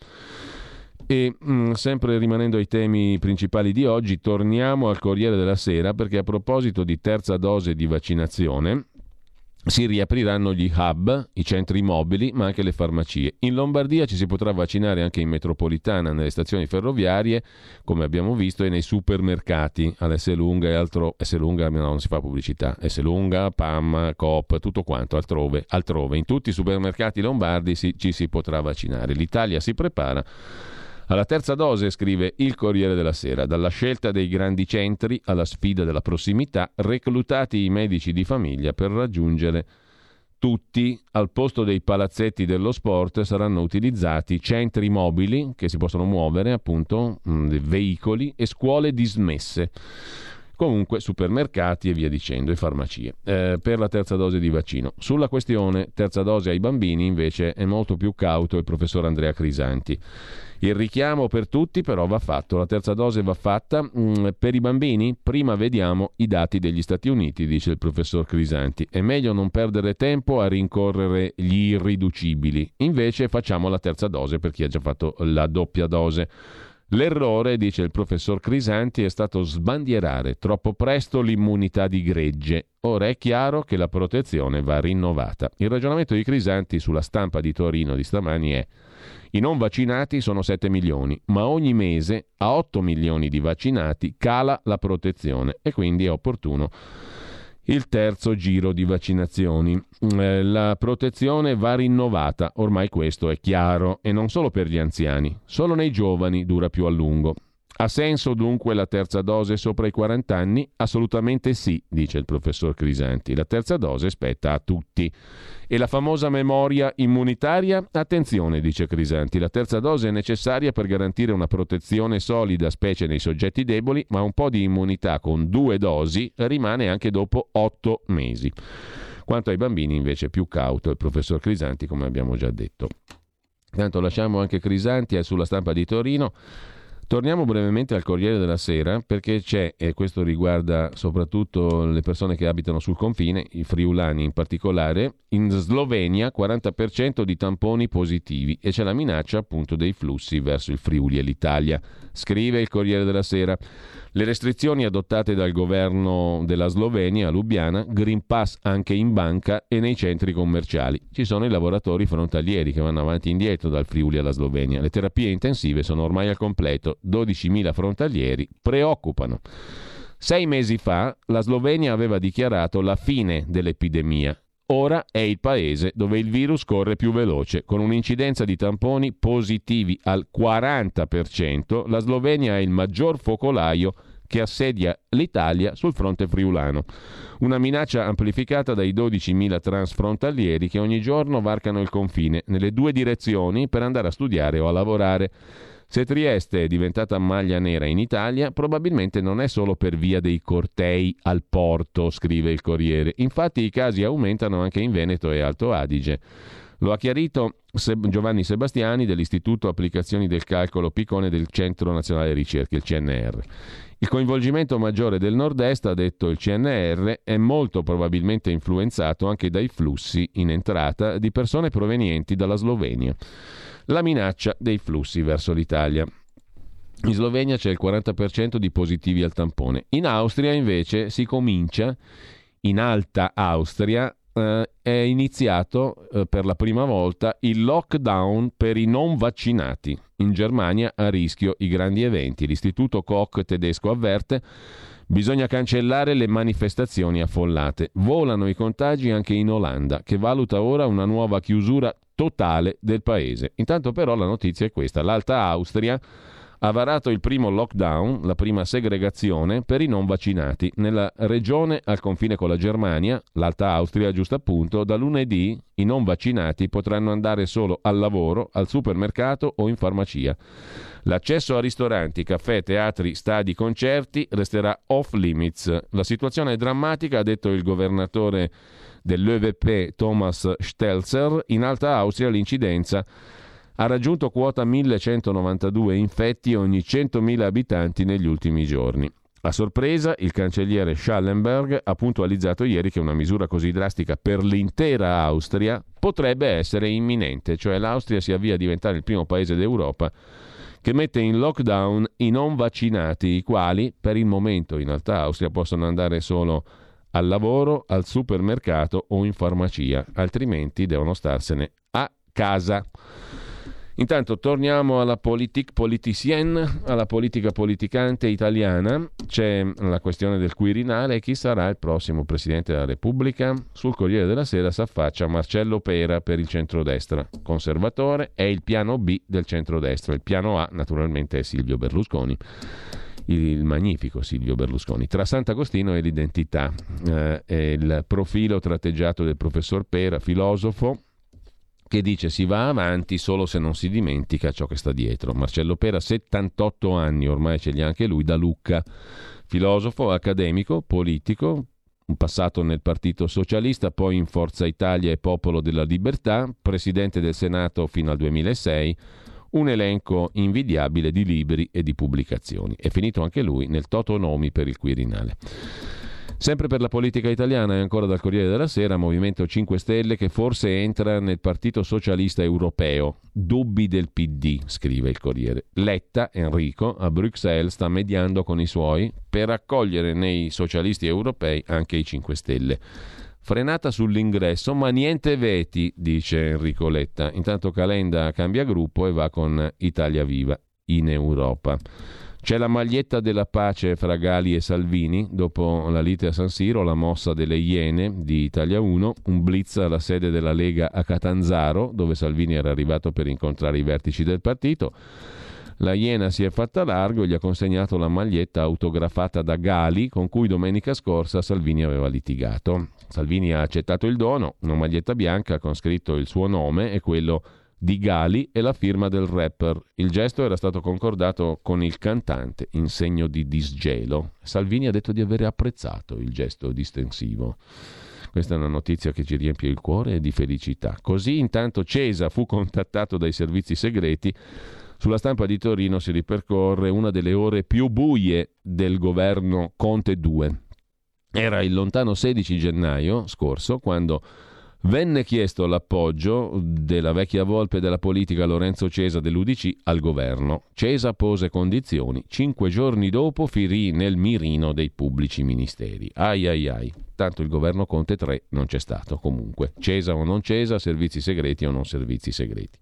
E mh, sempre rimanendo ai temi principali di oggi, torniamo al Corriere della Sera, perché a proposito di terza dose di vaccinazione si riapriranno gli hub, i centri mobili, ma anche le farmacie. In Lombardia ci si potrà vaccinare anche in metropolitana, nelle stazioni ferroviarie, come abbiamo visto, e nei supermercati, all'Esselunga e altro. Esselunga no, non si fa pubblicità. Esselunga, P A M, Coop, tutto quanto, altrove. altrove. In tutti i supermercati lombardi si, ci si potrà vaccinare. L'Italia si prepara alla terza dose, scrive il Corriere della Sera. Dalla scelta dei grandi centri alla sfida della prossimità, reclutati i medici di famiglia per raggiungere tutti. Al posto dei palazzetti dello sport saranno utilizzati centri mobili che si possono muovere, appunto, mh, veicoli e scuole dismesse. Comunque supermercati e via dicendo, e farmacie, eh, per la terza dose di vaccino. Sulla questione terza dose ai bambini, invece, è molto più cauto il professor Andrea Crisanti. Il richiamo per tutti però va fatto, la terza dose va fatta. mh, per i bambini prima vediamo i dati degli Stati Uniti, dice il professor Crisanti. È meglio non perdere tempo a rincorrere gli irriducibili, invece facciamo la terza dose per chi ha già fatto la doppia dose. L'errore, dice il professor Crisanti, è stato sbandierare troppo presto l'immunità di gregge. Ora è chiaro che la protezione va rinnovata. Il ragionamento di Crisanti sulla Stampa di Torino di stamani è: i non vaccinati sono sette milioni, ma ogni mese a otto milioni di vaccinati cala la protezione e quindi è opportuno il terzo giro di vaccinazioni. Eh, la protezione va rinnovata, ormai questo è chiaro, e non solo per gli anziani, solo nei giovani dura più a lungo. Ha senso dunque la terza dose sopra i quaranta anni? Assolutamente sì, dice il professor Crisanti. La terza dose spetta a tutti. E la famosa memoria immunitaria? Attenzione, dice Crisanti, la terza dose è necessaria per garantire una protezione solida, specie nei soggetti deboli, ma un po' di immunità con due dosi rimane anche dopo otto mesi. Quanto ai bambini, invece, più cauto il professor Crisanti, come abbiamo già detto. Tanto lasciamo anche Crisanti, è sulla Stampa di Torino. Torniamo brevemente al Corriere della Sera, perché c'è, e questo riguarda soprattutto le persone che abitano sul confine, i friulani in particolare, in Slovenia quaranta per cento di tamponi positivi e c'è la minaccia appunto dei flussi verso il Friuli e l'Italia. Scrive il Corriere della Sera: le restrizioni adottate dal governo della Slovenia a Lubiana, Green Pass anche in banca e nei centri commerciali. Ci sono i lavoratori frontalieri che vanno avanti e indietro dal Friuli alla Slovenia. Le terapie intensive sono ormai al completo. dodicimila frontalieri preoccupano. Sei mesi fa la Slovenia aveva dichiarato la fine dell'epidemia. Ora è il paese dove il virus corre più veloce. Con un'incidenza di tamponi positivi al quaranta per cento, la Slovenia è il maggior focolaio che assedia l'Italia sul fronte friulano. Una minaccia amplificata dai dodicimila transfrontalieri che ogni giorno varcano il confine nelle due direzioni per andare a studiare o a lavorare. Se Trieste è diventata maglia nera in Italia, probabilmente non è solo per via dei cortei al porto, scrive il Corriere. Infatti i casi aumentano anche in Veneto e Alto Adige. Lo ha chiarito Giovanni Sebastiani dell'Istituto Applicazioni del Calcolo Piccone del Centro Nazionale Ricerche, il C N R. Il coinvolgimento maggiore del nord-est, ha detto il C N R, è molto probabilmente influenzato anche dai flussi in entrata di persone provenienti dalla Slovenia. La minaccia dei flussi verso l'Italia. In Slovenia c'è il quaranta per cento di positivi al tampone. In Austria invece si comincia, in Alta Austria, eh, è iniziato eh, per la prima volta il lockdown per i non vaccinati. In Germania a rischio i grandi eventi. L'Istituto Koch tedesco avverte: bisogna cancellare le manifestazioni affollate. Volano i contagi anche in Olanda, che valuta ora una nuova chiusura totale del paese. Intanto però la notizia è questa: l'Alta Austria ha varato il primo lockdown, la prima segregazione per i non vaccinati. Nella regione al confine con la Germania, l'Alta Austria giusto appunto, da lunedì i non vaccinati potranno andare solo al lavoro, al supermercato o in farmacia. L'accesso a ristoranti, caffè, teatri, stadi, concerti resterà off limits. La situazione è drammatica, ha detto il governatore dell'Ö V P Thomas Stelzer. In Alta Austria l'incidenza ha raggiunto quota millecentonovantadue infetti ogni centomila abitanti negli ultimi giorni. A sorpresa, il cancelliere Schallenberg ha puntualizzato ieri che una misura così drastica per l'intera Austria potrebbe essere imminente, cioè l'Austria si avvia a diventare il primo paese d'Europa che mette in lockdown i non vaccinati, i quali per il momento in Alta Austria possono andare solo al lavoro, al supermercato o in farmacia, altrimenti devono starsene a casa. Intanto torniamo alla politique politicienne, alla politica politicante italiana. C'è la questione del Quirinale e chi sarà il prossimo Presidente della Repubblica. Sul Corriere della Sera s'affaccia Marcello Pera per il centrodestra. Conservatore è il piano B del centrodestra. Il piano A naturalmente è Silvio Berlusconi, il magnifico Silvio Berlusconi. Tra Sant'Agostino e l'identità, eh, è il profilo tratteggiato del professor Pera, filosofo, che dice si va avanti solo se non si dimentica ciò che sta dietro. Marcello Pera, settantotto anni, ormai ce li ha anche lui, da Lucca, filosofo, accademico, politico, un passato nel Partito Socialista, poi in Forza Italia e Popolo della Libertà, presidente del Senato fino al duemilasei, un elenco invidiabile di libri e di pubblicazioni. È finito anche lui nel toto nomi per il Quirinale. Sempre per la politica italiana e ancora dal Corriere della Sera, Movimento cinque Stelle che forse entra nel Partito Socialista Europeo. Dubbi del P D, scrive il Corriere. Letta, Enrico, a Bruxelles sta mediando con i suoi per accogliere nei socialisti europei anche i cinque Stelle. Frenata sull'ingresso, ma niente veti, dice Enrico Letta. Intanto Calenda cambia gruppo e va con Italia Viva in Europa. C'è la maglietta della pace fra Gali e Salvini, dopo la lite a San Siro, la mossa delle Iene di Italia uno, un blitz alla sede della Lega a Catanzaro, dove Salvini era arrivato per incontrare i vertici del partito. La Iena si è fatta largo e gli ha consegnato la maglietta autografata da Gali, con cui domenica scorsa Salvini aveva litigato. Salvini ha accettato il dono, una maglietta bianca con scritto il suo nome e quello di Gali e la firma del rapper. Il gesto era stato concordato con il cantante in segno di disgelo. Salvini ha detto di avere apprezzato il gesto distensivo. Questa è una notizia che ci riempie il cuore di felicità. Così intanto Cesa fu contattato dai servizi segreti. Sulla Stampa di Torino si ripercorre una delle ore più buie del governo Conte due. Era il lontano sedici gennaio scorso quando venne chiesto l'appoggio della vecchia volpe della politica Lorenzo Cesa dell'U D C al governo. Cesa pose condizioni. Cinque giorni dopo finì nel mirino dei pubblici ministeri. Ai ai ai. Tanto il governo Conte tre non c'è stato comunque. Cesa o non Cesa, servizi segreti o non servizi segreti.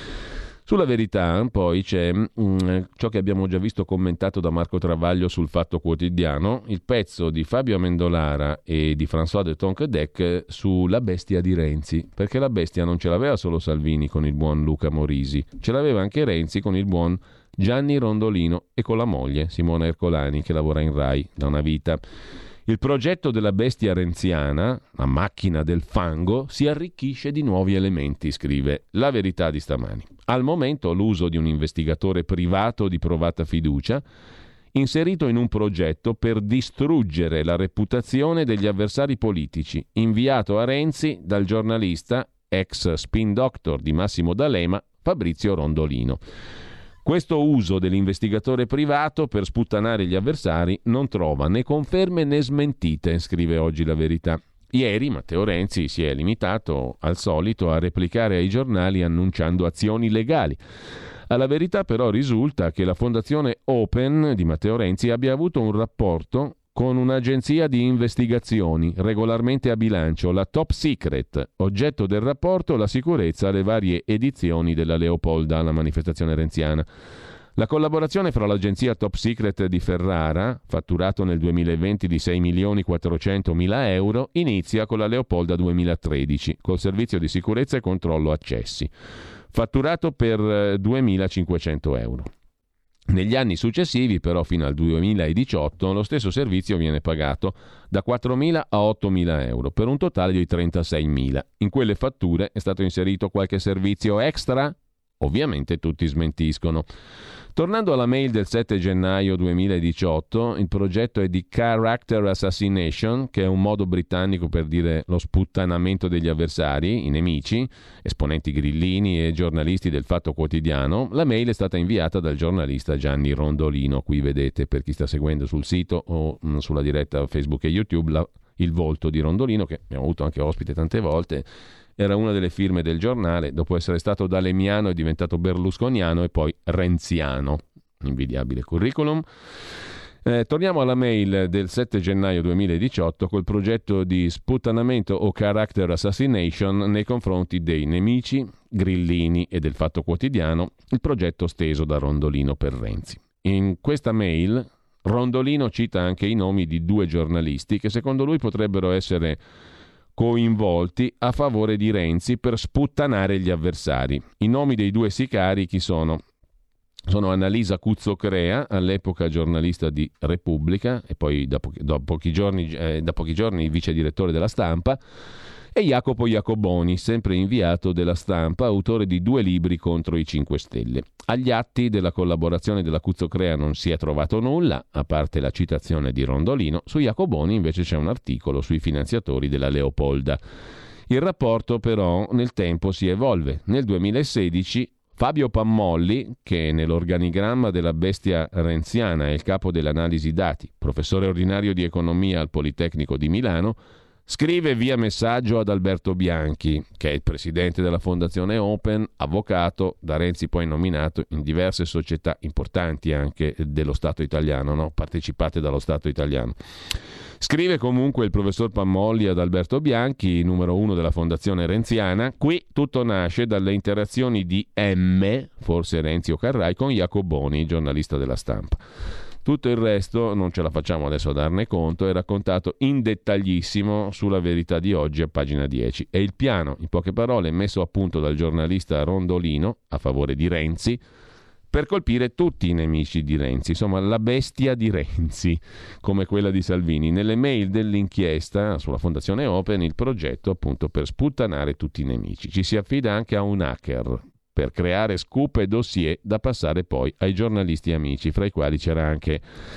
Sulla Verità poi c'è mh, ciò che abbiamo già visto commentato da Marco Travaglio sul Fatto Quotidiano, il pezzo di Fabio Amendolara e di François de Tonquedec sulla bestia di Renzi, perché la bestia non ce l'aveva solo Salvini con il buon Luca Morisi, ce l'aveva anche Renzi con il buon Gianni Rondolino e con la moglie Simona Ercolani che lavora in Rai da una vita. Il progetto della bestia renziana, la macchina del fango, si arricchisce di nuovi elementi, scrive La Verità di stamani. Al momento l'uso di un investigatore privato di provata fiducia, inserito in un progetto per distruggere la reputazione degli avversari politici, inviato a Renzi dal giornalista, ex spin doctor di Massimo D'Alema, Fabrizio Rondolino. Questo uso dell'investigatore privato per sputtanare gli avversari non trova né conferme né smentite, scrive oggi La Verità. Ieri Matteo Renzi si è limitato al solito a replicare ai giornali annunciando azioni legali. Alla Verità però risulta che la fondazione Open di Matteo Renzi abbia avuto un rapporto con un'agenzia di investigazioni regolarmente a bilancio, la Top Secret, oggetto del rapporto la sicurezza alle varie edizioni della Leopolda, la manifestazione renziana. La collaborazione fra l'agenzia Top Secret di Ferrara, fatturato nel duemilaventi di sei milioni quattrocentomila euro, inizia con la Leopolda duemilatredici, col servizio di sicurezza e controllo accessi, fatturato per duemilacinquecento euro. Negli anni successivi, però, fino al duemiladiciotto, lo stesso servizio viene pagato da quattromila a ottomila euro, per un totale di trentaseimila. In quelle fatture è stato inserito qualche servizio extra? Ovviamente tutti smentiscono. Tornando alla mail del sette gennaio duemiladiciotto, il progetto è di Character Assassination, che è un modo britannico per dire lo sputtanamento degli avversari, i nemici, esponenti grillini e giornalisti del Fatto Quotidiano. La mail è stata inviata dal giornalista Gianni Rondolino. Qui vedete, per chi sta seguendo sul sito o mh, sulla diretta Facebook e YouTube, la, il volto di Rondolino, che abbiamo avuto anche ospite tante volte. Era una delle firme del giornale, dopo essere stato dalemiano è diventato berlusconiano e poi renziano. Invidiabile curriculum. Eh, torniamo alla mail del sette gennaio duemiladiciotto col progetto di sputtanamento o character assassination nei confronti dei nemici, grillini e del Fatto Quotidiano, il progetto steso da Rondolino per Renzi. In questa mail Rondolino cita anche i nomi di due giornalisti che secondo lui potrebbero essere coinvolti a favore di Renzi per sputtanare gli avversari. I nomi dei due sicari chi sono? Sono Annalisa Cuzzocrea, all'epoca giornalista di Repubblica e poi da, po- da, pochi, giorni, eh, da pochi giorni vice direttore della Stampa, e Jacopo Iacoboni, sempre inviato della Stampa, autore di due libri contro i cinque Stelle. Agli atti della collaborazione della Cuzzocrea non si è trovato nulla, a parte la citazione di Rondolino. Su Iacoboni invece c'è un articolo sui finanziatori della Leopolda. Il rapporto però nel tempo si evolve. Nel duemilasedici Fabio Pammolli, che nell'organigramma della bestia renziana è il capo dell'analisi dati, professore ordinario di economia al Politecnico di Milano, scrive via messaggio ad Alberto Bianchi, che è il presidente della Fondazione Open, avvocato, da Renzi poi nominato in diverse società importanti anche dello Stato italiano, no? partecipate dallo Stato italiano. Scrive comunque il professor Pammolli ad Alberto Bianchi, numero uno della Fondazione Renziana: qui tutto nasce dalle interazioni di M, forse Renzi o Carrai, con Iacoboni, giornalista della Stampa. Tutto il resto non ce la facciamo adesso a darne conto, è raccontato in dettaglissimo sulla Verità di oggi a pagina dieci. E il piano, in poche parole, messo a punto dal giornalista Rondolino a favore di Renzi per colpire tutti i nemici di Renzi, insomma la bestia di Renzi, come quella di Salvini. Nelle mail dell'inchiesta sulla Fondazione Open il progetto appunto per sputtanare tutti i nemici. Ci si affida anche a un hacker per creare scoop e dossier da passare poi ai giornalisti amici, fra i quali c'era anche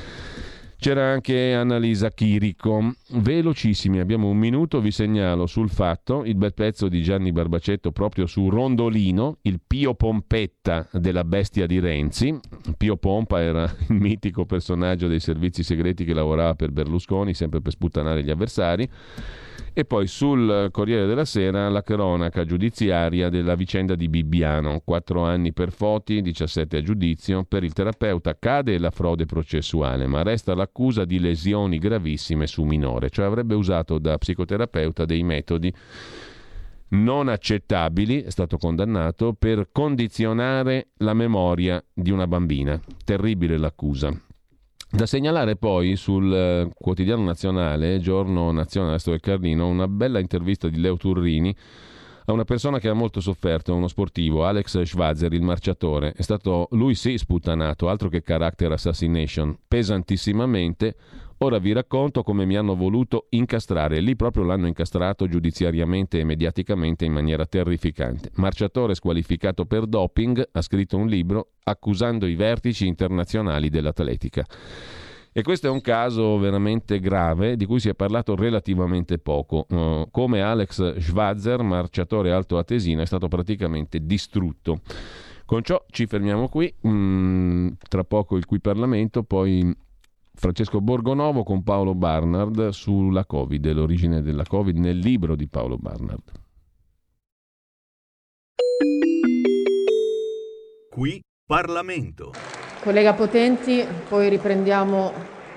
c'era anche Annalisa Chirico. Velocissimi, abbiamo un minuto, vi segnalo sul Fatto il bel pezzo di Gianni Barbacetto proprio su Rondolino, il Pio Pompetta della bestia di Renzi. Pio Pompa era il mitico personaggio dei servizi segreti che lavorava per Berlusconi, sempre per sputtanare gli avversari. E poi sul Corriere della Sera la cronaca giudiziaria della vicenda di Bibbiano, quattro anni per Foti, diciassette a giudizio. Per il terapeuta cade la frode processuale, ma resta l'accusa di lesioni gravissime su minore, cioè avrebbe usato da psicoterapeuta dei metodi non accettabili, è stato condannato per condizionare la memoria di una bambina. Terribile l'accusa. Da segnalare poi sul eh, Quotidiano Nazionale, Giorno Nazionale del Carlino, una bella intervista di Leo Turrini a una persona che ha molto sofferto, uno sportivo, Alex Schwarzer, il marciatore. È stato lui sì sputtanato, altro che character assassination, pesantissimamente, Ora vi racconto come mi hanno voluto incastrare. Lì proprio l'hanno incastrato giudiziariamente e mediaticamente in maniera terrificante. Marciatore squalificato per doping, ha scritto un libro accusando i vertici internazionali dell'atletica. E questo è un caso veramente grave di cui si è parlato relativamente poco. Uh, come Alex Schwarzer, marciatore altoatesino, è stato praticamente distrutto. Con ciò ci fermiamo qui. Mm, tra poco il Qui Parlamento, poi Francesco Borgonovo con Paolo Barnard sulla Covid e l'origine della Covid nel libro di Paolo Barnard. Qui Parlamento. Collega Potenti, poi riprendiamo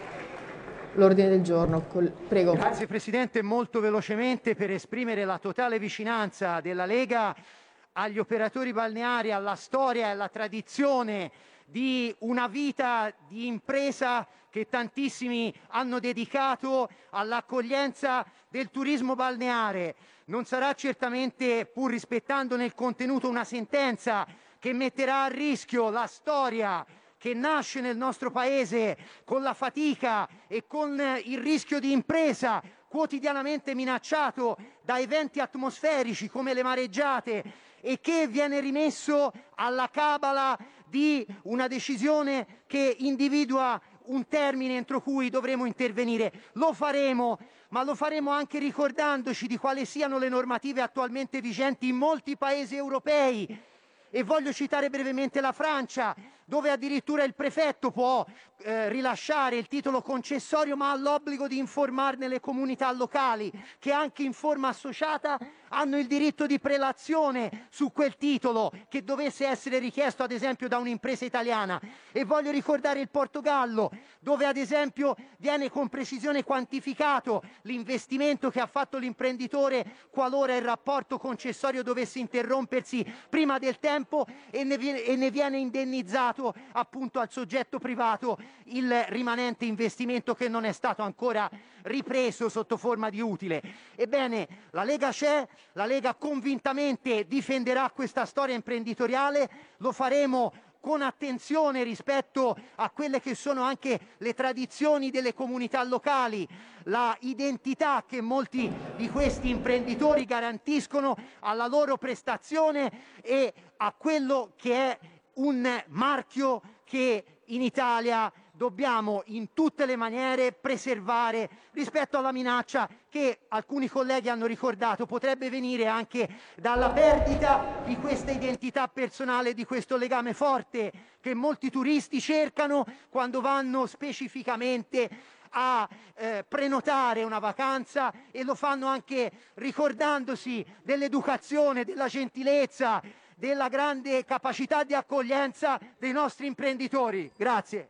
l'ordine del giorno. Prego. Grazie Presidente, molto velocemente per esprimere la totale vicinanza della Lega agli operatori balneari, alla storia e alla tradizione di una vita di impresa che tantissimi hanno dedicato all'accoglienza del turismo balneare. Non sarà certamente, pur rispettando nel contenuto, una sentenza che metterà a rischio la storia che nasce nel nostro paese con la fatica e con il rischio di impresa quotidianamente minacciato da eventi atmosferici come le mareggiate e che viene rimesso alla cabala di una decisione che individua un termine entro cui dovremo intervenire. Lo faremo, ma lo faremo anche ricordandoci di quali siano le normative attualmente vigenti in molti paesi europei. E voglio citare brevemente la Francia, dove addirittura il prefetto può eh, rilasciare il titolo concessorio, ma ha l'obbligo di informarne le comunità locali, che anche in forma associata hanno il diritto di prelazione su quel titolo che dovesse essere richiesto ad esempio da un'impresa italiana. E voglio ricordare il Portogallo, dove ad esempio viene con precisione quantificato l'investimento che ha fatto l'imprenditore qualora il rapporto concessorio dovesse interrompersi prima del tempo e ne viene, e ne viene indennizzato appunto al soggetto privato il rimanente investimento che non è stato ancora ripreso sotto forma di utile. Ebbene, la Lega c'è, la Lega convintamente difenderà questa storia imprenditoriale, lo faremo con attenzione rispetto a quelle che sono anche le tradizioni delle comunità locali, la identità che molti di questi imprenditori garantiscono alla loro prestazione e a quello che è un marchio che in Italia dobbiamo in tutte le maniere preservare rispetto alla minaccia che alcuni colleghi hanno ricordato potrebbe venire anche dalla perdita di questa identità personale, di questo legame forte che molti turisti cercano quando vanno specificamente a eh, prenotare una vacanza, e lo fanno anche ricordandosi dell'educazione, della gentilezza, della grande capacità di accoglienza dei nostri imprenditori. Grazie.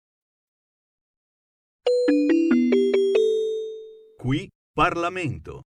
Qui Parlamento.